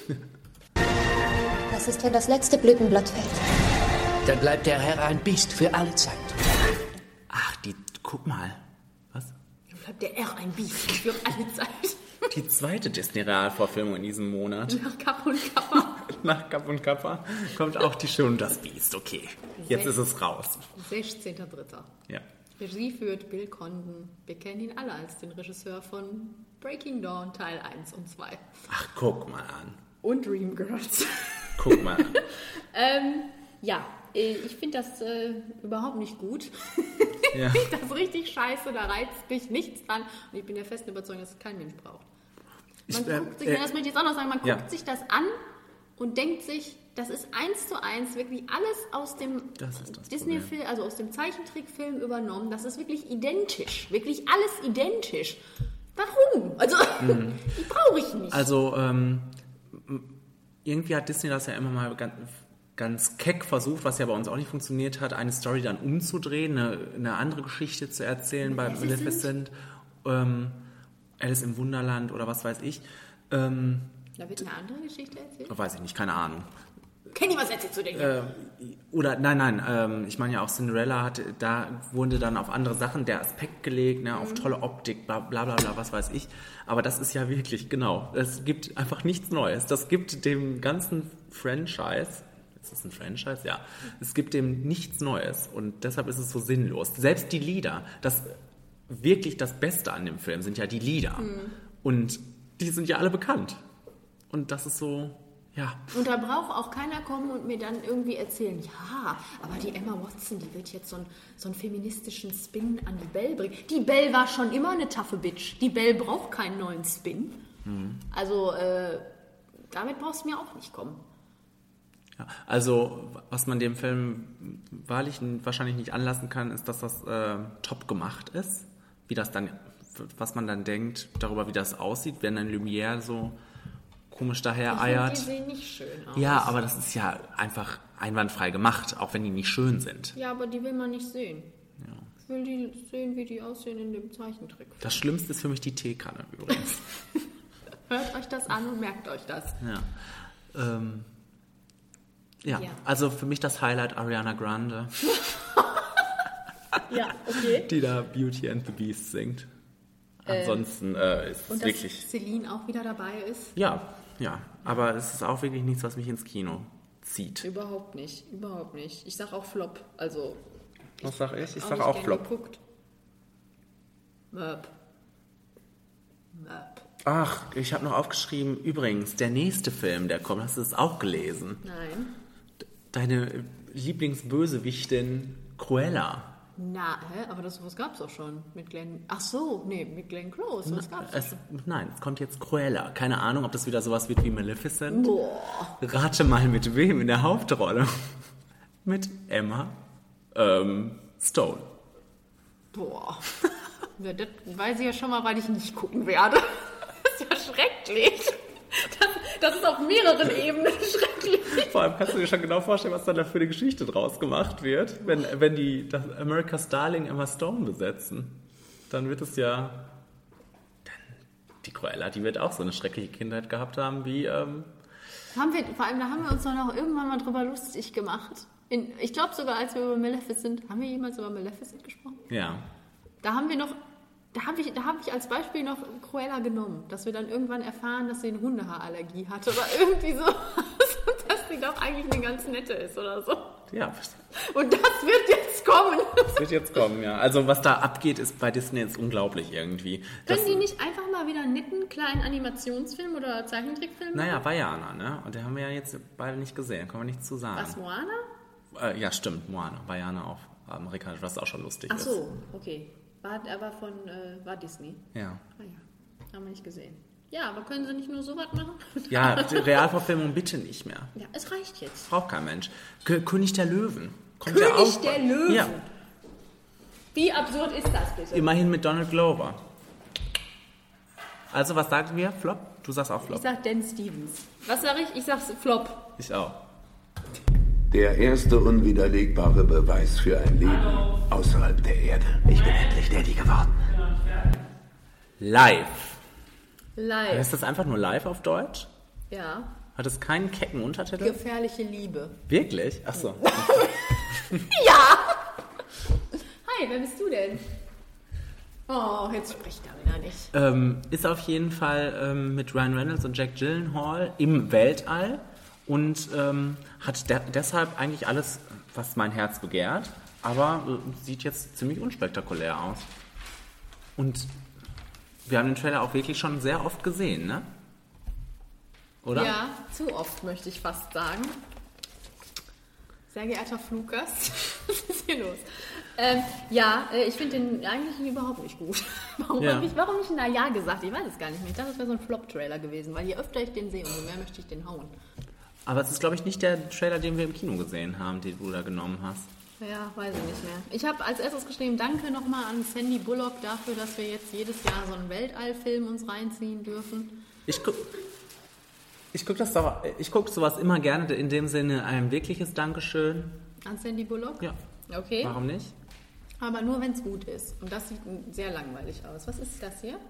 Was ist, wenn das letzte Blütenblatt fällt? Dann bleibt der Herr ein Biest für alle Zeit. Ach, die, guck mal. Was? Dann bleibt der R ein Biest für alle Zeit. Die zweite Disney-Realverfilmung in diesem Monat. Nach Kapp und Kappa. Nach Kapp und Kappa kommt auch die Schön und das Biest. Okay, jetzt ist es raus. sechzehnter dritter Ja. Regie führt Bill Condon. Wir kennen ihn alle als den Regisseur von Breaking Dawn Teil eins und zwei. Ach, guck mal an. Und Dreamgirls. Guck mal an. ähm, ja, äh, ich finde das äh, überhaupt nicht gut. Ja. Ich finde das richtig scheiße, da reizt mich nichts dran. Und ich bin der festen Überzeugung, dass es kein Mensch braucht. Man Ich, äh, guckt sich, äh, das möchte ich jetzt auch noch sagen, man guckt ja. sich das an und denkt sich, das ist eins zu eins wirklich alles aus dem Das ist das Disney-Film, also aus dem Zeichentrickfilm übernommen. Das ist wirklich identisch, wirklich alles identisch. Warum? Also, Mhm. die brauche ich nicht. Also, ähm, irgendwie hat Disney das ja immer mal ganz, ganz keck versucht, was ja bei uns auch nicht funktioniert hat, eine Story dann umzudrehen, eine, eine andere Geschichte zu erzählen bei Maleficent? Maleficent, ähm, Alice im Wunderland oder was weiß ich. Ähm, Da wird eine andere Geschichte erzählt. weiß ich nicht, keine Ahnung. Kenny, was erzählst du denn Äh, hier? oder nein, nein, ähm, ich meine ja auch Cinderella hat, da wurde dann auf andere Sachen der Aspekt gelegt, ne, auf Mhm. tolle Optik, bla bla bla, bla, was weiß ich. Aber das ist ja wirklich, genau, es gibt einfach nichts Neues. Das gibt dem ganzen Franchise, jetzt ist das ein Franchise? Ja. Es gibt dem nichts Neues und deshalb ist es so sinnlos. Selbst die Lieder, das wirklich das Beste an dem Film sind ja die Lieder. Mhm. Und die sind ja alle bekannt. Und das ist so, ja. Und da braucht auch keiner kommen und mir dann irgendwie erzählen, ja, aber die Emma Watson, die wird jetzt so, ein, so einen feministischen Spin an die Belle bringen. Die Belle war schon immer eine taffe Bitch. Die Belle braucht keinen neuen Spin. Mhm. Also, äh, damit brauchst du mir auch nicht kommen. Ja, also, was man dem Film wahrlich wahrscheinlich nicht anlassen kann, ist, dass das äh, top gemacht ist. Wie das dann, was man dann denkt, darüber, wie das aussieht, wenn ein Lumière so komisch daher eiert. Die sehen nicht schön aus. Ja, aber das ist ja einfach einwandfrei gemacht, auch wenn die nicht schön sind. Ja, aber die will man nicht sehen. Ja. Ich will die sehen, wie die aussehen in dem Zeichentrick. Das Schlimmste ist für mich die Teekanne übrigens. Hört euch das an und merkt euch das. Ja. Ähm, ja. Ja. Also für mich das Highlight Ariana Grande. Ja, okay. Die da Beauty and the Beast singt. Ansonsten äh, ist und es wirklich... Und dass Celine auch wieder dabei ist? Ja, ja. Aber es ist auch wirklich nichts, was mich ins Kino zieht. Überhaupt nicht, überhaupt nicht. Ich sag auch Flop, also... Was sag ich? Ich auch sag auch Flop. Geguckt. Möp. Möp. Ach, ich habe noch aufgeschrieben, übrigens, der nächste Film, der kommt, hast du es auch gelesen? Nein. Deine Lieblingsbösewichtin Cruella. Na, hä? Aber das was gab's auch schon mit Glenn. Ach so, nee, mit Glenn Close. Was gab's es, Nein, es kommt jetzt Cruella. Keine Ahnung, ob das wieder sowas wird wie Maleficent. Boah. Rate mal mit wem in der Hauptrolle. Mit Emma ähm, Stone. Boah. Ja, das weiß ich ja schon mal, weil ich nicht gucken werde. Das ist ja schrecklich. Das, das ist auf mehreren Ebenen schrecklich. Vor allem kannst du dir schon genau vorstellen, was dann da für eine Geschichte draus gemacht wird, wenn, wenn die das America's Darling Emma Stone besetzen. Dann wird es ja... Dann die Cruella, die wird auch so eine schreckliche Kindheit gehabt haben wie... Ähm, haben wir, vor allem, da haben wir uns doch noch irgendwann mal drüber lustig gemacht. In, ich glaube sogar, als wir über Maleficent... Haben wir jemals über Maleficent gesprochen? Ja. Da haben wir noch... Da habe ich, da hab ich als Beispiel noch Cruella genommen, dass wir dann irgendwann erfahren, dass sie eine Hundehaarallergie hatte oder irgendwie so, dass sie doch eigentlich eine ganz nette ist oder so. Ja. Und das wird jetzt kommen. Das wird jetzt kommen, ja. Also was da abgeht, ist bei Disney jetzt unglaublich irgendwie. Können die nicht einfach mal wieder einen netten kleinen Animationsfilm oder Zeichentrickfilm machen? Naja, Vaiana, ne? Und den haben wir ja jetzt beide nicht gesehen, kann man nichts zu sagen. Was, Moana? Äh, ja, stimmt, Moana. Vaiana auf amerikanisch, was auch schon lustig Ach ist. Ach so, okay. War aber von, äh, war Disney. Ja. Ah ja, haben wir nicht gesehen. Ja, aber können sie nicht nur sowas machen? Ja, die Realverfilmung bitte nicht mehr. Ja, es reicht jetzt. Braucht kein Mensch. K- König der Löwen. Kommt König der, auch der Löwen? Ja. Wie absurd ist das bitte? Immerhin mit Donald Glover. Also, was sagen wir? Flop? Du sagst auch Flop. Ich sag Dan Stevens. Was sag ich? Ich sag's Flop. Ich auch. Der erste unwiderlegbare Beweis für ein Leben außerhalb der Erde. Ich bin endlich Daddy geworden. Live. Live. Heißt das einfach nur live auf Deutsch? Ja. Hat es keinen kecken Untertitel? Gefährliche Liebe. Wirklich? Ach so. Ja! Hi, wer bist du denn? Oh, jetzt spricht er wieder nicht. Ähm, ist auf jeden Fall ähm, mit Ryan Reynolds und Jack Gyllenhaal im Weltall. Und ähm, hat de- deshalb eigentlich alles, was mein Herz begehrt, aber äh, sieht jetzt ziemlich unspektakulär aus. Und wir haben den Trailer auch wirklich schon sehr oft gesehen, ne? Oder? Ja, zu oft, möchte ich fast sagen. Sehr geehrter Fluggast, was ist hier los? Ähm, ja, äh, ich finde den eigentlich überhaupt nicht gut. Warum Ja. habe ich, warum hab ich na ja gesagt? Ich weiß es gar nicht mehr. Ich dachte, das wäre so ein Flop-Trailer gewesen, weil je öfter ich den sehe, umso mehr möchte ich den hauen. Aber es ist, glaube ich, nicht der Trailer, den wir im Kino gesehen haben, den du da genommen hast. Ja, weiß ich nicht mehr. Ich habe als erstes geschrieben, danke nochmal an Sandy Bullock dafür, dass wir jetzt jedes Jahr so einen Weltallfilm uns reinziehen dürfen. Ich guck, ich guck das doch, ich gucke sowas immer gerne, in dem Sinne ein wirkliches Dankeschön. An Sandy Bullock? Ja. Okay. Warum nicht? Aber nur, wenn es gut ist. Und das sieht sehr langweilig aus. Was ist das hier?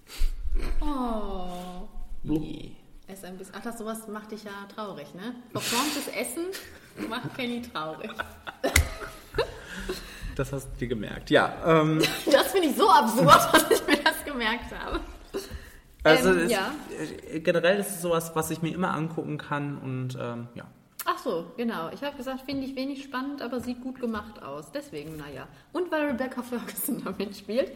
Oh. Nee. Ist ein bisschen, ach, das sowas macht dich ja traurig, ne? Verformtes Essen macht Kenny traurig. Das hast du dir gemerkt. Ja. Ähm, das finde ich so absurd, dass ich mir das gemerkt habe. Also ähm, es, ja. generell ist es sowas, was ich mir immer angucken kann und ähm, ja. Ach so, genau. Ich habe gesagt, finde ich wenig spannend, aber sieht gut gemacht aus. Deswegen, naja. Und weil Rebecca Ferguson da mitspielt.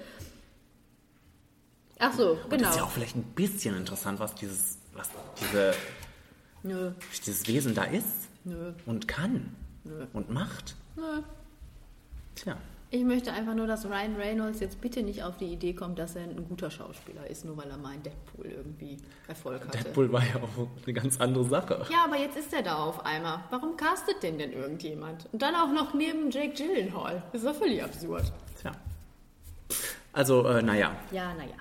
Ach so, genau. Und das ist ja auch vielleicht ein bisschen interessant, was dieses, was diese, Nö. dieses Wesen da ist. Nö. Und kann. Nö. Und macht. Nö. Tja. Ich möchte einfach nur, dass Ryan Reynolds jetzt bitte nicht auf die Idee kommt, dass er ein guter Schauspieler ist, nur weil er mal in Deadpool irgendwie Erfolg hatte. Deadpool war ja auch eine ganz andere Sache. Ja, aber jetzt ist er da auf einmal. Warum castet den denn irgendjemand? Und dann auch noch neben Jake Gyllenhaal. Das ist doch völlig absurd. Tja. Also, äh, naja. Ja, naja.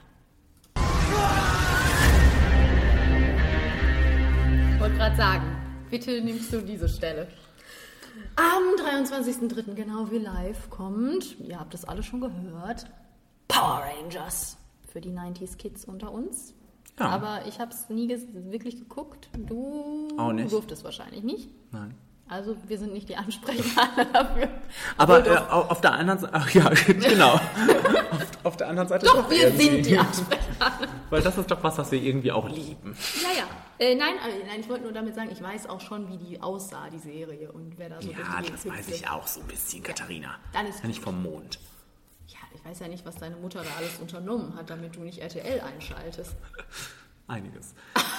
Ich wollte gerade sagen, bitte nimmst du diese Stelle. Am dreiundzwanzigsten dritten genau wie live kommt, ihr habt das alle schon gehört, Power Rangers für die neunziger Kids unter uns. Ja. Aber ich habe es nie ges- wirklich geguckt. Du auch nicht. durftest wahrscheinlich nicht. Nein. Also wir sind nicht die Ansprechpartner dafür. Aber äh, auf der anderen Seite, ach ja, genau. auf, auf der anderen Seite doch, doch wir irgendwie. sind die Ansprechpartner. Weil das ist doch was, was wir irgendwie auch lieben. Ja, ja. Äh, nein, äh, nein, ich wollte nur damit sagen, ich weiß auch schon, wie die aussah, die Serie. Und wer da so Ja, durch die das Gegend weiß hüpfte. ich auch so ein bisschen, Katharina. Dann ist ja nicht vom Mond. Ja, ich weiß ja nicht, was deine Mutter da alles unternommen hat, damit du nicht R T L einschaltest. Einiges.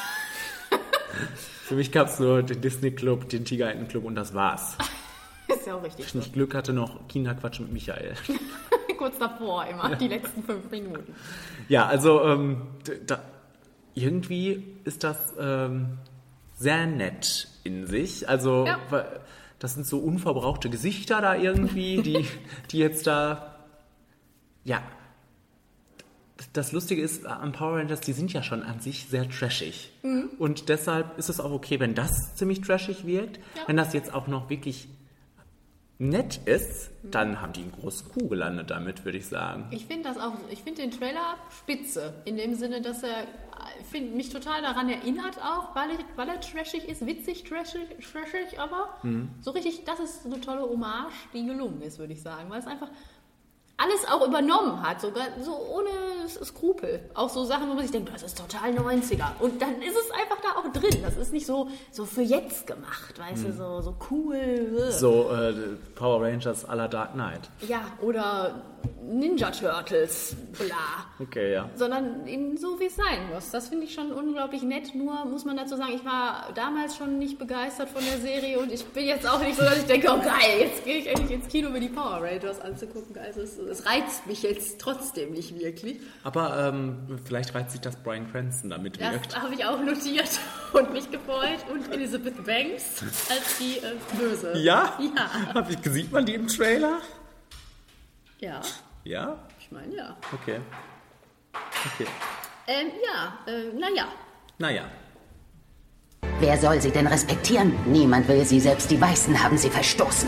Für mich gab es nur den Disney Club, den Tiger-Enten Club und das war's. Ist ja auch richtig. Wenn ich Glück hatte, noch Kinderquatsch mit Michael. Kurz davor immer, Ja. die letzten fünf Minuten. Ja, also ähm, da, irgendwie ist das ähm, sehr nett in sich. Also Ja. weil das sind so unverbrauchte Gesichter da irgendwie, die, die jetzt da, ja. Das Lustige ist an Power Rangers, die sind ja schon an sich sehr trashig. Mhm. Und deshalb ist es auch okay, wenn das ziemlich trashig wirkt. Ja. Wenn das jetzt auch noch wirklich nett ist, dann haben die einen großen Kuh gelandet damit, würde ich sagen. Ich finde das auch, ich finde den Trailer spitze, in dem Sinne, dass er find, mich total daran erinnert auch, weil, ich, weil er trashig ist, witzig trashig, trashig aber Mhm. so richtig, das ist eine tolle Hommage, die gelungen ist, würde ich sagen, weil es einfach alles auch übernommen hat, sogar so ohne Skrupel. Auch so Sachen, wo man sich denkt, das ist total neunziger. Und dann ist es einfach da auch drin. Das ist nicht so, so für jetzt gemacht, weißt Hm. du, so, so cool. So äh, Power Rangers à la Dark Knight. Ja, oder Ninja Turtles, bla. Okay, ja. Sondern eben so, wie es sein muss. Das finde ich schon unglaublich nett. Nur muss man dazu sagen, ich war damals schon nicht begeistert von der Serie und ich bin jetzt auch nicht so, dass ich denke, oh geil, jetzt gehe ich endlich ins Kino, mir die Power Rangers anzugucken. Also es, es reizt mich jetzt trotzdem nicht wirklich. Aber ähm, vielleicht reizt sich, dass Bryan Cranston da mitwirkt. Das habe ich auch notiert und mich gefreut. Und Elizabeth Banks als die äh, Böse. Ja? Ja. Hab ich, sieht man die im Trailer? Ja. Ja? Ich meine, ja. Okay. Okay. Ähm, ja, äh, naja. Naja. Wer soll sie denn respektieren? Niemand will sie, selbst die Weißen haben sie verstoßen.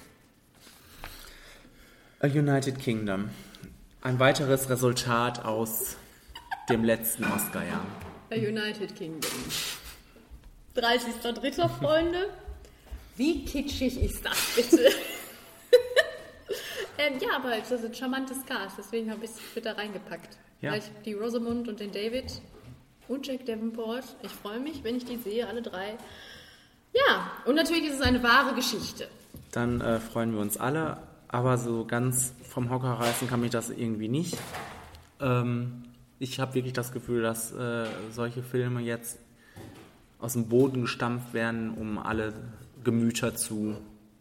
A United Kingdom. Ein weiteres Resultat aus dem letzten Oscar-Jahr. A United Kingdom. dreißigster dritter Freunde. Wie kitschig ist das bitte? ähm, ja, aber das ist ein charmantes Cast, deswegen habe ich es bitte reingepackt. Ja. Weil ich die Rosamund und den David und Jack Davenport, ich freue mich, wenn ich die sehe, alle drei. Ja, und natürlich ist es eine wahre Geschichte. Dann äh, freuen wir uns alle, aber so ganz vom Hocker reißen kann mich das irgendwie nicht. Ähm, ich habe wirklich das Gefühl, dass äh, solche Filme jetzt aus dem Boden gestampft werden, um alle Gemüter zu,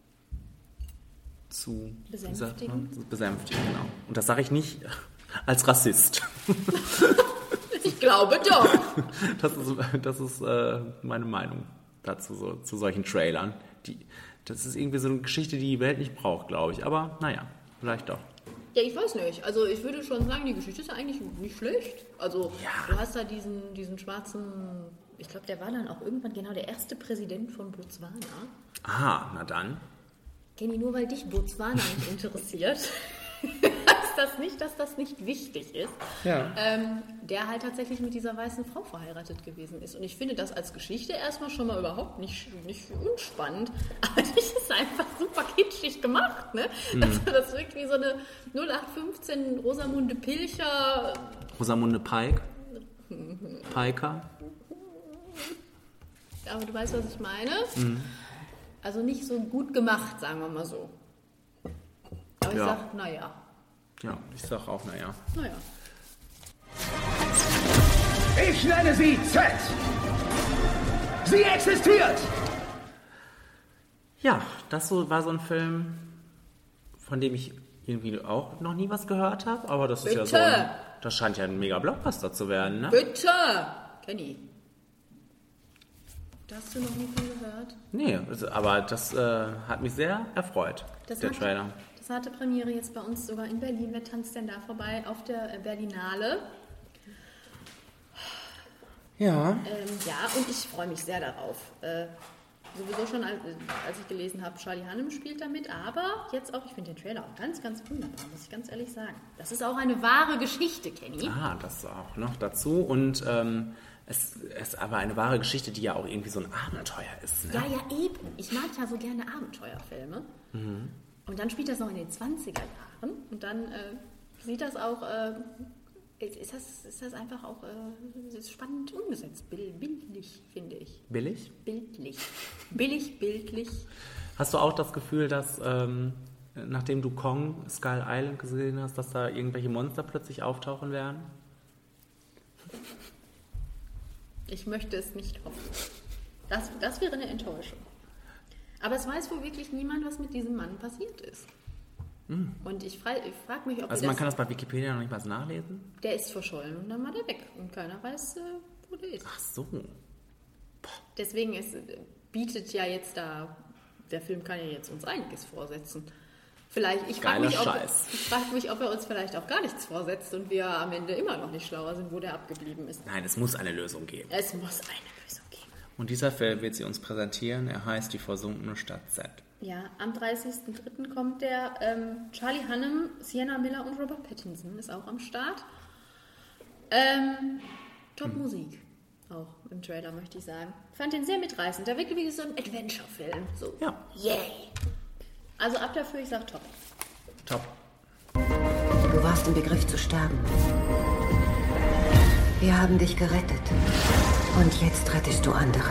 zu Besänftigen. wie sagt man? Besänftigen, genau. Und das sage ich nicht als Rassist. Ich glaube doch. Das ist, das ist äh, meine Meinung dazu, so, zu solchen Trailern. Die, das ist irgendwie so eine Geschichte, die die Welt nicht braucht, glaube ich. Aber naja, vielleicht doch. Ja, ich weiß nicht. Also ich würde schon sagen, die Geschichte ist ja eigentlich nicht schlecht. Also Ja. du hast da diesen, diesen schwarzen, ich glaube, der war dann auch irgendwann genau der erste Präsident von Botswana. Aha, na dann. Kenny, nur weil dich Botswana nicht interessiert, heißt das nicht, dass das nicht wichtig ist. Ja. Ähm, der halt tatsächlich mit dieser weißen Frau verheiratet gewesen ist. Und ich finde das als Geschichte erstmal schon mal überhaupt nicht, nicht unspannend. Aber die ist einfach super kitschig gemacht, ne? Mhm. Also das wirkt wie so eine null acht fünfzehn Rosamunde Pilcher. Rosamunde Pike. Piker. Aber du weißt, was ich meine. Mhm. Also nicht so gut gemacht, sagen wir mal so. Aber ich Ja. sag, naja. Ja, ich sag auch, naja. Naja. Ich nenne sie Z. Sie existiert! Ja, das so, war so ein Film, von dem ich irgendwie auch noch nie was gehört habe. Aber das ist Bitte. ja so ein, das scheint ja ein mega Blockbuster zu werden, ne? Bitte! Kenny. Da hast du noch nie von gehört? Nee, also, aber das äh, hat mich sehr erfreut, Das der hat- Trailer. Das hatte Premiere jetzt bei uns sogar in Berlin. Wer tanzt denn da vorbei? Auf der äh, Berlinale. Ja. Ähm, ja, und ich freue mich sehr darauf. Äh, sowieso schon, als, als ich gelesen habe, Charlie Hunnam spielt damit, aber jetzt auch, ich finde den Trailer auch ganz, ganz wunderbar, muss ich ganz ehrlich sagen. Das ist auch eine wahre Geschichte, Kenny. Ah, das auch noch dazu. Und ähm, es ist aber eine wahre Geschichte, die ja auch irgendwie so ein Abenteuer ist. Ne? Ja, ja, eben. Ich mag ja so gerne Abenteuerfilme. Mhm. Und dann spielt das noch in den zwanziger Jahren. Und dann äh, sieht das auch, äh, ist, das, ist das einfach auch äh, ist spannend umgesetzt. Bild, bildlich, finde ich. Billig? Bildlich. Billig, bildlich. Hast du auch das Gefühl, dass ähm, nachdem du Kong, Skull Island gesehen hast, dass da irgendwelche Monster plötzlich auftauchen werden? Ich möchte es nicht hoffen. Das, das wäre eine Enttäuschung. Aber es weiß wohl wirklich niemand, was mit diesem Mann passiert ist. Hm. Und ich frage frag mich, ob Also wir man das, kann das bei Wikipedia noch nicht mal nachlesen? der ist verschollen und dann war der weg. Und keiner weiß, äh, wo der ist. Ach so. Deswegen ist, bietet ja jetzt da, der Film kann ja jetzt uns einiges vorsetzen. Vielleicht, ich frage Geiler mich, ob, Scheiß. ich frag mich, ob er uns vielleicht auch gar nichts vorsetzt und wir am Ende immer noch nicht schlauer sind, wo der abgeblieben ist. Nein, es muss eine Lösung geben. Es muss eine Lösung geben. Und dieser Film wird sie uns präsentieren. Er heißt Die versunkene Stadt Z. Ja, am dreißigsten dritten kommt der ähm, Charlie Hunnam, Sienna Miller und Robert Pattinson ist auch am Start. Ähm, Top-Musik auch im Trailer, möchte ich sagen. Ich fand den sehr mitreißend. Der wirkt wie so ein Adventure-Film. So, ja. Yay! Also ab dafür, ich sag top. Top. Du warst im Begriff zu sterben. Wir haben dich gerettet. Und jetzt rettest du andere.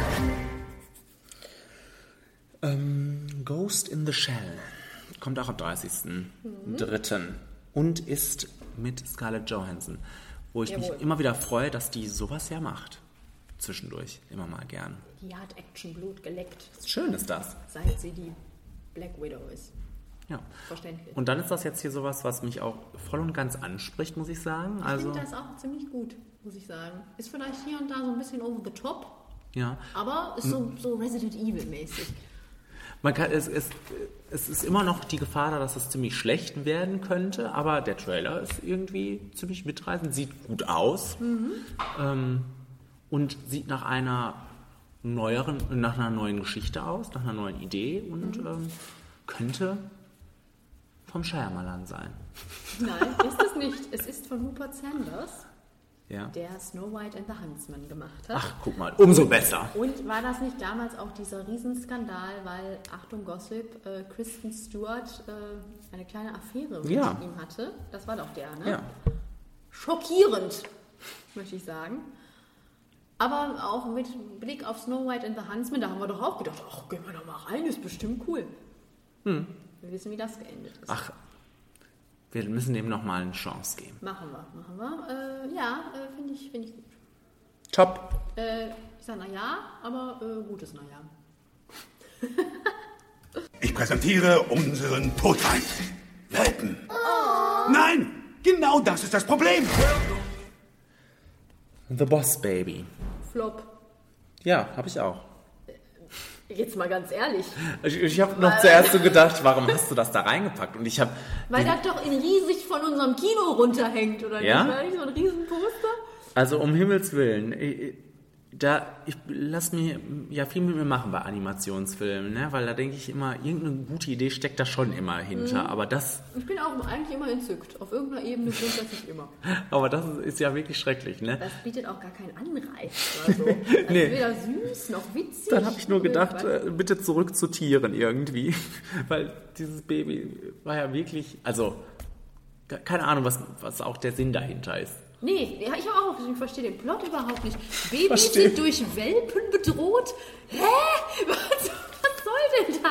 Ähm, Ghost in the Shell kommt auch am dreißigsten dritten und ist mit Scarlett Johansson, wo ich Jawohl. mich immer wieder freue, dass die sowas ja macht. Zwischendurch, immer mal gern. Die hat Action-Blut geleckt. Schön ist das. Seit sie die Black Widow ist. Ja. Verständlich. Und dann ist das jetzt hier sowas, was mich auch voll und ganz anspricht, muss ich sagen. Ich Also, finde das auch ziemlich gut, muss ich sagen. Ist vielleicht hier und da so ein bisschen over the top, ja. aber ist so, so Resident Evil-mäßig. Man kann, es, es, es ist immer noch die Gefahr da, dass es ziemlich schlecht werden könnte, aber der Trailer ist irgendwie ziemlich mitreißend, sieht gut aus Mhm. ähm, und sieht nach einer neueren, nach einer neuen Geschichte aus, nach einer neuen Idee und Mhm. ähm, könnte vom Shyamalan sein. Nein, ist es nicht. Es ist von Rupert Sanders, Ja. der Snow White and the Huntsman gemacht hat. Ach, guck mal, umso besser. Und war das nicht damals auch dieser Riesenskandal, weil, Achtung Gossip, äh, Kristen Stewart äh, eine kleine Affäre mit Ja. ihm hatte? Das war doch der, ne? Ja. Schockierend, möchte ich sagen. Aber auch mit Blick auf Snow White and the Huntsman, da haben wir doch auch gedacht, ach, gehen wir doch mal rein, ist bestimmt cool. Hm. Wir wissen, wie das geendet ist. Ach, wir müssen dem nochmal eine Chance geben. Machen wir, machen wir. Äh, ja, äh, finde ich, find ich gut. Top. Äh, ich sage na ja, aber äh, gutes na ja. Ich präsentiere unseren Todfeind. Welpen. Nein, genau das ist das Problem. The Boss Baby. Flop. Ja, habe ich auch. Jetzt mal ganz ehrlich. Ich, ich habe noch zuerst so gedacht, warum hast du das da reingepackt? Und ich habe... Weil das doch in riesig von unserem Kino runterhängt, oder Ja? nicht? War nicht so ein Riesenposter? Also um Himmels Willen, ich, da, ich lass mir ja viel mit mir machen bei Animationsfilmen, ne? Weil da denke ich immer, irgendeine gute Idee steckt da schon immer hinter. Mhm. Aber das, Ich bin auch eigentlich immer entzückt. Auf irgendeiner Ebene grundsätzlich immer. aber das ist ja wirklich schrecklich, ne? Das bietet auch gar keinen Anreiz oder so. Das Nee. ist weder süß noch witzig. Dann habe ich nur noch gedacht, irgendwas. äh, bitte zurück zu Tieren irgendwie. Weil dieses Baby war ja wirklich, also ke- keine Ahnung, was, was auch der Sinn dahinter ist. Nee, ja, ich auch. Ich verstehe den Plot überhaupt nicht. Babys Versteh. sind durch Welpen bedroht. Hä? Was, was soll denn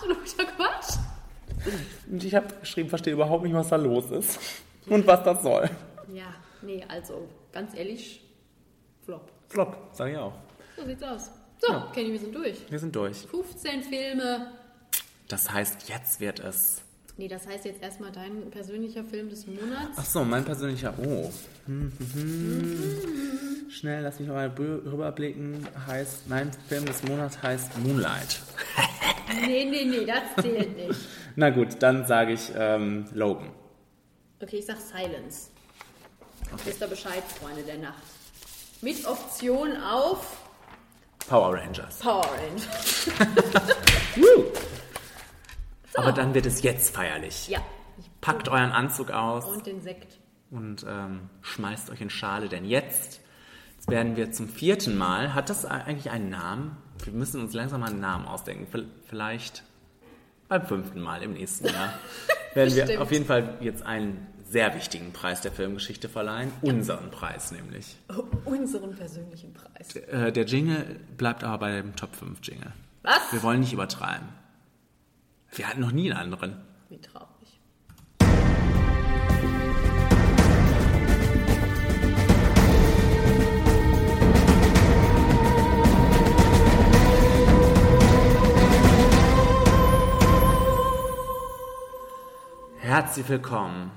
absoluter Quatsch. Und ich habe geschrieben, verstehe überhaupt nicht, was da los ist und was das soll. Ja, nee, also ganz ehrlich, Flop. Flop, sag ich auch. So sieht's aus. So, Ja. Kenny, wir sind durch. Wir sind durch. fünfzehn Filme. Das heißt, jetzt wird es... Nee, das heißt jetzt erstmal dein persönlicher Film des Monats. Ach so, mein persönlicher... Oh. Hm, hm, hm. Schnell, lass mich mal rüberblicken. Heißt, mein Film des Monats heißt Moonlight. Nee, nee, nee, das zählt nicht. Na gut, dann sage ich ähm, Logan. Okay, ich sag Silence. Okay. Wisst ihr Bescheid, Freunde der Nacht. Mit Option auf Power Rangers. Power Rangers. Woo. So. Aber dann wird es jetzt feierlich. Ja. Packt euren Anzug aus. Und den Sekt. Und ähm, schmeißt euch in Schale, denn jetzt, jetzt werden wir zum vierten Mal, hat das eigentlich einen Namen? Wir müssen uns langsam mal einen Namen ausdenken. Vielleicht beim fünften Mal im nächsten Jahr werden wir Bestimmt. auf jeden Fall jetzt einen sehr wichtigen Preis der Filmgeschichte verleihen. Ja. Unseren Preis nämlich. Oh, unseren persönlichen Preis. Der, äh, der Jingle bleibt aber bei dem Top fünf Jingle. Was? Wir wollen nicht übertreiben. Wir hatten noch nie einen anderen. Wie traurig. Herzlich willkommen.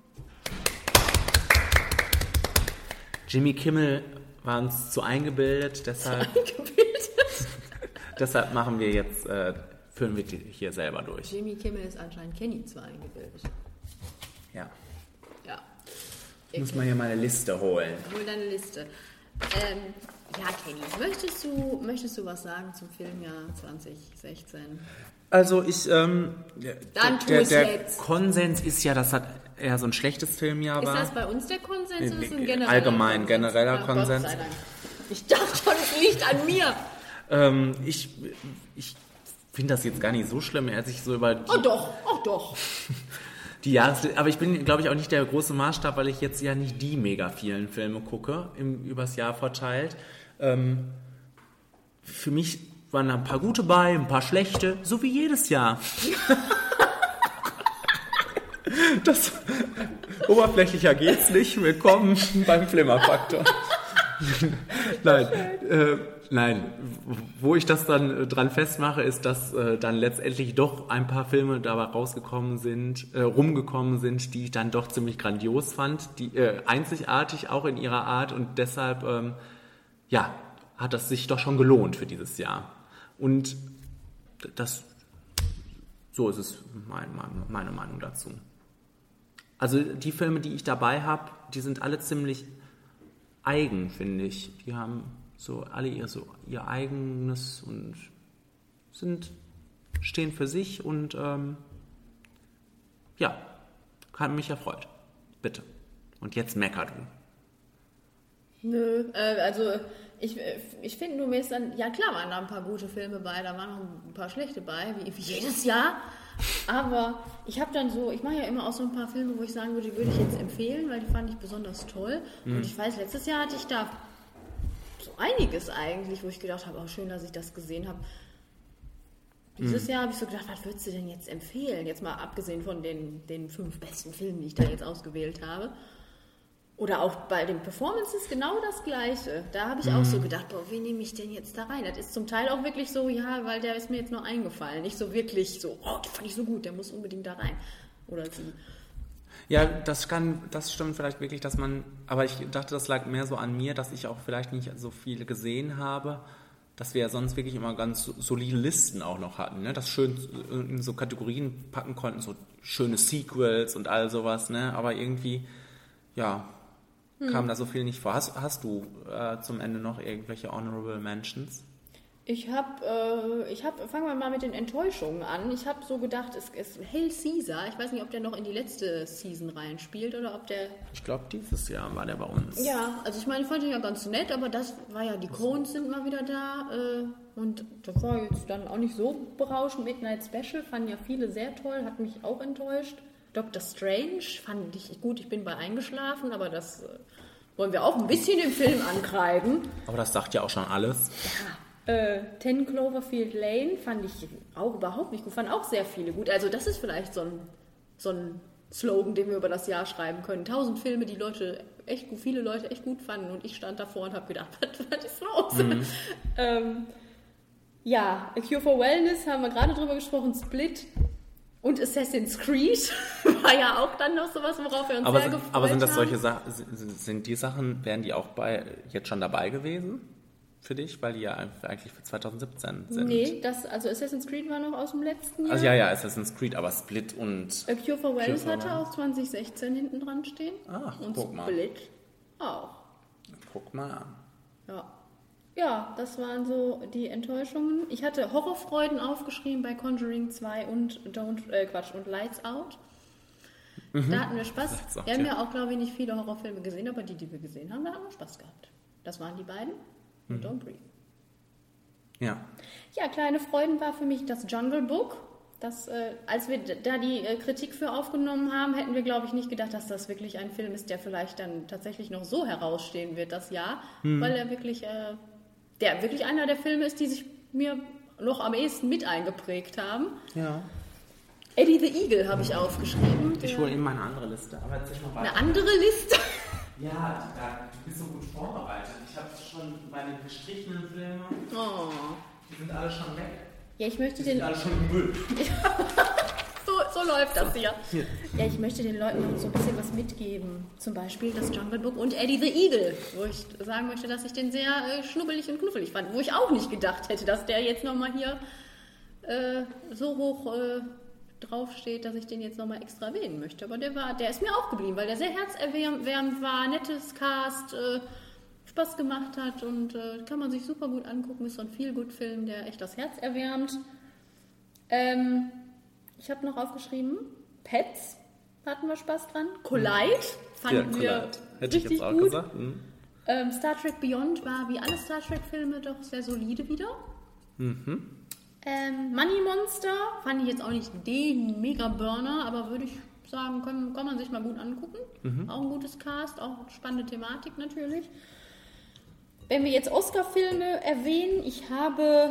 Jimmy Kimmel war uns zu eingebildet, deshalb, Eingebildet? deshalb machen wir jetzt, äh, führen wir die hier selber durch. Jimmy Kimmel ist anscheinend Kenny zu eingebildet. Ja. Ja. Ich muss mal hier meine Liste holen. Hol deine Liste. Ähm, ja, Kenny, möchtest du, möchtest du was sagen zum Filmjahr zwanzig sechzehn? Also ich, ähm, Dann tu der, es der jetzt. Konsens ist ja, dass das eher so ein schlechtes Filmjahr Ist war. das bei uns der Konsens oder ist das ein genereller Allgemein, Konsens? genereller Ja, Konsens. Gott sei Dank. Ich dachte schon, es liegt an mir. Ähm, ich ich finde das jetzt gar nicht so schlimm, als ich so über die, Oh doch, oh doch. die Jahres... Aber ich bin, glaube ich, auch nicht der große Maßstab, weil ich jetzt ja nicht die mega vielen Filme gucke, im, übers Jahr verteilt. Ähm, für mich waren da ein paar gute bei, ein paar schlechte, so wie jedes Jahr. Das, oberflächlicher geht's nicht. Willkommen beim Flimmerfaktor. Nein, äh, nein. Wo ich das dann äh, dran festmache, ist, dass äh, dann letztendlich doch ein paar Filme dabei rausgekommen sind, äh, rumgekommen sind, die ich dann doch ziemlich grandios fand, die äh, einzigartig auch in ihrer Art und deshalb, ähm, ja, hat das sich doch schon gelohnt für dieses Jahr. Und das, so ist es mein, meine Meinung dazu. Also die Filme, die ich dabei habe, die sind alle ziemlich eigen, finde ich. Die haben so alle ihr, so ihr eigenes und sind, stehen für sich und ähm, ja, hat mich erfreut. Bitte. Und jetzt mecker du. Nö, äh, also ich, ich finde nur, mir ist dann, ja klar waren da ein paar gute Filme bei, da waren noch ein paar schlechte bei, wie, wie jedes Jahr. Aber ich habe dann so, ich mache ja immer auch so ein paar Filme, wo ich sagen würde, die würde ich jetzt empfehlen, weil die fand ich besonders toll. Mhm. Und ich weiß, letztes Jahr hatte ich da so einiges eigentlich, wo ich gedacht habe, auch schön, dass ich das gesehen habe. Dieses mhm. Jahr habe ich so gedacht, was würdest du denn jetzt empfehlen? Jetzt mal abgesehen von den, den fünf besten Filmen, die ich da jetzt ausgewählt habe. Oder auch bei den Performances genau das Gleiche. Da habe ich mhm. auch so gedacht, boah, wen nehme ich denn jetzt da rein? Das ist zum Teil auch wirklich so, ja, weil der ist mir jetzt nur eingefallen. Nicht so wirklich so, oh, den fand ich so gut, der muss unbedingt da rein. Oder sie. Ja, das kann, das stimmt vielleicht wirklich, dass man, aber ich dachte, das lag mehr so an mir, dass ich auch vielleicht nicht so viele gesehen habe, dass wir ja sonst wirklich immer ganz solide Listen auch noch hatten, ne? Das schön in so Kategorien packen konnten, so schöne Sequels und all sowas, ne? Aber irgendwie, ja, kam hm. da so viel nicht vor. Hast, hast du äh, zum Ende noch irgendwelche Honorable Mentions? Ich habe, äh, ich habe, fangen wir mal mit den Enttäuschungen an. Ich habe so gedacht, es ist Hail Caesar. Ich weiß nicht, ob der noch in die letzte Season reinspielt oder ob der... Ich glaube, dieses Jahr war der bei uns. Ja, also ich meine, ich fand ihn ja ganz nett, aber das war ja, die Coens sind mal wieder da äh, und das war jetzt dann auch nicht so berauschend. Midnight Special fanden ja viele sehr toll, hat mich auch enttäuscht. Doctor Strange fand ich gut, ich bin bei eingeschlafen, aber das äh, wollen wir auch ein bisschen im Film ankreiden. Aber das sagt ja auch schon alles. Ja, Äh, Ten Cloverfield Lane fand ich auch überhaupt nicht gut, fand auch sehr viele gut. Also das ist vielleicht so ein, so ein Slogan, den wir über das Jahr schreiben können. Tausend Filme, die Leute echt gut, viele Leute echt gut fanden und ich stand davor und habe gedacht, was, was ist los? Mhm. ähm, ja, A Cure for Wellness haben wir gerade drüber gesprochen, Split und Assassin's Creed war ja auch dann noch sowas, worauf wir uns aber sehr sind, gefreut Aber sind das haben. solche Sachen, sind die Sachen, wären die auch bei, jetzt schon dabei gewesen für dich? Weil die ja eigentlich für zwanzig siebzehn sind. Nee, das, also Assassin's Creed war noch aus dem letzten Jahr. Also ja, ja, Assassin's Creed, aber Split und... A Cure for Wellness Cure for hatte auch zwanzig sechzehn hinten dran stehen. Ach, und guck mal. Split auch. Guck mal an. Ja. Ja, das waren so die Enttäuschungen. Ich hatte Horrorfreuden aufgeschrieben bei Conjuring zwei und Don't, äh, Quatsch, und Lights Out. Mhm. Da hatten wir Spaß. Out, wir haben ja. ja auch, glaube ich, nicht viele Horrorfilme gesehen, aber die, die wir gesehen haben, da haben wir Spaß gehabt. Das waren die beiden. Und Mhm. Don't Breathe. Ja. Ja, kleine Freuden war für mich das Jungle Book. Das, äh, als wir da die äh, Kritik für aufgenommen haben, hätten wir, glaube ich, nicht gedacht, dass das wirklich ein Film ist, der vielleicht dann tatsächlich noch so herausstehen wird das Jahr, Hm. weil er wirklich, äh, der wirklich einer der Filme ist, die sich mir noch am ehesten mit eingeprägt haben. Ja. Eddie the Eagle habe ich aufgeschrieben. Ich hole eben meine andere Liste. Aber jetzt mal weiter. Eine andere Liste? Ja, du bist so gut vorbereitet. Ich habe schon meine gestrichenen Filme. Oh. Die sind alle schon weg. Ja, ich möchte die den... sind alle schon im Müll. so, so läuft das hier. Ja, ich möchte den Leuten noch so ein bisschen was mitgeben. Zum Beispiel das Jungle Book und Eddie the Eagle, wo ich sagen möchte, dass ich den sehr äh, schnubbelig und knuffelig fand. Wo ich auch nicht gedacht hätte, dass der jetzt nochmal hier äh, so hoch äh, draufsteht, dass ich den jetzt nochmal extra erwähnen möchte. Aber der war, der ist mir auch geblieben, weil der sehr herzerwärmend war, nettes Cast, äh, Spaß gemacht hat und äh, kann man sich super gut angucken. Ist so ein Feel-Good-Film, der echt das Herz erwärmt. Ähm, ich habe noch aufgeschrieben, Pets hatten wir Spaß dran. Collide fanden ja, wir Collide. Hätte ich richtig jetzt auch gut. gesagt. Mhm. Ähm, Star Trek Beyond war wie alle Star Trek-Filme doch sehr solide wieder. Mhm. Ähm, Money Monster fand ich jetzt auch nicht den Mega-Burner, aber würde ich sagen, kann, kann man sich mal gut angucken. Mhm. Auch ein gutes Cast, auch eine spannende Thematik natürlich. Wenn wir jetzt Oscar-Filme erwähnen, ich habe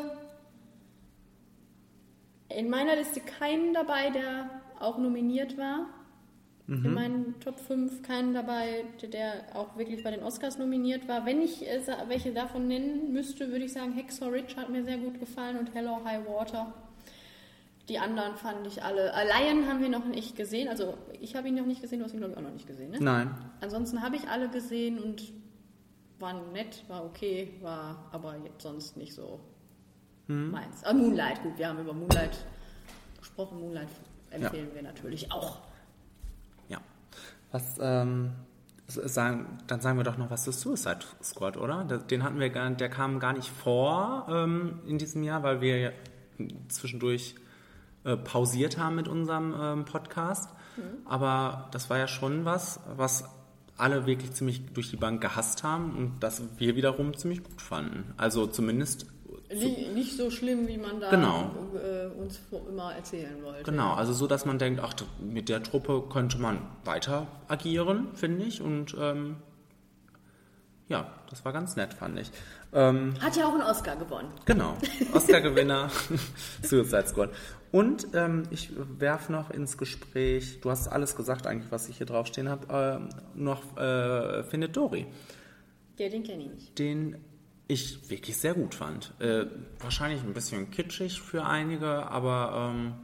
in meiner Liste keinen dabei, der auch nominiert war. Mhm. In meinen Top fünf keinen dabei, der auch wirklich bei den Oscars nominiert war. Wenn ich äh, welche davon nennen müsste, würde ich sagen, Hacksaw Ridge hat mir sehr gut gefallen und Hell or High Water. Die anderen fand ich alle. Lion haben wir noch nicht gesehen. Also ich habe ihn noch nicht gesehen, du hast ihn glaube ich auch noch nicht gesehen, ne? Nein. Ansonsten habe ich alle gesehen und war nett, war okay, war aber jetzt sonst nicht so hm. meins. Aber Moonlight, gut, wir haben über Moonlight gesprochen. Moonlight empfehlen ja. wir natürlich auch. Ja. Was, ähm, sagen, dann sagen wir doch noch was zu Suicide Squad, oder? Den hatten wir gar, der kam gar nicht vor ähm, in diesem Jahr, weil wir zwischendurch äh, pausiert haben mit unserem ähm, Podcast. Mhm. Aber das war ja schon was, was alle wirklich ziemlich durch die Bank gehasst haben und das wir wiederum ziemlich gut fanden. Also zumindest... Nicht, nicht so schlimm, wie man da genau. äh, uns immer erzählen wollte. Genau, also so, dass man denkt, ach, mit der Truppe könnte man weiter agieren, finde ich. Und ähm, ja, das war ganz nett, fand ich. Ähm, Hat ja auch einen Oscar gewonnen. Genau, Oscar-Gewinner, Suicide Squad. Und ähm, ich werfe noch ins Gespräch, du hast alles gesagt eigentlich, was ich hier draufstehen habe, äh, noch äh, Findet Dory. Ja, den kenne ich nicht. Den ich wirklich sehr gut fand. Äh, wahrscheinlich ein bisschen kitschig für einige, aber ähm,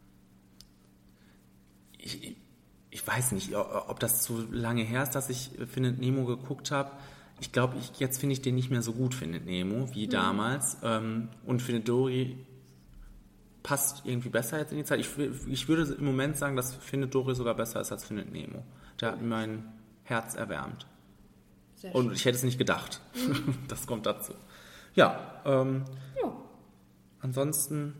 ich, ich weiß nicht, ob das zu lange her ist, dass ich Findet Nemo geguckt habe. Ich glaube, ich, jetzt finde ich den nicht mehr so gut, Findet Nemo, wie mhm. damals. Ähm, und Findet Dory passt irgendwie besser jetzt in die Zeit. Ich, ich würde im Moment sagen, dass Findet Dory sogar besser ist als Findet Nemo. Der hat mein Herz erwärmt. Sehr und schön. Ich hätte es nicht gedacht. Mhm. Das kommt dazu. Ja, ähm, ja. Ansonsten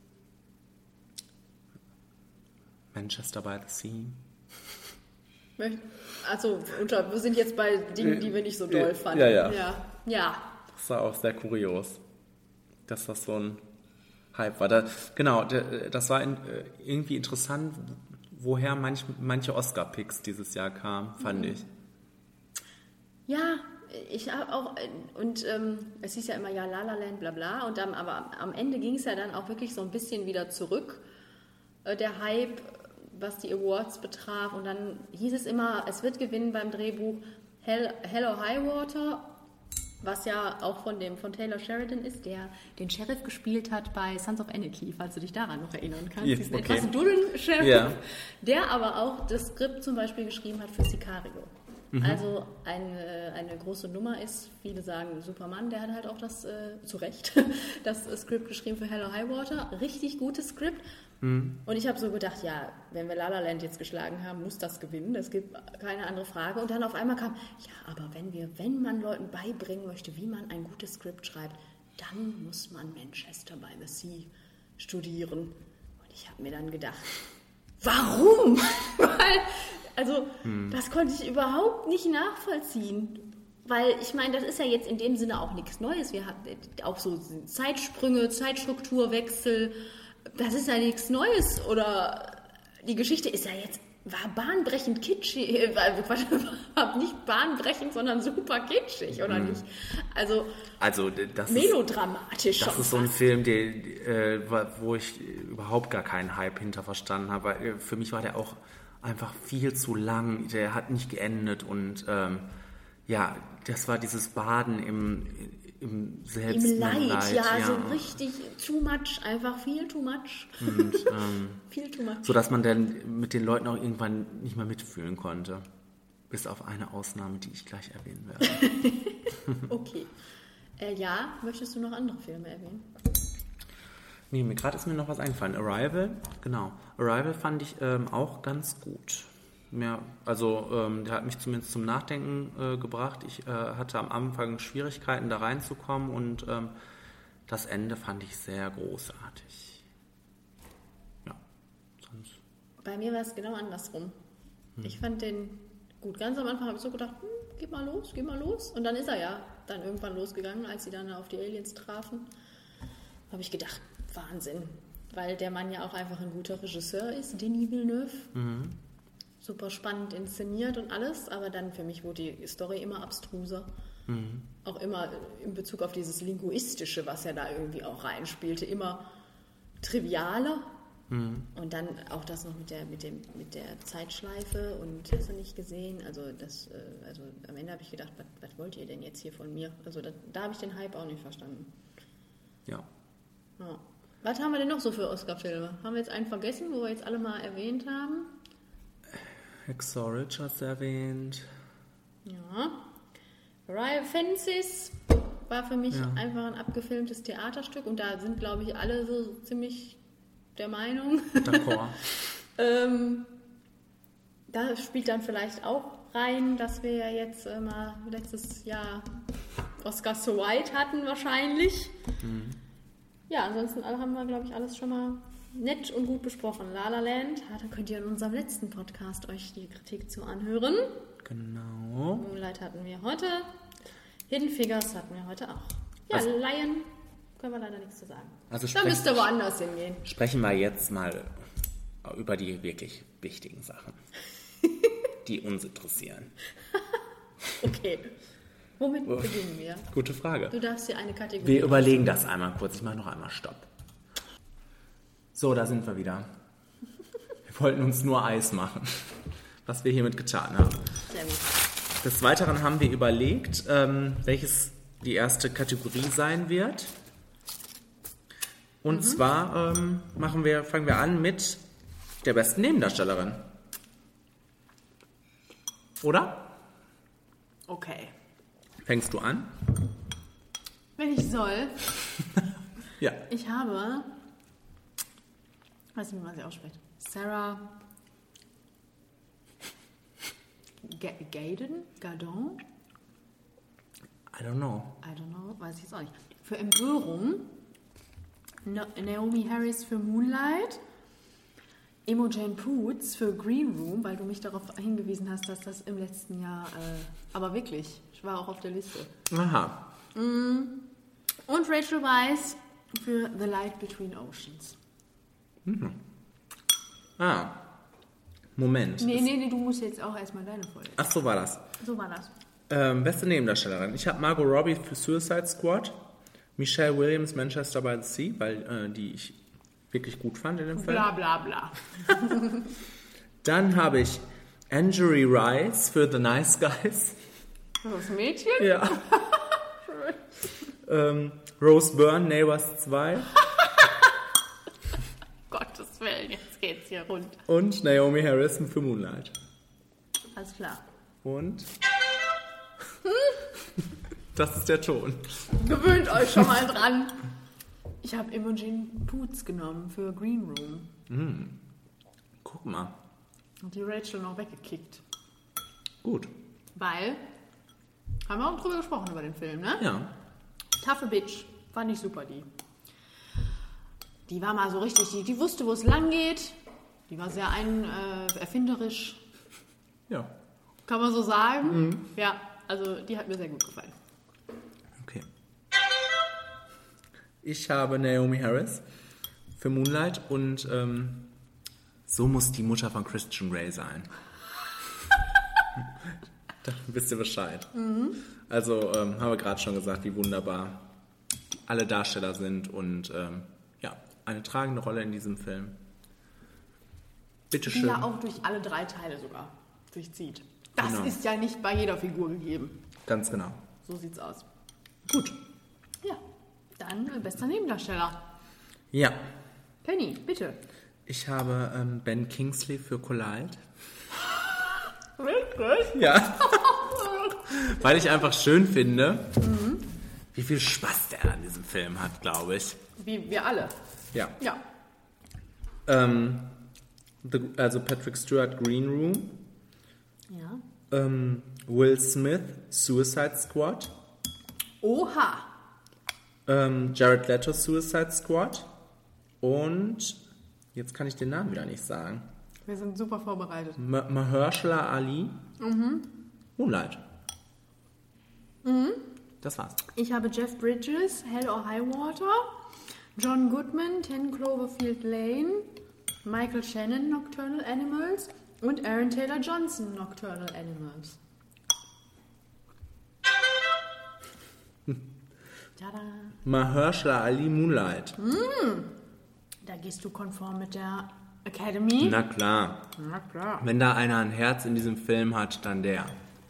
Manchester by the Sea. Also, unter, wir sind jetzt bei Dingen, die wir nicht so doll fanden. Ja, ja. ja. ja. Das war auch sehr kurios, dass das so ein Hype war. Da, genau, das war in, irgendwie interessant, woher manch, manche Oscar-Picks dieses Jahr kamen, fand mhm. ich. Ja, ich habe auch, und ähm, es hieß ja immer, ja, La La Land, bla bla, und dann, aber am Ende ging es ja dann auch wirklich so ein bisschen wieder zurück, äh, der Hype, was die Awards betraf, und dann hieß es immer, es wird gewinnen beim Drehbuch Hell, Hell or High Water, was ja auch von dem von Taylor Sheridan ist, der den Sheriff gespielt hat bei Sons of Anarchy, falls du dich daran noch erinnern kannst. Ja, Diesen okay. etwas dullen Sheriff, ja. der aber auch das Skript zum Beispiel geschrieben hat für Sicario. Mhm. Also eine, eine große Nummer ist, viele sagen Superman, der hat halt auch das, äh, zu Recht, das Skript geschrieben für Hell or High Water. Richtig gutes Skript. Mhm. Und ich habe so gedacht, ja, wenn wir La La Land jetzt geschlagen haben, muss das gewinnen. Es gibt keine andere Frage. Und dann auf einmal kam, ja, aber wenn wir, wenn man Leuten beibringen möchte, wie man ein gutes Skript schreibt, dann muss man Manchester by the Sea studieren. Und ich habe mir dann gedacht, warum? Weil, also, hm. das konnte ich überhaupt nicht nachvollziehen. Weil, ich meine, das ist ja jetzt in dem Sinne auch nichts Neues. Wir haben auch so Zeitsprünge, Zeitstrukturwechsel. Das ist ja nichts Neues. Oder die Geschichte ist ja jetzt, war bahnbrechend kitschig. Äh, war nicht bahnbrechend, sondern super kitschig, oder hm. nicht? Also, also das melodramatisch ist, das schon ist so ein Film, der, äh, wo ich überhaupt gar keinen Hype hinter verstanden habe. Weil für mich war der auch einfach viel zu lang. Der hat nicht geendet. Und ähm, ja, das war dieses Baden im... Im Selbstmitleid. Im Leid, ja, ja, so richtig too much, einfach viel too much. Und, ähm, viel too much. So dass man dann mit den Leuten auch irgendwann nicht mehr mitfühlen konnte. Bis auf eine Ausnahme, die ich gleich erwähnen werde. Okay. Äh, ja, möchtest du noch andere Filme erwähnen? Nee, mir gerade ist mir noch was eingefallen. Arrival, genau. Arrival fand ich ähm, auch ganz gut. Ja, also ähm, der hat mich zumindest zum Nachdenken äh, gebracht. Ich äh, hatte am Anfang Schwierigkeiten, da reinzukommen, und ähm, das Ende fand ich sehr großartig. Ja, sonst. Bei mir war es genau andersrum. Hm. Ich fand den gut. Ganz am Anfang habe ich so gedacht, hm, geh mal los, geh mal los. Und dann ist er ja dann irgendwann losgegangen, als sie dann auf die Aliens trafen. Habe ich gedacht, Wahnsinn. Weil der Mann ja auch einfach ein guter Regisseur ist, Denis Villeneuve. Mhm. Super spannend inszeniert und alles, aber dann für mich wurde die Story immer abstruser. Mhm. Auch immer in Bezug auf dieses Linguistische, was ja da irgendwie auch reinspielte, immer trivialer. Mhm. Und dann auch das noch mit der, mit dem, mit der Zeitschleife und hast du nicht gesehen. Also, das, also am Ende habe ich gedacht, was, was wollt ihr denn jetzt hier von mir? Also da, da habe ich den Hype auch nicht verstanden. Ja. ja. Was haben wir denn noch so für Oscar-Filme? Haben wir jetzt einen vergessen, wo wir jetzt alle mal erwähnt haben? Hacksaw Ridge hast du erwähnt. Ja. Riot Fences war für mich ja. einfach ein abgefilmtes Theaterstück, und da sind, glaube ich, alle so ziemlich der Meinung. D'accord. ähm, da spielt dann vielleicht auch rein, dass wir ja jetzt äh, mal letztes Jahr Oscar So White hatten wahrscheinlich. Mhm. Ja, ansonsten haben wir, glaube ich, alles schon mal nett und gut besprochen. La La Land, ja, da könnt ihr in unserem letzten Podcast euch die Kritik zu anhören. Genau. Moonlight hatten wir heute. Hidden Figures hatten wir heute auch. Ja, also, Lion können wir leider nichts zu sagen. Also da müsst ihr woanders hingehen. Sprechen wir jetzt mal über die wirklich wichtigen Sachen, die uns interessieren. Okay. Womit beginnen wir? Gute Frage. Du darfst hier eine Kategorie. Wir überlegen das einmal kurz. Ich mache noch einmal Stopp. So, da sind wir wieder. Wir wollten uns nur Eis machen, was wir hiermit getan haben. Sehr gut. Des Weiteren haben wir überlegt, ähm, welches die erste Kategorie sein wird. Und mhm. zwar ähm, machen wir, fangen wir an mit der besten Nebendarstellerin. Oder? Okay. Fängst du an? Wenn ich soll. Ja. Ich habe... Ich weiß nicht, wie man sie ausspricht. Sarah G- Gadon? Gadon? I don't know. I don't know, weiß ich jetzt auch nicht. Für Empörung, no- Naomi Harris für Moonlight, Imogen Poots für Green Room, weil du mich darauf hingewiesen hast, dass das im letzten Jahr, äh, aber wirklich, ich war auch auf der Liste. Aha. Mm. Und Rachel Weisz für The Light Between Oceans. Mhm. Ah, Moment. Nee, nee, nee, du musst jetzt auch erstmal deine Folge. Ach, so war das. So war das. Ähm, beste Nebendarstellerin. Ich habe Margot Robbie für Suicide Squad, Michelle Williams, Manchester by the Sea, weil äh, die ich wirklich gut fand in dem Film. Bla bla bla. Dann habe ich Anjali Rice für The Nice Guys. Das Mädchen? Ja. ähm, Rose Byrne, Neighbors zwei. Gottes Willen, jetzt geht's hier rund. Und Naomi Harrison für Moonlight. Alles klar. Und? Das ist der Ton. Gewöhnt euch schon mal dran. Ich habe Imogen Poots genommen für Green Room. Mm. Guck mal. Und die Rachel noch weggekickt. Gut. Weil, haben wir auch drüber gesprochen über den Film, ne? Ja. Tough Bitch. Fand ich super, die. Die war mal so richtig, die, die wusste, wo es lang geht. Die war sehr ein, äh, erfinderisch. Ja. Kann man so sagen? Mhm. Ja, also die hat mir sehr gut gefallen. Okay. Ich habe Naomi Harris für Moonlight und ähm, so muss die Mutter von Christian Grey sein. Da wisst ihr Bescheid. Mhm. Also ähm, habe gerade schon gesagt, wie wunderbar alle Darsteller sind und ähm, ja, eine tragende Rolle in diesem Film. Bitteschön. Die ja auch durch alle drei Teile sogar durchzieht. Das Genau. ist ja nicht bei jeder Figur gegeben. Ganz genau. So sieht's aus. Gut. Ja, dann äh, bester Nebendarsteller. Ja. Penny, bitte. Ich habe ähm, Ben Kingsley für Collide. Wirklich? Ja. Weil ich einfach schön finde, Mhm. wie viel Spaß der an diesem Film hat, glaube ich. Wie wir alle. Ja. Ja. Ähm, the, also Patrick Stewart, Green Room. Ja. Ähm, Will Smith, Suicide Squad. Oha. Ähm, Jared Leto, Suicide Squad. Und jetzt kann ich den Namen wieder nicht sagen. Wir sind super vorbereitet. Ma- Mahershala Ali, Mhm. Moonlight. Mhm. Das war's. Ich habe Jeff Bridges, Hell or High Water, John Goodman, Ten Cloverfield Lane, Michael Shannon, Nocturnal Animals und Aaron Taylor Johnson, Nocturnal Animals. Tada. Mahershala Ali, Moonlight. Mm. Da gehst du konform mit der Academy. Na klar. Na klar. Wenn da einer ein Herz in diesem Film hat, dann der.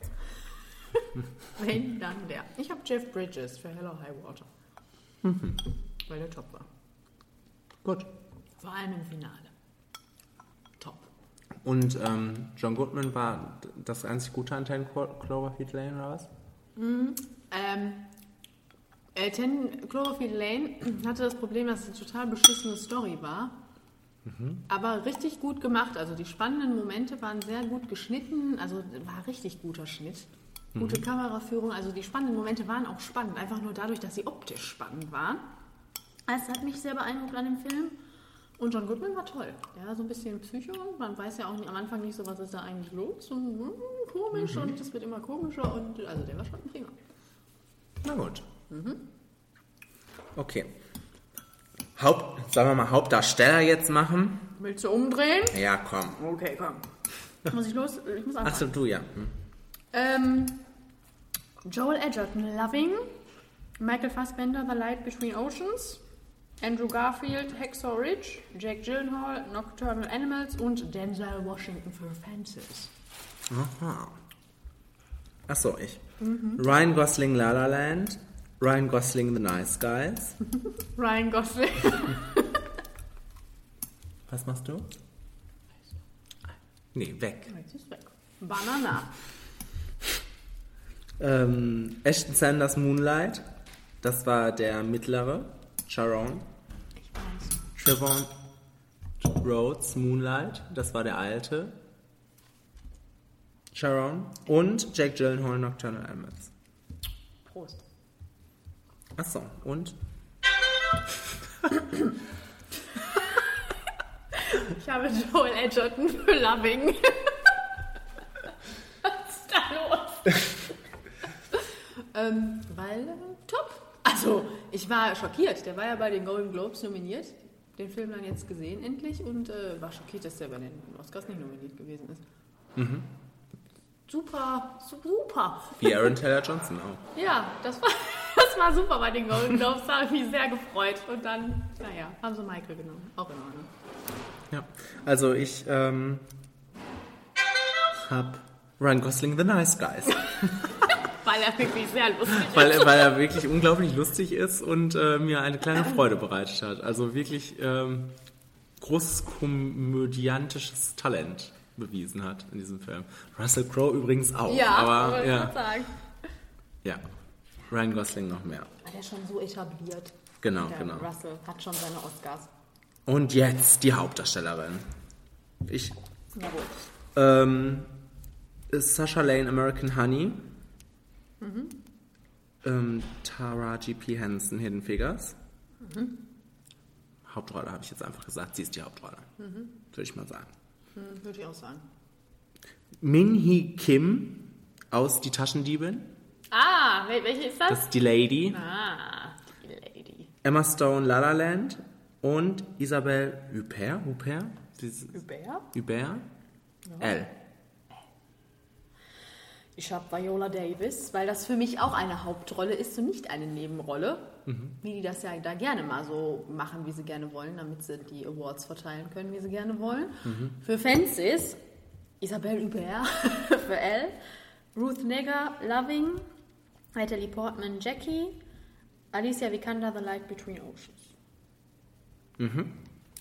Wenn, dann der. Ich habe Jeff Bridges für Hell or High Water. Mhm. Weil der top war. Gut. Vor allem im Finale. Top. Und ähm, John Goodman war das einzig Gute an Ten Cloverfield Lane, oder was? Mhm. Ähm, äh, Ten Cloverfield Lane hatte das Problem, dass es eine total beschissene Story war. Mhm. Aber richtig gut gemacht. Also die spannenden Momente waren sehr gut geschnitten. Also war richtig guter Schnitt. Gute Mhm. Kameraführung. Also die spannenden Momente waren auch spannend. Einfach nur dadurch, dass sie optisch spannend waren. Es hat mich sehr beeindruckt an dem Film. Und John Goodman war toll. Der war so ein bisschen Psycho. Man weiß ja auch nicht, am Anfang nicht so, was ist da eigentlich los. Und hm, komisch Mhm. und es wird immer komischer. Und also der war schon prima. Na gut. Mhm. Okay. Haupt, sagen wir mal, Hauptdarsteller jetzt machen. Willst du umdrehen? Ja, komm. Okay, komm. Muss ich los? Ich muss anfangen. Achso, du ja. Hm. Ähm, Joel Edgerton, Loving. Michael Fassbender, The Light Between Oceans. Andrew Garfield, Hacksaw Ridge. Jake Gyllenhaal, Nocturnal Animals. Und Denzel Washington für Fences. Aha. Achso, ich. Mhm. Ryan Gosling, La La Land. Ryan Gosling, The Nice Guys. Ryan Gosling. Was machst du? Nee, weg. Jetzt ist weg. Banana. Ähm, Ashton Sanders, Moonlight. Das war der mittlere. Sharon. Ich weiß. Trevor Rhodes, Moonlight. Das war der alte. Sharon. Und Jake Gyllenhaal, Nocturnal Animals. Prost. Achso, und? Ich habe Joel Edgerton für Loving. Was ist da los? ähm, weil, äh, top. Also, ich war schockiert. Der war ja bei den Golden Globes nominiert. Den Film dann jetzt gesehen, endlich. Und äh, war schockiert, dass der bei den Oscars nicht nominiert gewesen ist. Mhm. super, super. Wie Aaron Taylor Johnson auch. Ja, das war, das war super bei den Golden Globes. Da habe ich mich sehr gefreut. Und dann, naja, haben sie Michael genommen. Auch in Ordnung. Ja, also ich ähm, habe Ryan Gosling The Nice Guys. Weil er wirklich sehr lustig weil, ist. Weil er wirklich unglaublich lustig ist und äh, mir eine kleine Freude bereitet hat. Also wirklich ähm, großes komödiantisches Talent bewiesen hat in diesem Film. Russell Crowe übrigens auch. Ja, aber ja. Ich sagen. Ja, Ryan Gosling noch mehr. Der ist schon so etabliert. Genau, der genau. Russell hat schon seine Oscars. Und jetzt die Hauptdarstellerin. Ich. Jawohl. Ähm, ist Sasha Lane American Honey. Mhm. Ähm, Tara G P Henson Hidden Figures. Mhm. Hauptrolle habe ich jetzt einfach gesagt. Sie ist die Hauptrolle. Mhm. Würde ich mal sagen. Mhm, würde ich auch sagen. Min Hee Kim aus Die Taschendiebin. Ah, wel- welche ist das? Das ist die Lady. Ah, die Lady. Emma Stone La La Land und Isabelle Huppert. Huppert? Hubert? Hubert? L. Ich habe Viola Davis, weil das für mich auch eine Hauptrolle ist und nicht eine Nebenrolle. Mhm. Wie die das ja da gerne mal so machen, wie sie gerne wollen, damit sie die Awards verteilen können, wie sie gerne wollen. Mhm. Für Fans ist Isabelle Huppert für Elle, Ruth Negga, Loving, Natalie Portman, Jackie, Alicia Vikander, The Light Between Oceans. Mhm.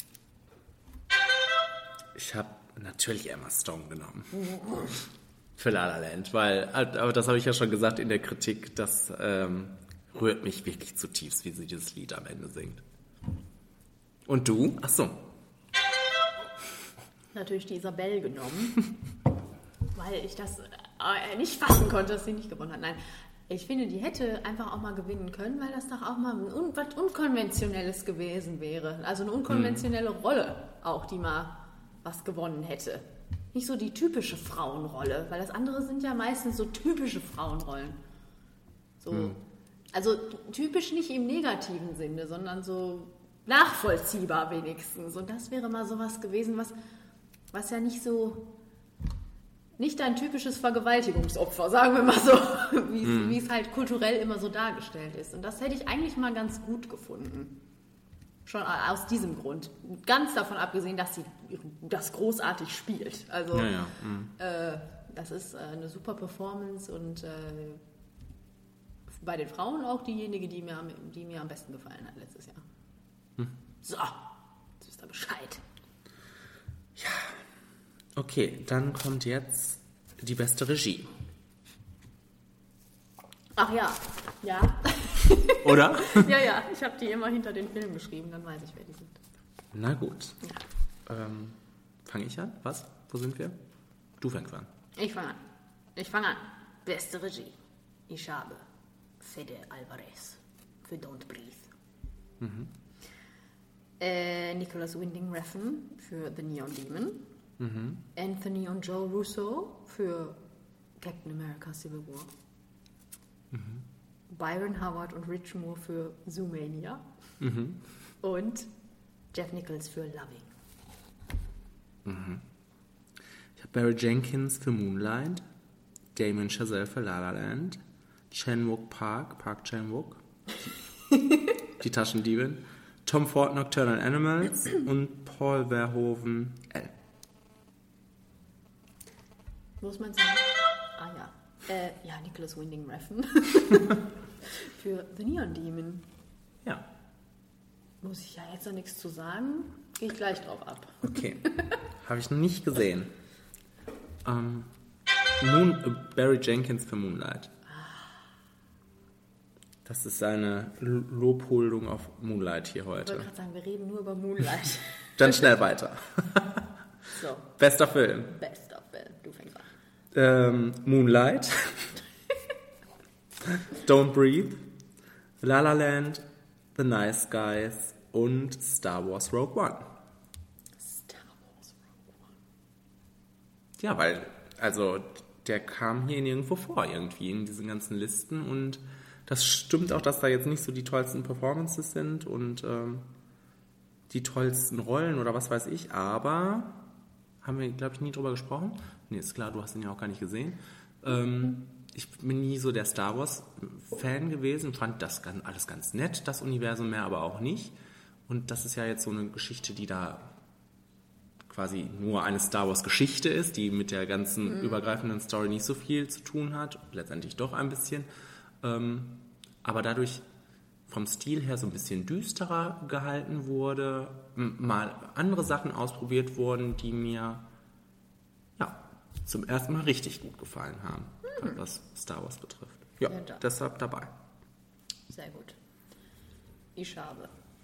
Ich habe natürlich Emma Stone genommen. Für La La Land, weil, aber das habe ich ja schon gesagt in der Kritik, das ähm, rührt mich wirklich zutiefst, wie sie dieses Lied am Ende singt. Und du? Ach so. Natürlich die Isabelle genommen, weil ich das äh, nicht fassen konnte, dass sie nicht gewonnen hat. Nein, ich finde, die hätte einfach auch mal gewinnen können, weil das doch auch mal ein un- was Unkonventionelles gewesen wäre. Also eine unkonventionelle Rolle auch, die mal was gewonnen hätte. Nicht so die typische Frauenrolle, weil das andere sind ja meistens so typische Frauenrollen. So, Hm. Also typisch nicht im negativen Sinne, sondern so nachvollziehbar wenigstens. Und das wäre mal sowas gewesen, was, was ja nicht so, nicht ein typisches Vergewaltigungsopfer, sagen wir mal so, wie Hm. es halt kulturell immer so dargestellt ist. Und das hätte ich eigentlich mal ganz gut gefunden. Schon aus diesem Grund. Ganz davon abgesehen, dass sie das großartig spielt. Also Ja, ja. Mhm. äh, das ist äh, eine super Performance und äh, bei den Frauen auch diejenige, die mir, am- die mir am besten gefallen hat letztes Jahr. Hm. So, jetzt wisst ihr Bescheid. Okay, dann kommt jetzt die beste Regie. Ach ja, ja. Oder? ja, ja, ich habe die immer hinter den Film geschrieben, dann weiß ich, wer die sind. Na gut. Ähm, fange ich an? Was? Wo sind wir? Du fängst an. Ich fange an. Ich fange an. Beste Regie. Ich habe Fede Alvarez für Don't Breathe. Mhm. Äh, Nicholas Winding Refn für The Neon Demon. Mhm. Anthony und Joe Russo für Captain America Civil War. Mhm. Byron Howard und Rich Moore für Zoomania. Mhm. Und Jeff Nichols für Loving. Mhm. Ich habe Barry Jenkins für Moonlight, Damien Chazelle für La La Land, Chan-wook Park, Park Chan-wook, die Taschendiebin, Tom Ford Nocturnal Animals und Paul Verhoeven L. Muss man sagen? Ah ja. Äh, ja, Nicholas Winding Refn für The Neon Demon. Ja. Muss ich ja jetzt noch nichts zu sagen. Gehe ich gleich drauf ab. Okay. Habe ich noch nicht gesehen. Ähm, Moon, äh, Barry Jenkins für Moonlight. Das ist eine L- Lobhuldung auf Moonlight hier Ich wollte heute. gerade sagen, wir reden nur über Moonlight. Dann schnell weiter. So. Bester Film. Bester Film. Du fängst an. Ähm, Moonlight. Don't Breathe. La La Land. The Nice Guys und Star Wars Rogue One. Star Wars Rogue One. Ja, weil, also, der kam hier nirgendwo vor, irgendwie, in diesen ganzen Listen. Und das stimmt auch, dass da jetzt nicht so die tollsten Performances sind und ähm, die tollsten Rollen oder was weiß ich. Aber Haben wir, glaube ich, nie drüber gesprochen. Nee, ist klar, du hast ihn ja auch gar nicht gesehen. Ähm, ich bin nie so der Star Wars-Fan gewesen, fand das ganz, alles ganz nett, das Universum mehr, aber auch nicht. Und das ist ja jetzt so eine Geschichte, die da quasi nur eine Star Wars-Geschichte ist, die mit der ganzen mhm. übergreifenden Story nicht so viel zu tun hat, letztendlich doch ein bisschen. Ähm, aber dadurch vom Stil her so ein bisschen düsterer gehalten wurde, m- mal andere Sachen ausprobiert wurden, die mir ja, zum ersten Mal richtig gut gefallen haben, mhm. was Star Wars betrifft. Ja, ja deshalb dabei. Sehr gut. Ich habe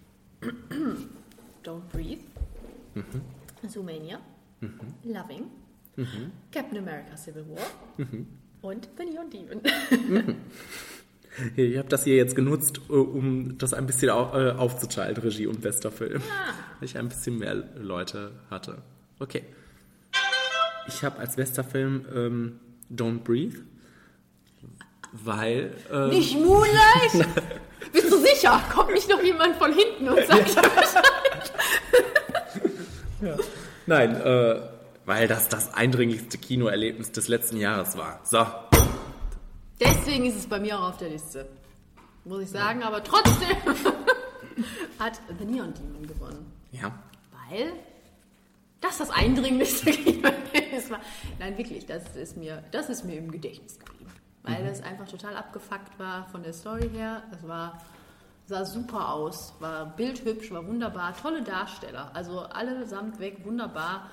Don't Breathe, mhm. Zoomania, mhm. Loving, mhm. Captain America Civil War mhm. und The Neon Demon. Mhm. Ich habe das hier jetzt genutzt, um das ein bisschen aufzuteilen, Regie und bester Film. Ah. Weil ich ein bisschen mehr Leute hatte. Okay. Ich habe als bester Film ähm, Don't Breathe, weil... Ähm, nicht Moonlight? Bist du sicher? Kommt nicht noch jemand von hinten und sagt ja. Bescheid? Ja. Nein, äh, weil das das eindringlichste Kinoerlebnis des letzten Jahres war. So. Deswegen ist es bei mir auch auf der Liste. Muss ich sagen, aber trotzdem hat The Neon Demon gewonnen. Ja. Weil das das eindringlichste Kinoerlebnis war. Nein, wirklich, das ist mir, das ist mir im Gedächtnis geblieben. Weil mhm. das einfach total abgefuckt war von der Story her. Es war, sah super aus, war bildhübsch, war wunderbar, tolle Darsteller. Also allesamt weg, wunderbar.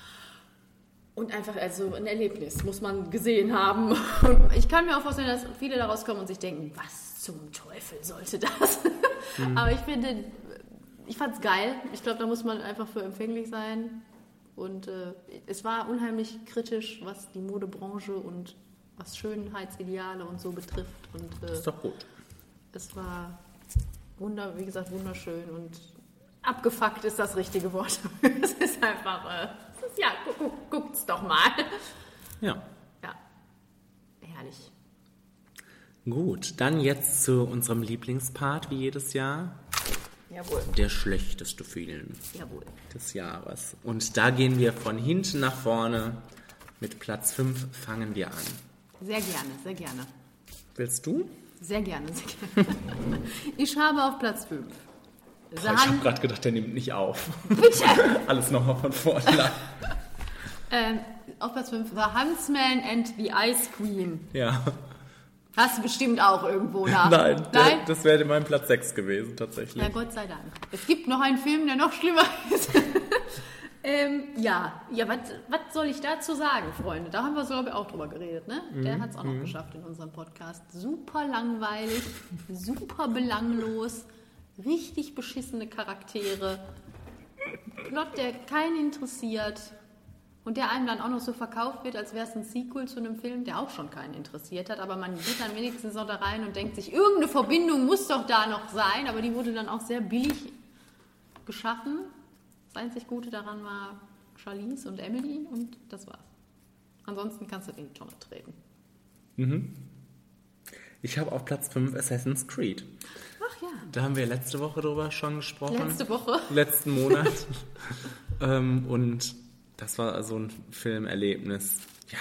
Und einfach also ein Erlebnis, muss man gesehen haben. Und ich kann mir auch vorstellen, dass viele da rauskommen und sich denken, was zum Teufel sollte das? Mhm. Aber ich finde, ich fand es geil. Ich glaube, da muss man einfach für empfänglich sein. Und äh, es war unheimlich kritisch, was die Modebranche und was Schönheitsideale und so betrifft. Und, äh, das ist doch gut. Es war, wunder, wie gesagt, wunderschön und abgefuckt ist das richtige Wort. Es ist einfach... Äh, Ja, gu- gu- guckt's doch mal. Ja. Ja, herrlich. Gut, dann jetzt zu unserem Lieblingspart, wie jedes Jahr. Jawohl. Der schlechteste Film Jawohl. des Jahres. Und da gehen wir von hinten nach vorne. Mit Platz fünf fangen wir an. Sehr gerne, sehr gerne. Willst du? Sehr gerne, sehr gerne. Ich habe auf Platz fünf. Boah, ich habe gerade gedacht, der nimmt nicht auf. Bitte! Alles nochmal von vorne. ähm, auf Platz fünf The Huntsman and the Ice Queen. Ja. Hast du bestimmt auch irgendwo nach. Nein, Nein? Der, das wäre mein Platz sechs gewesen, tatsächlich. Ja, Gott sei Dank. Es gibt noch einen Film, der noch schlimmer ist. ähm, ja, ja, was soll ich dazu sagen, Freunde? Da haben wir, glaube ich, auch drüber geredet, ne? Mhm. Der hat es auch noch mhm. geschafft in unserem Podcast. Super langweilig, super belanglos. Richtig beschissene Charaktere, Plot, der keinen interessiert und der einem dann auch noch so verkauft wird, als wäre es ein Sequel zu einem Film, der auch schon keinen interessiert hat, aber man geht dann wenigstens noch da rein und denkt sich, irgendeine Verbindung muss doch da noch sein, aber die wurde dann auch sehr billig geschaffen. Das einzig Gute daran war Charlize und Emily und das war's. Ansonsten kannst du in die Tonne treten. Mhm. Ich habe auf Platz fünf Assassin's Creed. Ach ja. Da haben wir letzte Woche drüber schon gesprochen. Letzte Woche? Letzten Monat. ähm, und das war so ein Filmerlebnis. Ja,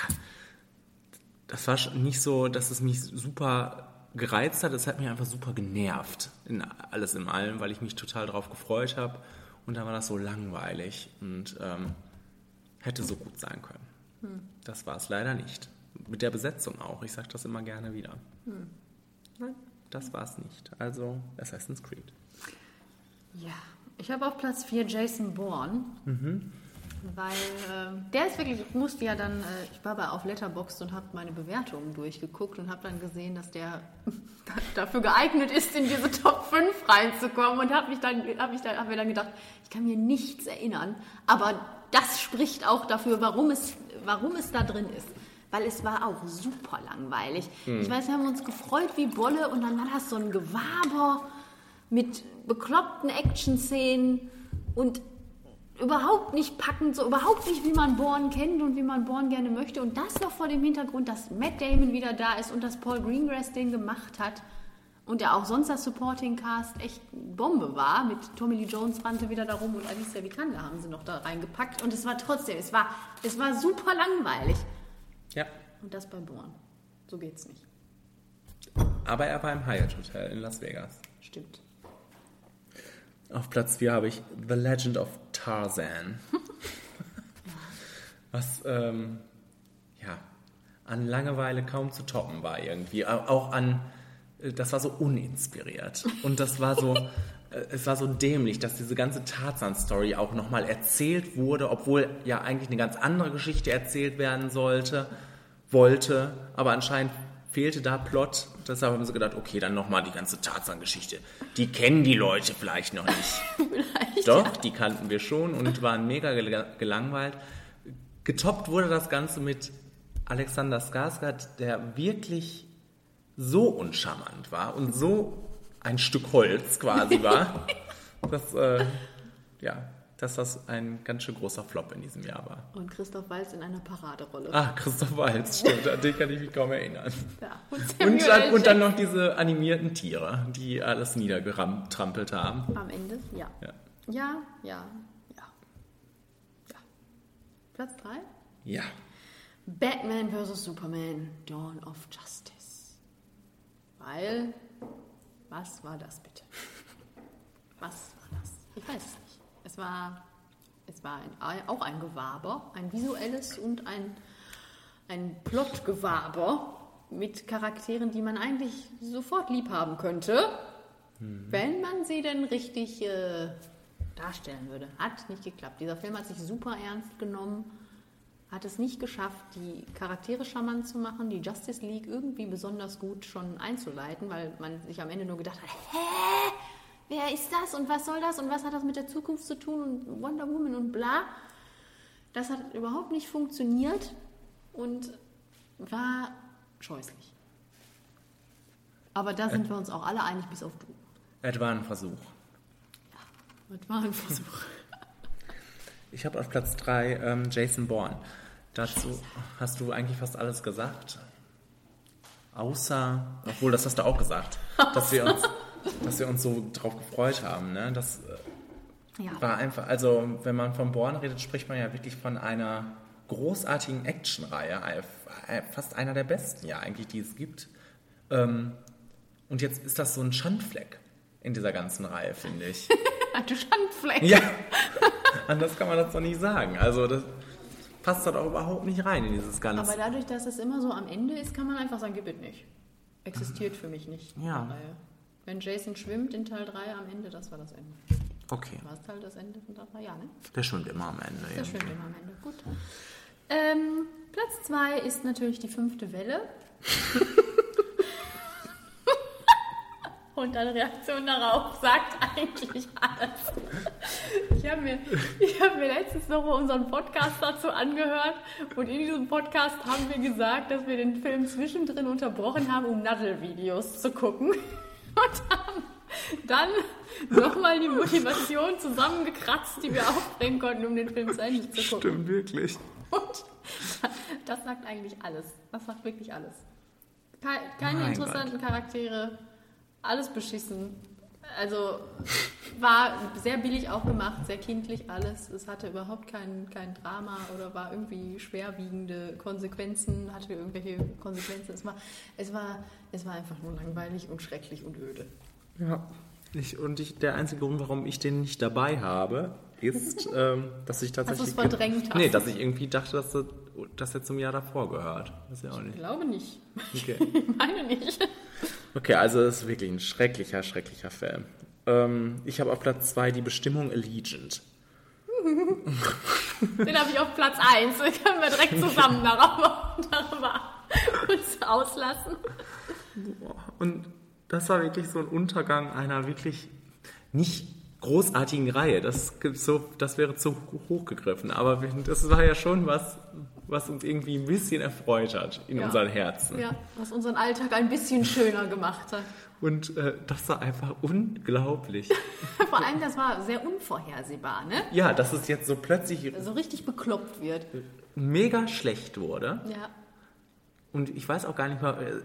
das war nicht so, dass es mich super gereizt hat. Es hat mich einfach super genervt. In alles in allem, weil ich mich total drauf gefreut habe. Und da war das so langweilig und ähm, hätte so gut sein können. Hm. Das war es leider nicht. Mit der Besetzung auch. Ich sage das immer gerne wieder. Hm. Nein, das war es nicht. Also Assassin's Creed. Ja, ich habe auf Platz vier Jason Bourne. Mhm. Weil äh, der ist wirklich, ich musste ja dann, äh, ich war bei auf Letterboxd und habe meine Bewertungen durchgeguckt und habe dann gesehen, dass der dafür geeignet ist, in diese Top fünf reinzukommen und habe mich dann, habe ich dann, hab mir dann gedacht, ich kann mir nichts erinnern, aber das spricht auch dafür, warum es, warum es da drin ist. Weil es war auch super langweilig. Hm. Ich weiß, wir haben uns gefreut wie Bolle und dann war das so ein Gewaber mit bekloppten Action-Szenen und überhaupt nicht packend, so überhaupt nicht, wie man Bourne kennt und wie man Bourne gerne möchte. Und das noch vor dem Hintergrund, dass Matt Damon wieder da ist und dass Paul Greengrass den gemacht hat. Und ja auch sonst das Supporting Cast echt Bombe war. Mit Tommy Lee Jones rannte wieder da rum und Alicia Vikander haben sie noch da reingepackt. Und es war trotzdem, es war, es war super langweilig. Ja. Und das bei Bourne. So geht's nicht. Aber er war im Hyatt Hotel in Las Vegas. Stimmt. Auf Platz vier habe ich The Legend of Tarzan. Was, ähm, ja, an Langeweile kaum zu toppen war irgendwie. Auch an, das war so uninspiriert. Und das war so, es war so dämlich, dass diese ganze Tarzan-Story auch nochmal erzählt wurde, obwohl ja eigentlich eine ganz andere Geschichte erzählt werden sollte, wollte, aber anscheinend fehlte da Plot. Deshalb haben sie gedacht, okay, dann nochmal die ganze Tarzan-Geschichte. Die kennen die Leute vielleicht noch nicht. vielleicht, Doch, ja. die kannten wir schon und waren mega gel- gelangweilt. Getoppt wurde das Ganze mit Alexander Skarsgård, der wirklich so uncharmant war und so ein Stück Holz quasi war, dass, äh, ja, dass das ein ganz schön großer Flop in diesem Jahr war. Und Christoph Waltz in einer Paraderolle. Ah, Christoph Waltz, stimmt, an den kann ich mich kaum erinnern. Ja, und, und, dann, und dann noch diese animierten Tiere, die alles niedergetrampelt haben. Am Ende, ja. Ja, ja, ja, ja. ja. Platz drei? Ja. Batman versus. Superman, Dawn of Justice. Weil, was war das bitte? Was war das? Ich weiß es nicht. Es war, es war ein, auch ein Gewaber, ein visuelles und ein, ein Plotgewaber mit Charakteren, die man eigentlich sofort lieb haben könnte, mhm. wenn man sie denn richtig äh, darstellen würde. Hat nicht geklappt. Dieser Film hat sich super ernst genommen, hat es nicht geschafft, die Charaktere charmant zu machen, die Justice League irgendwie besonders gut schon einzuleiten, weil man sich am Ende nur gedacht hat, hä? Wer ist das und was soll das und was hat das mit der Zukunft zu tun und Wonder Woman und bla. Das hat überhaupt nicht funktioniert und war scheußlich. Aber da sind wir uns auch alle einig, bis auf du. Es war ein Versuch. Ja, es war ein Versuch. Ich habe auf Platz drei ähm, Jason Bourne. Dazu hast du eigentlich fast alles gesagt. Außer, obwohl, das hast du auch gesagt, dass wir uns... dass wir uns so drauf gefreut haben. Ne? Das ja. war einfach, also wenn man von Bourne redet, spricht man ja wirklich von einer großartigen Actionreihe, fast einer der besten ja eigentlich, die es gibt. Und jetzt ist das so ein Schandfleck in dieser ganzen Reihe, finde ich. Du Schandfleck? Ja, anders kann man das doch nicht sagen. Also das passt halt auch überhaupt nicht rein in dieses Ganze. Aber dadurch, dass es immer so am Ende ist, kann man einfach sagen, gibt es nicht. Existiert für mich nicht. Ja. Wenn Jason schwimmt in Teil drei am Ende, das war das Ende. Okay. War es halt das Ende von Teil drei? Ja, ne? Der schwimmt immer am Ende. Der schwimmt immer am Ende, gut. Ähm, Platz zwei ist natürlich die fünfte Welle. Und deine Reaktion darauf sagt eigentlich alles. Ich habe mir, ich hab mir letztens noch mal unseren Podcast dazu angehört und in diesem Podcast haben wir gesagt, dass wir den Film zwischendrin unterbrochen haben, um Nadel-Videos zu gucken. Und haben dann nochmal die Motivation zusammengekratzt, die wir aufbringen konnten, um den Film zu Ende zu gucken. Stimmt, wirklich. Und das sagt eigentlich alles. Das sagt wirklich alles. Keine Mein interessanten Gott. Charaktere, alles beschissen. Also war sehr billig auch gemacht, sehr kindlich alles. Es hatte überhaupt kein, kein Drama oder war irgendwie schwerwiegende Konsequenzen, hatte irgendwelche Konsequenzen. Es war, es war, es war einfach nur langweilig und schrecklich und öde. Ja, ich, und ich, der einzige Grund, warum ich den nicht dabei habe, ist, ähm, dass ich tatsächlich... Dass du es verdrängt hast. Nee, dass ich irgendwie dachte, dass, das, dass er zum Jahr davor gehört. Das ist ja auch nicht. Ich glaube nicht. Okay. Ich meine nicht. Okay, also es ist wirklich ein schrecklicher, schrecklicher Film. Ähm, ich habe auf Platz zwei die Bestimmung Allegiant. Den habe ich auf Platz eins. Den können wir direkt zusammen darüber, darüber uns auslassen. Und das war wirklich so ein Untergang einer wirklich nicht großartigen Reihe. Das, gibt's so, das wäre zu hoch gegriffen. Aber das war ja schon was, was uns irgendwie ein bisschen erfreut hat in ja. unseren Herzen. Ja, was unseren Alltag ein bisschen schöner gemacht hat. Und äh, das war einfach unglaublich. Vor allem, das war sehr unvorhersehbar, ne? Ja, dass es jetzt so plötzlich... so richtig bekloppt wird. Mega schlecht wurde. Ja. Und ich weiß auch gar nicht mal...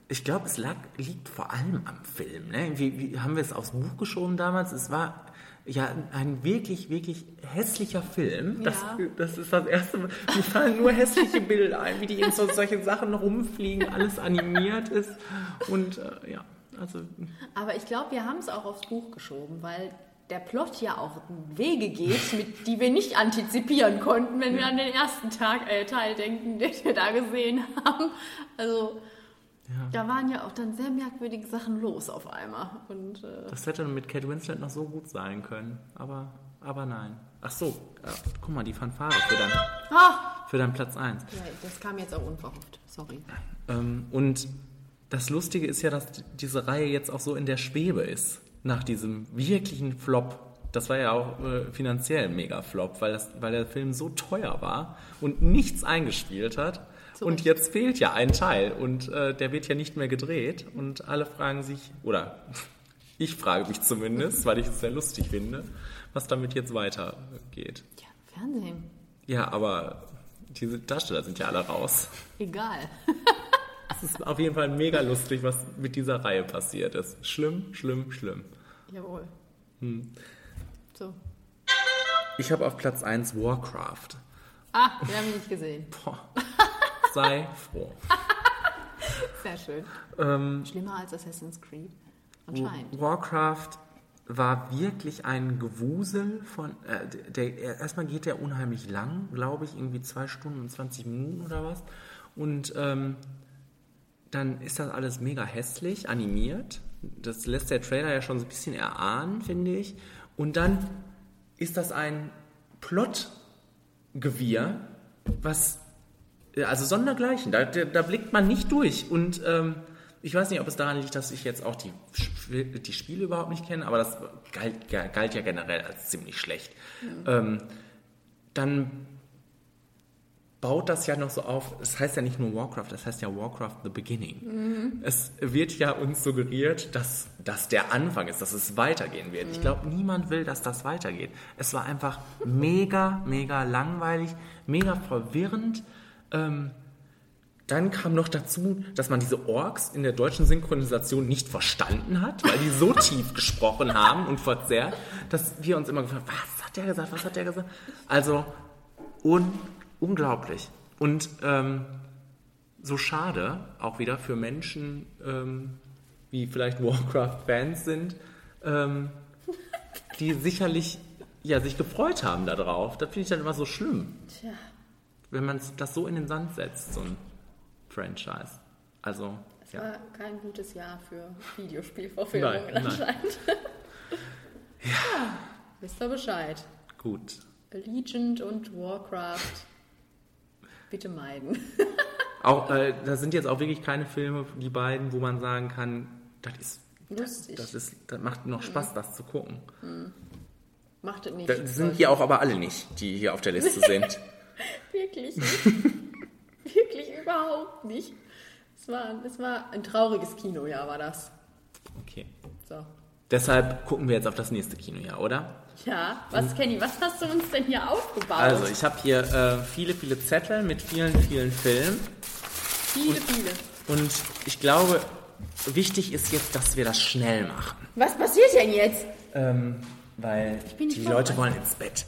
Ich glaube, es lag, liegt vor allem am Film. Ne? Wie, wie haben wir es aufs Buch geschoben damals? Es war ja ein wirklich, wirklich hässlicher Film. Das, Ja. das ist das erste Mal. Mir fallen nur hässliche Bilder ein, wie die in so solche Sachen rumfliegen, alles animiert ist. Und äh, ja, also. Aber ich glaube, wir haben es auch aufs Buch geschoben, weil der Plot ja auch Wege geht, mit, die wir nicht antizipieren konnten, wenn wir an den ersten Tag, äh, Teil denken, den wir da gesehen haben. Also Ja. da waren ja auch dann sehr merkwürdige Sachen los auf einmal. Und, äh, Das hätte mit Kate Winslet noch so gut sein können, aber, aber nein. Ach so, äh, guck mal, die Fanfare für dein, ah! für dein Platz eins. Ja, das kam jetzt auch unverhofft. Sorry. Ähm, und das Lustige ist ja, dass diese Reihe jetzt auch so in der Schwebe ist, nach diesem wirklichen Flop. Das war ja auch äh, finanziell ein Mega-Flop, weil, das, weil der Film so teuer war und nichts eingespielt hat. So und recht. jetzt fehlt ja ein Teil und äh, der wird ja nicht mehr gedreht und alle fragen sich, oder ich frage mich zumindest, weil ich es sehr lustig finde, was damit jetzt weitergeht. Ja, Fernsehen. Ja, aber diese Darsteller sind ja alle raus. Egal. Es ist auf jeden Fall mega lustig, was mit dieser Reihe passiert ist. Schlimm, schlimm, schlimm. Jawohl. Hm. So. Ich habe auf Platz eins Warcraft. Ah, wir haben ihn nicht gesehen. Boah. Sei froh. Sehr schön. Ähm, Schlimmer als Assassin's Creed. Anscheinend. Warcraft war wirklich ein Gewusel von. Äh, der, der, erstmal geht der unheimlich lang, glaube ich, irgendwie zwei Stunden und zwanzig Minuten oder was. Und ähm, dann ist das alles mega hässlich, animiert. Das lässt der Trailer ja schon so ein bisschen erahnen, finde ich. Und dann ist das ein Plotgewirr, was. Also sondergleichen, da, da, da blickt man nicht durch. Und ähm, ich weiß nicht, ob es daran liegt, dass ich jetzt auch die, die Spiele überhaupt nicht kenne, aber das galt, galt ja generell als ziemlich schlecht. Mhm. Ähm, dann baut das ja noch so auf, es heißt ja nicht nur Warcraft, das heißt ja Warcraft The Beginning. Mhm. Es wird ja uns suggeriert, dass das der Anfang ist, dass es weitergehen wird. Mhm. Ich glaube, niemand will, dass das weitergeht. Es war einfach mega, mega langweilig, mega verwirrend. Ähm, dann kam noch dazu, dass man diese Orks in der deutschen Synchronisation nicht verstanden hat, weil die so tief gesprochen haben und verzerrt, dass wir uns immer gefragt haben, was hat der gesagt, was hat der gesagt? Also un- unglaublich. Und ähm, so schade, auch wieder für Menschen, ähm, wie vielleicht Warcraft-Fans sind, ähm, die sicherlich ja, sich gefreut haben darauf. Das finde ich dann immer so schlimm. Tja. Wenn man das so in den Sand setzt, so ein Franchise. Also, Es ja. war kein gutes Jahr für Videospielverfilmungen Nein, nein. anscheinend. ja. ja, wisst ihr Bescheid. Gut. Allegiant und Warcraft bitte meiden. Auch, äh, das sind jetzt auch wirklich keine Filme, die beiden, wo man sagen kann, das ist lustig. Das, ist, das macht noch Spaß, mhm. das zu gucken. Mhm. Macht es nicht. Das sind hier auch aber alle nicht, die hier auf der Liste sind. Wirklich nicht. Wirklich überhaupt nicht. Es war, es war ein trauriges Kinojahr, war das. Okay. So. Deshalb gucken wir jetzt auf das nächste Kinojahr, oder? Ja, was, Kenny, was hast du uns denn hier aufgebaut? Also, ich habe hier äh, viele, viele Zettel mit vielen, vielen Filmen. Viele, und, viele. Und ich glaube, wichtig ist jetzt, dass wir das schnell machen. Was passiert denn jetzt? Ähm, weil die Leute wollen ins Bett.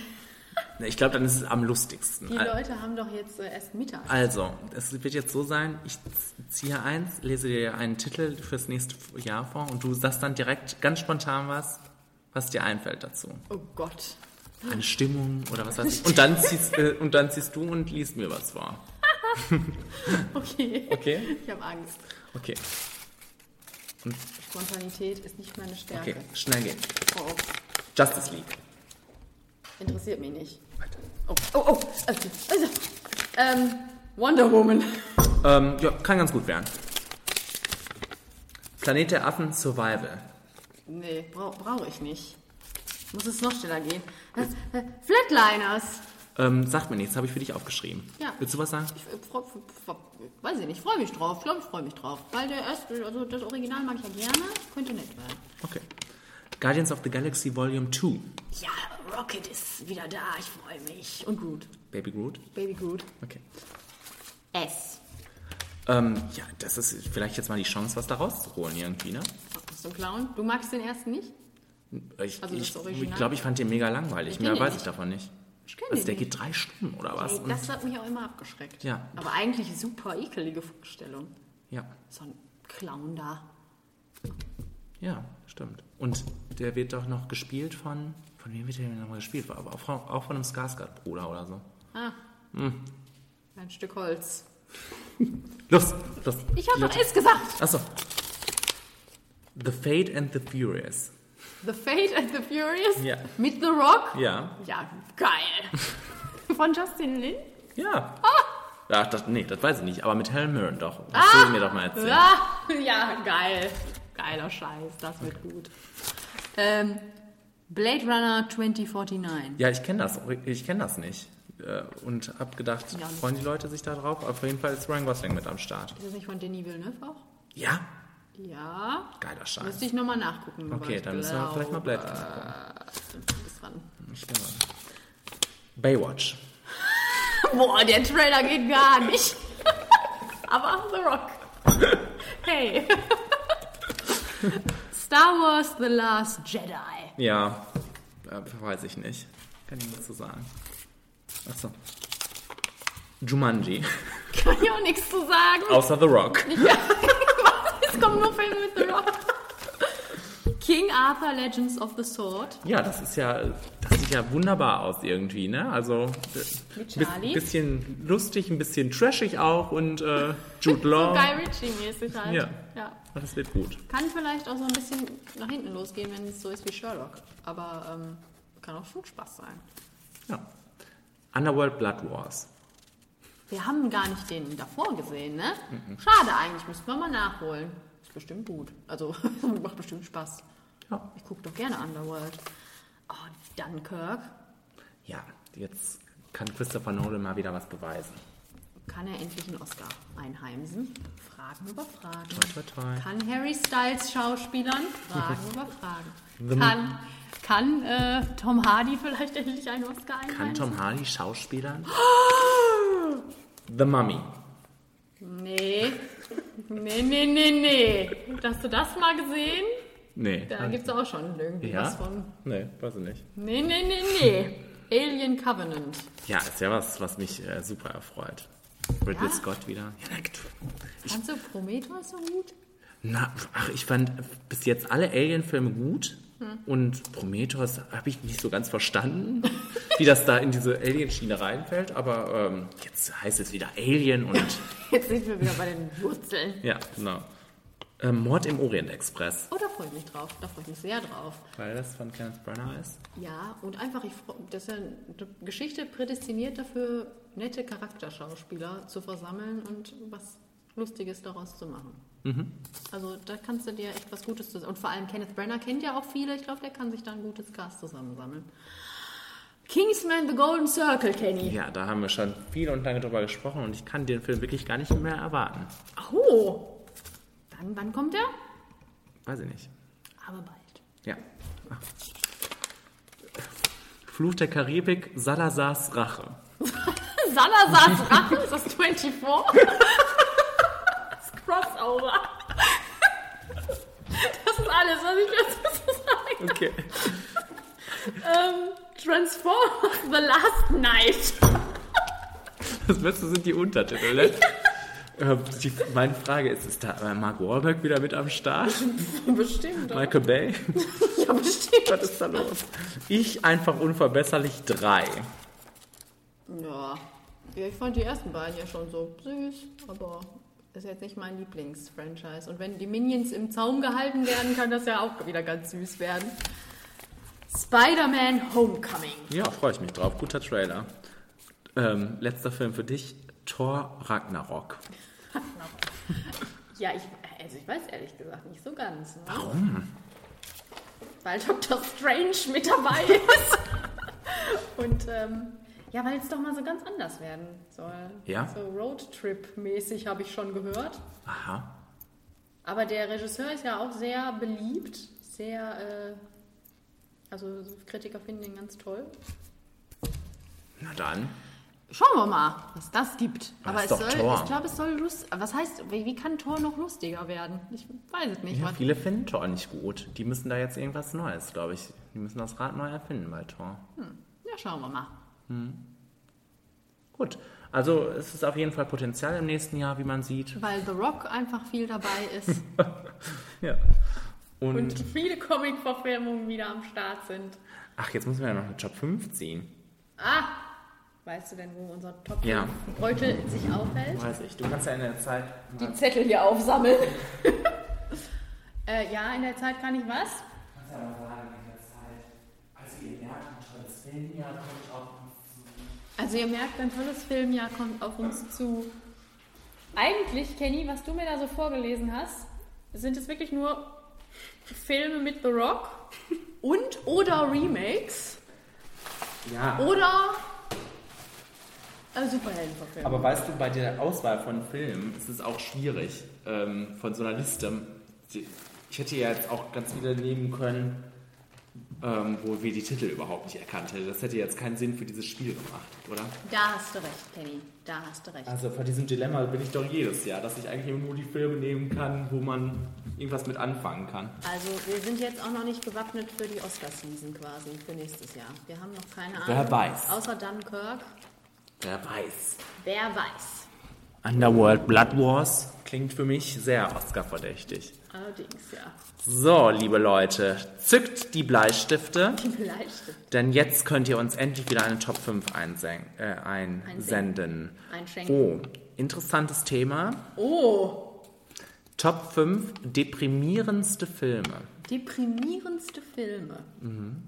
Ich glaube, dann ist es am lustigsten. Die Leute haben doch jetzt äh, erst Mittag. Also, es wird jetzt so sein, ich ziehe eins, lese dir einen Titel fürs nächste Jahr vor und du sagst dann direkt ganz spontan was, was dir einfällt dazu. Oh Gott. Eine Stimmung oder was weiß ich. Und dann ziehst, äh, und dann ziehst du und liest mir was vor. Okay. Okay? Ich habe Angst. Okay. Und Spontanität ist nicht meine Stärke. okay, schnell gehen. Oh, oh. Justice League. Interessiert mich nicht. Oh, oh, oh. Also, also. Ähm, Wonder Woman. Ähm, ja, kann ganz gut werden. Planet der Affen Survival. Nee, bra- brauche ich nicht. Muss es noch schneller gehen. Das, äh, Flatliners. Ähm, sagt mir nichts, habe ich für dich aufgeschrieben. Ja. Willst du was sagen? Ich, äh, freu, freu, freu, weiß ich nicht, freue mich drauf. Ich glaube, ich freue mich drauf. Weil der erste, also das Original mag ich ja gerne. Könnte nett werden. Okay. Guardians of the Galaxy Volume zwei. Ja, Rocket ist wieder da. Ich freue mich. Und Groot. Baby Groot. Baby Groot. Okay. S. Ähm, ja, das ist vielleicht jetzt mal die Chance, was da rauszuholen irgendwie, ne? Bist du ein Clown? Du magst den ersten nicht? Ich Also das ich, Original? ich glaube, ich fand den mega langweilig. Ich Mehr kenn den weiß nicht. ich davon nicht. Ich kenn Also den der nicht. geht drei Stunden oder was? Ey, Und- das hat mich auch immer abgeschreckt. Ja. Aber eigentlich super ekelige Vorstellung. Ja. So ein Clown da. Ja, stimmt. Und der wird doch noch gespielt von... Von wem wird der denn nochmal gespielt? Aber auch, auch von einem Skarsgård-Bruder oder so. Ah, Hm. ein Stück Holz. Los, los. Ich habe doch los. es gesagt. Achso. The Fate and the Furious. The Fate and the Furious? Ja. Mit The Rock? Ja. Ja, geil. Von Justin Lin? Ja. Ah, Ach, das, nee, das weiß ich nicht. Aber mit Helen Mirren doch. Das ah, will ich mir doch mal erzählen. ah, ja, geil. Geiler Scheiß, das wird gut. Ähm, Blade Runner zwanzig neunundvierzig. Ja, ich kenne das. Ich kenne das nicht. Äh, Und hab gedacht, Ja, nicht. freuen die Leute sich da drauf? Auf jeden Fall ist Ryan Gosling mit am Start. Ist das nicht von Denis Villeneuve auch? Ja? Ja. Geiler Scheiß. Müsste ich nochmal nachgucken. aber Okay, ich dann müssen wir vielleicht mal Blade glaube, gucken. Du bist dran. Ich bin mal. Baywatch. Boah, der Trailer geht gar nicht. Aber The Rock. Hey. Star Wars The Last Jedi. Ja, äh, weiß ich nicht. Kann ich nichts zu sagen. Achso. Jumanji. Kann ich auch nichts zu sagen. Außer The Rock. Ja. Es kommen nur Filme mit The Rock. King Arthur Legends of the Sword. Ja, das ist ja, das sieht ja wunderbar aus irgendwie, ne? Also Mit ein Charlie. bisschen lustig, ein bisschen trashig auch und äh, Jude Law. So Guy Ritchie-mäßig halt. Ja. ja. Das wird gut. Kann vielleicht auch so ein bisschen nach hinten losgehen, wenn es so ist wie Sherlock. Aber ähm, kann auch schon Spaß sein. Ja. Underworld Blood Wars. Wir haben gar nicht den davor gesehen, ne? Mhm. Schade eigentlich, müssten wir mal nachholen. Ist bestimmt gut. Also macht bestimmt Spaß. Ja. Ich gucke doch gerne Underworld. Oh, Dunkirk. Ja, jetzt kann Christopher Nolan mal wieder was beweisen. Kann er endlich einen Oscar einheimsen? Fragen über Fragen. Toi, toi, toi. Kann Harry Styles Schauspielern? Fragen über Fragen. The Kann, kann äh, Tom Hardy vielleicht endlich einen Oscar einheimsen? Kann Tom Hardy Schauspielern? The Mummy. Nee. Nee, nee, nee, nee. Hast du das mal gesehen? Nee. Da gibt es auch schon irgendwie Ja? was von. Nee, weiß ich nicht. Nee, nee, nee, nee. Alien Covenant. Ja, ist ja was, was mich äh, super erfreut. Ridley Ja? Scott wieder. Ja, na, Fandst du Prometheus so gut? na, ach, ich fand bis jetzt alle Alien-Filme gut. Hm. Und Prometheus habe ich nicht so ganz verstanden, wie das da in diese Alien-Schiene reinfällt. Aber ähm, jetzt heißt es wieder Alien und... Jetzt sind wir wieder bei den Wurzeln. ja, genau. Ähm, Mord im Orient Express. Oh, da freue ich mich drauf. Da freue ich mich sehr drauf. Weil das von Kenneth Branagh ist. Ja, und einfach, ich, freu- das ist ja eine Geschichte prädestiniert dafür, nette Charakterschauspieler zu versammeln und was Lustiges daraus zu machen. Mhm. Also da kannst du dir echt was Gutes zusammen... Und vor allem Kenneth Branagh kennt ja auch viele. Ich glaube, der kann sich da ein gutes Cast zusammensammeln. Kingsman The Golden Circle, Kenny. Ja, da haben wir schon viel und lange drüber gesprochen und ich kann den Film wirklich gar nicht mehr erwarten. Oh, dann, wann kommt der? Weiß ich nicht. Aber bald. Ja. Ach. Fluch der Karibik, Salazars Rache. Salazars Rache? Ist das vierundzwanzig? Das Crossover. Das ist alles, was ich dazu sagen. Okay. ähm, Transformers The Last Night. Das Beste sind die Untertitel, ne? Ähm, die, meine Frage ist, ist da äh, Mark Wahlberg wieder mit am Start? Bestimmt. Oder? Michael Bay? Ja, bestimmt. Was ist da los? Ich einfach unverbesserlich drei. Ja. ja, ich fand die ersten beiden ja schon so süß, aber ist jetzt nicht mein Lieblingsfranchise. Und wenn die Minions im Zaum gehalten werden, kann das ja auch wieder ganz süß werden. Spider-Man Homecoming. Ja, freue ich mich drauf. Guter Trailer. Ähm, letzter Film für dich, Thor Ragnarok. Ja, ich, also ich weiß ehrlich gesagt nicht so ganz. Ne? Warum? Weil Doctor Strange mit dabei ist. Und ähm, ja, weil es doch mal so ganz anders werden soll. Ja? So Roadtrip-mäßig habe ich schon gehört. Aha. Aber der Regisseur ist ja auch sehr beliebt. Sehr, äh, also Kritiker finden ihn ganz toll. Na dann. Schauen wir mal, was das gibt. Aber Aber ist es doch soll, Thor. ich glaube, es soll lust. Was heißt, wie, wie kann Thor noch lustiger werden? Ich weiß es nicht. Ja, was- viele finden Thor nicht gut. Die müssen da jetzt irgendwas Neues, glaube ich. Die müssen das Rad neu erfinden bei Thor. Hm. Ja, schauen wir mal. Hm. Gut, also es ist auf jeden Fall Potenzial im nächsten Jahr, wie man sieht. Weil The Rock einfach viel dabei ist. Ja. Und, Und viele Comic-Verfilmungen wieder am Start sind. ach, jetzt müssen wir ja noch eine Top fünf ziehen. Ah! Weißt du denn, wo unser Top Ja. Beutel sich aufhält? Weiß ich, du kannst ja in der Zeit... Die Zettel hier aufsammeln. äh, ja, in der Zeit kann ich was? Kannst ja mal sagen, in der Zeit. Also ihr merkt, ein tolles Filmjahr kommt auf uns zu. Also ihr merkt, ein tolles Filmjahr kommt auf uns zu. Eigentlich, Kenny, was du mir da so vorgelesen hast, sind es wirklich nur Filme mit The Rock und oder Remakes Ja. oder äh, Superheldenverfilmungen. Aber weißt du, bei der Auswahl von Filmen ist es auch schwierig, ähm, von so einer Liste. Ich hätte ja jetzt auch ganz viele nehmen können, ähm, wo wir die Titel überhaupt nicht erkannt hätten. Das hätte jetzt keinen Sinn für dieses Spiel gemacht, oder? Da hast du recht, Kenny. Da hast du recht. Also vor diesem Dilemma bin ich doch jedes Jahr, dass ich eigentlich nur die Filme nehmen kann, wo man irgendwas mit anfangen kann. Also wir sind jetzt auch noch nicht gewappnet für die Oscar-Season quasi, für nächstes Jahr. Wir haben noch keine Ahnung. Wer weiß. Außer Dunkirk. Wer weiß. Wer weiß. Underworld Blood Wars klingt für mich sehr Oscar-verdächtig. Allerdings, ja. So, liebe Leute, zückt die Bleistifte. Die Bleistifte. Denn jetzt könnt ihr uns endlich wieder eine Top fünf einsen äh, einsenden. Einschenken. Oh, interessantes Thema. Oh, Top fünf deprimierendste Filme. deprimierendste Filme. Mhm.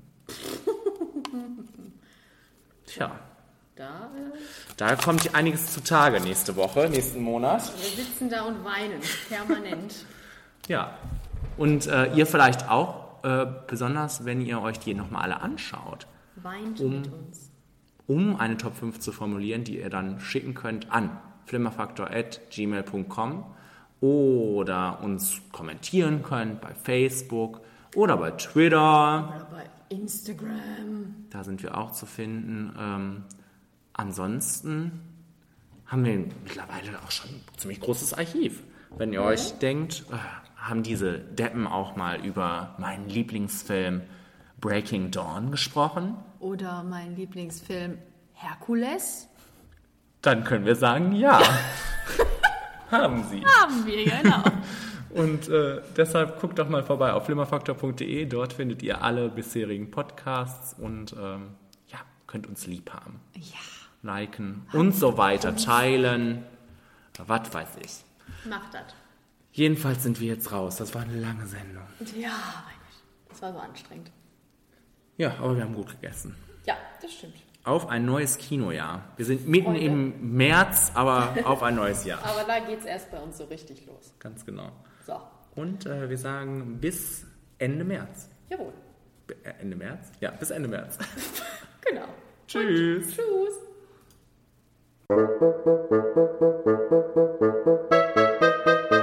Tja, Da, äh, da kommt einiges zutage nächste Woche, nächsten Monat. wir sitzen da und weinen, permanent. Ja, und äh, ihr vielleicht auch, äh, besonders wenn ihr euch die nochmal alle anschaut, Weint um, mit uns. um eine Top fünf zu formulieren, die ihr dann schicken könnt an flimmerfaktor at gmail punkt com oder uns kommentieren könnt bei Facebook oder bei Twitter. Oder bei Instagram. Da sind wir auch zu finden. Ähm, ansonsten haben wir mittlerweile auch schon ein ziemlich großes Archiv. Wenn ihr Ja. euch denkt, äh, haben diese Deppen auch mal über meinen Lieblingsfilm Breaking Dawn gesprochen? Oder mein Lieblingsfilm Herkules. Dann können wir sagen, ja. Haben sie. Haben wir, genau. Und äh, deshalb guckt doch mal vorbei auf flimmerfaktor punkt de. Dort findet ihr alle bisherigen Podcasts und ähm, ja, könnt uns lieb haben. Ja. Liken und so weiter, teilen, was weiß ich. Macht das. Jedenfalls sind wir jetzt raus. Das war eine lange Sendung. Ja, mein Gott. Das war so anstrengend. Ja, aber wir haben gut gegessen. Ja, das stimmt. Auf ein neues Kinojahr. Wir sind mitten Freunde. im März, aber auf ein neues Jahr. Aber da geht's erst bei uns so richtig los. Ganz genau. So. Und äh, wir sagen bis Ende März. Jawohl. Be- äh, Ende März? Ja, bis Ende März. Genau. Tschüss. Und tschüss. Thank you.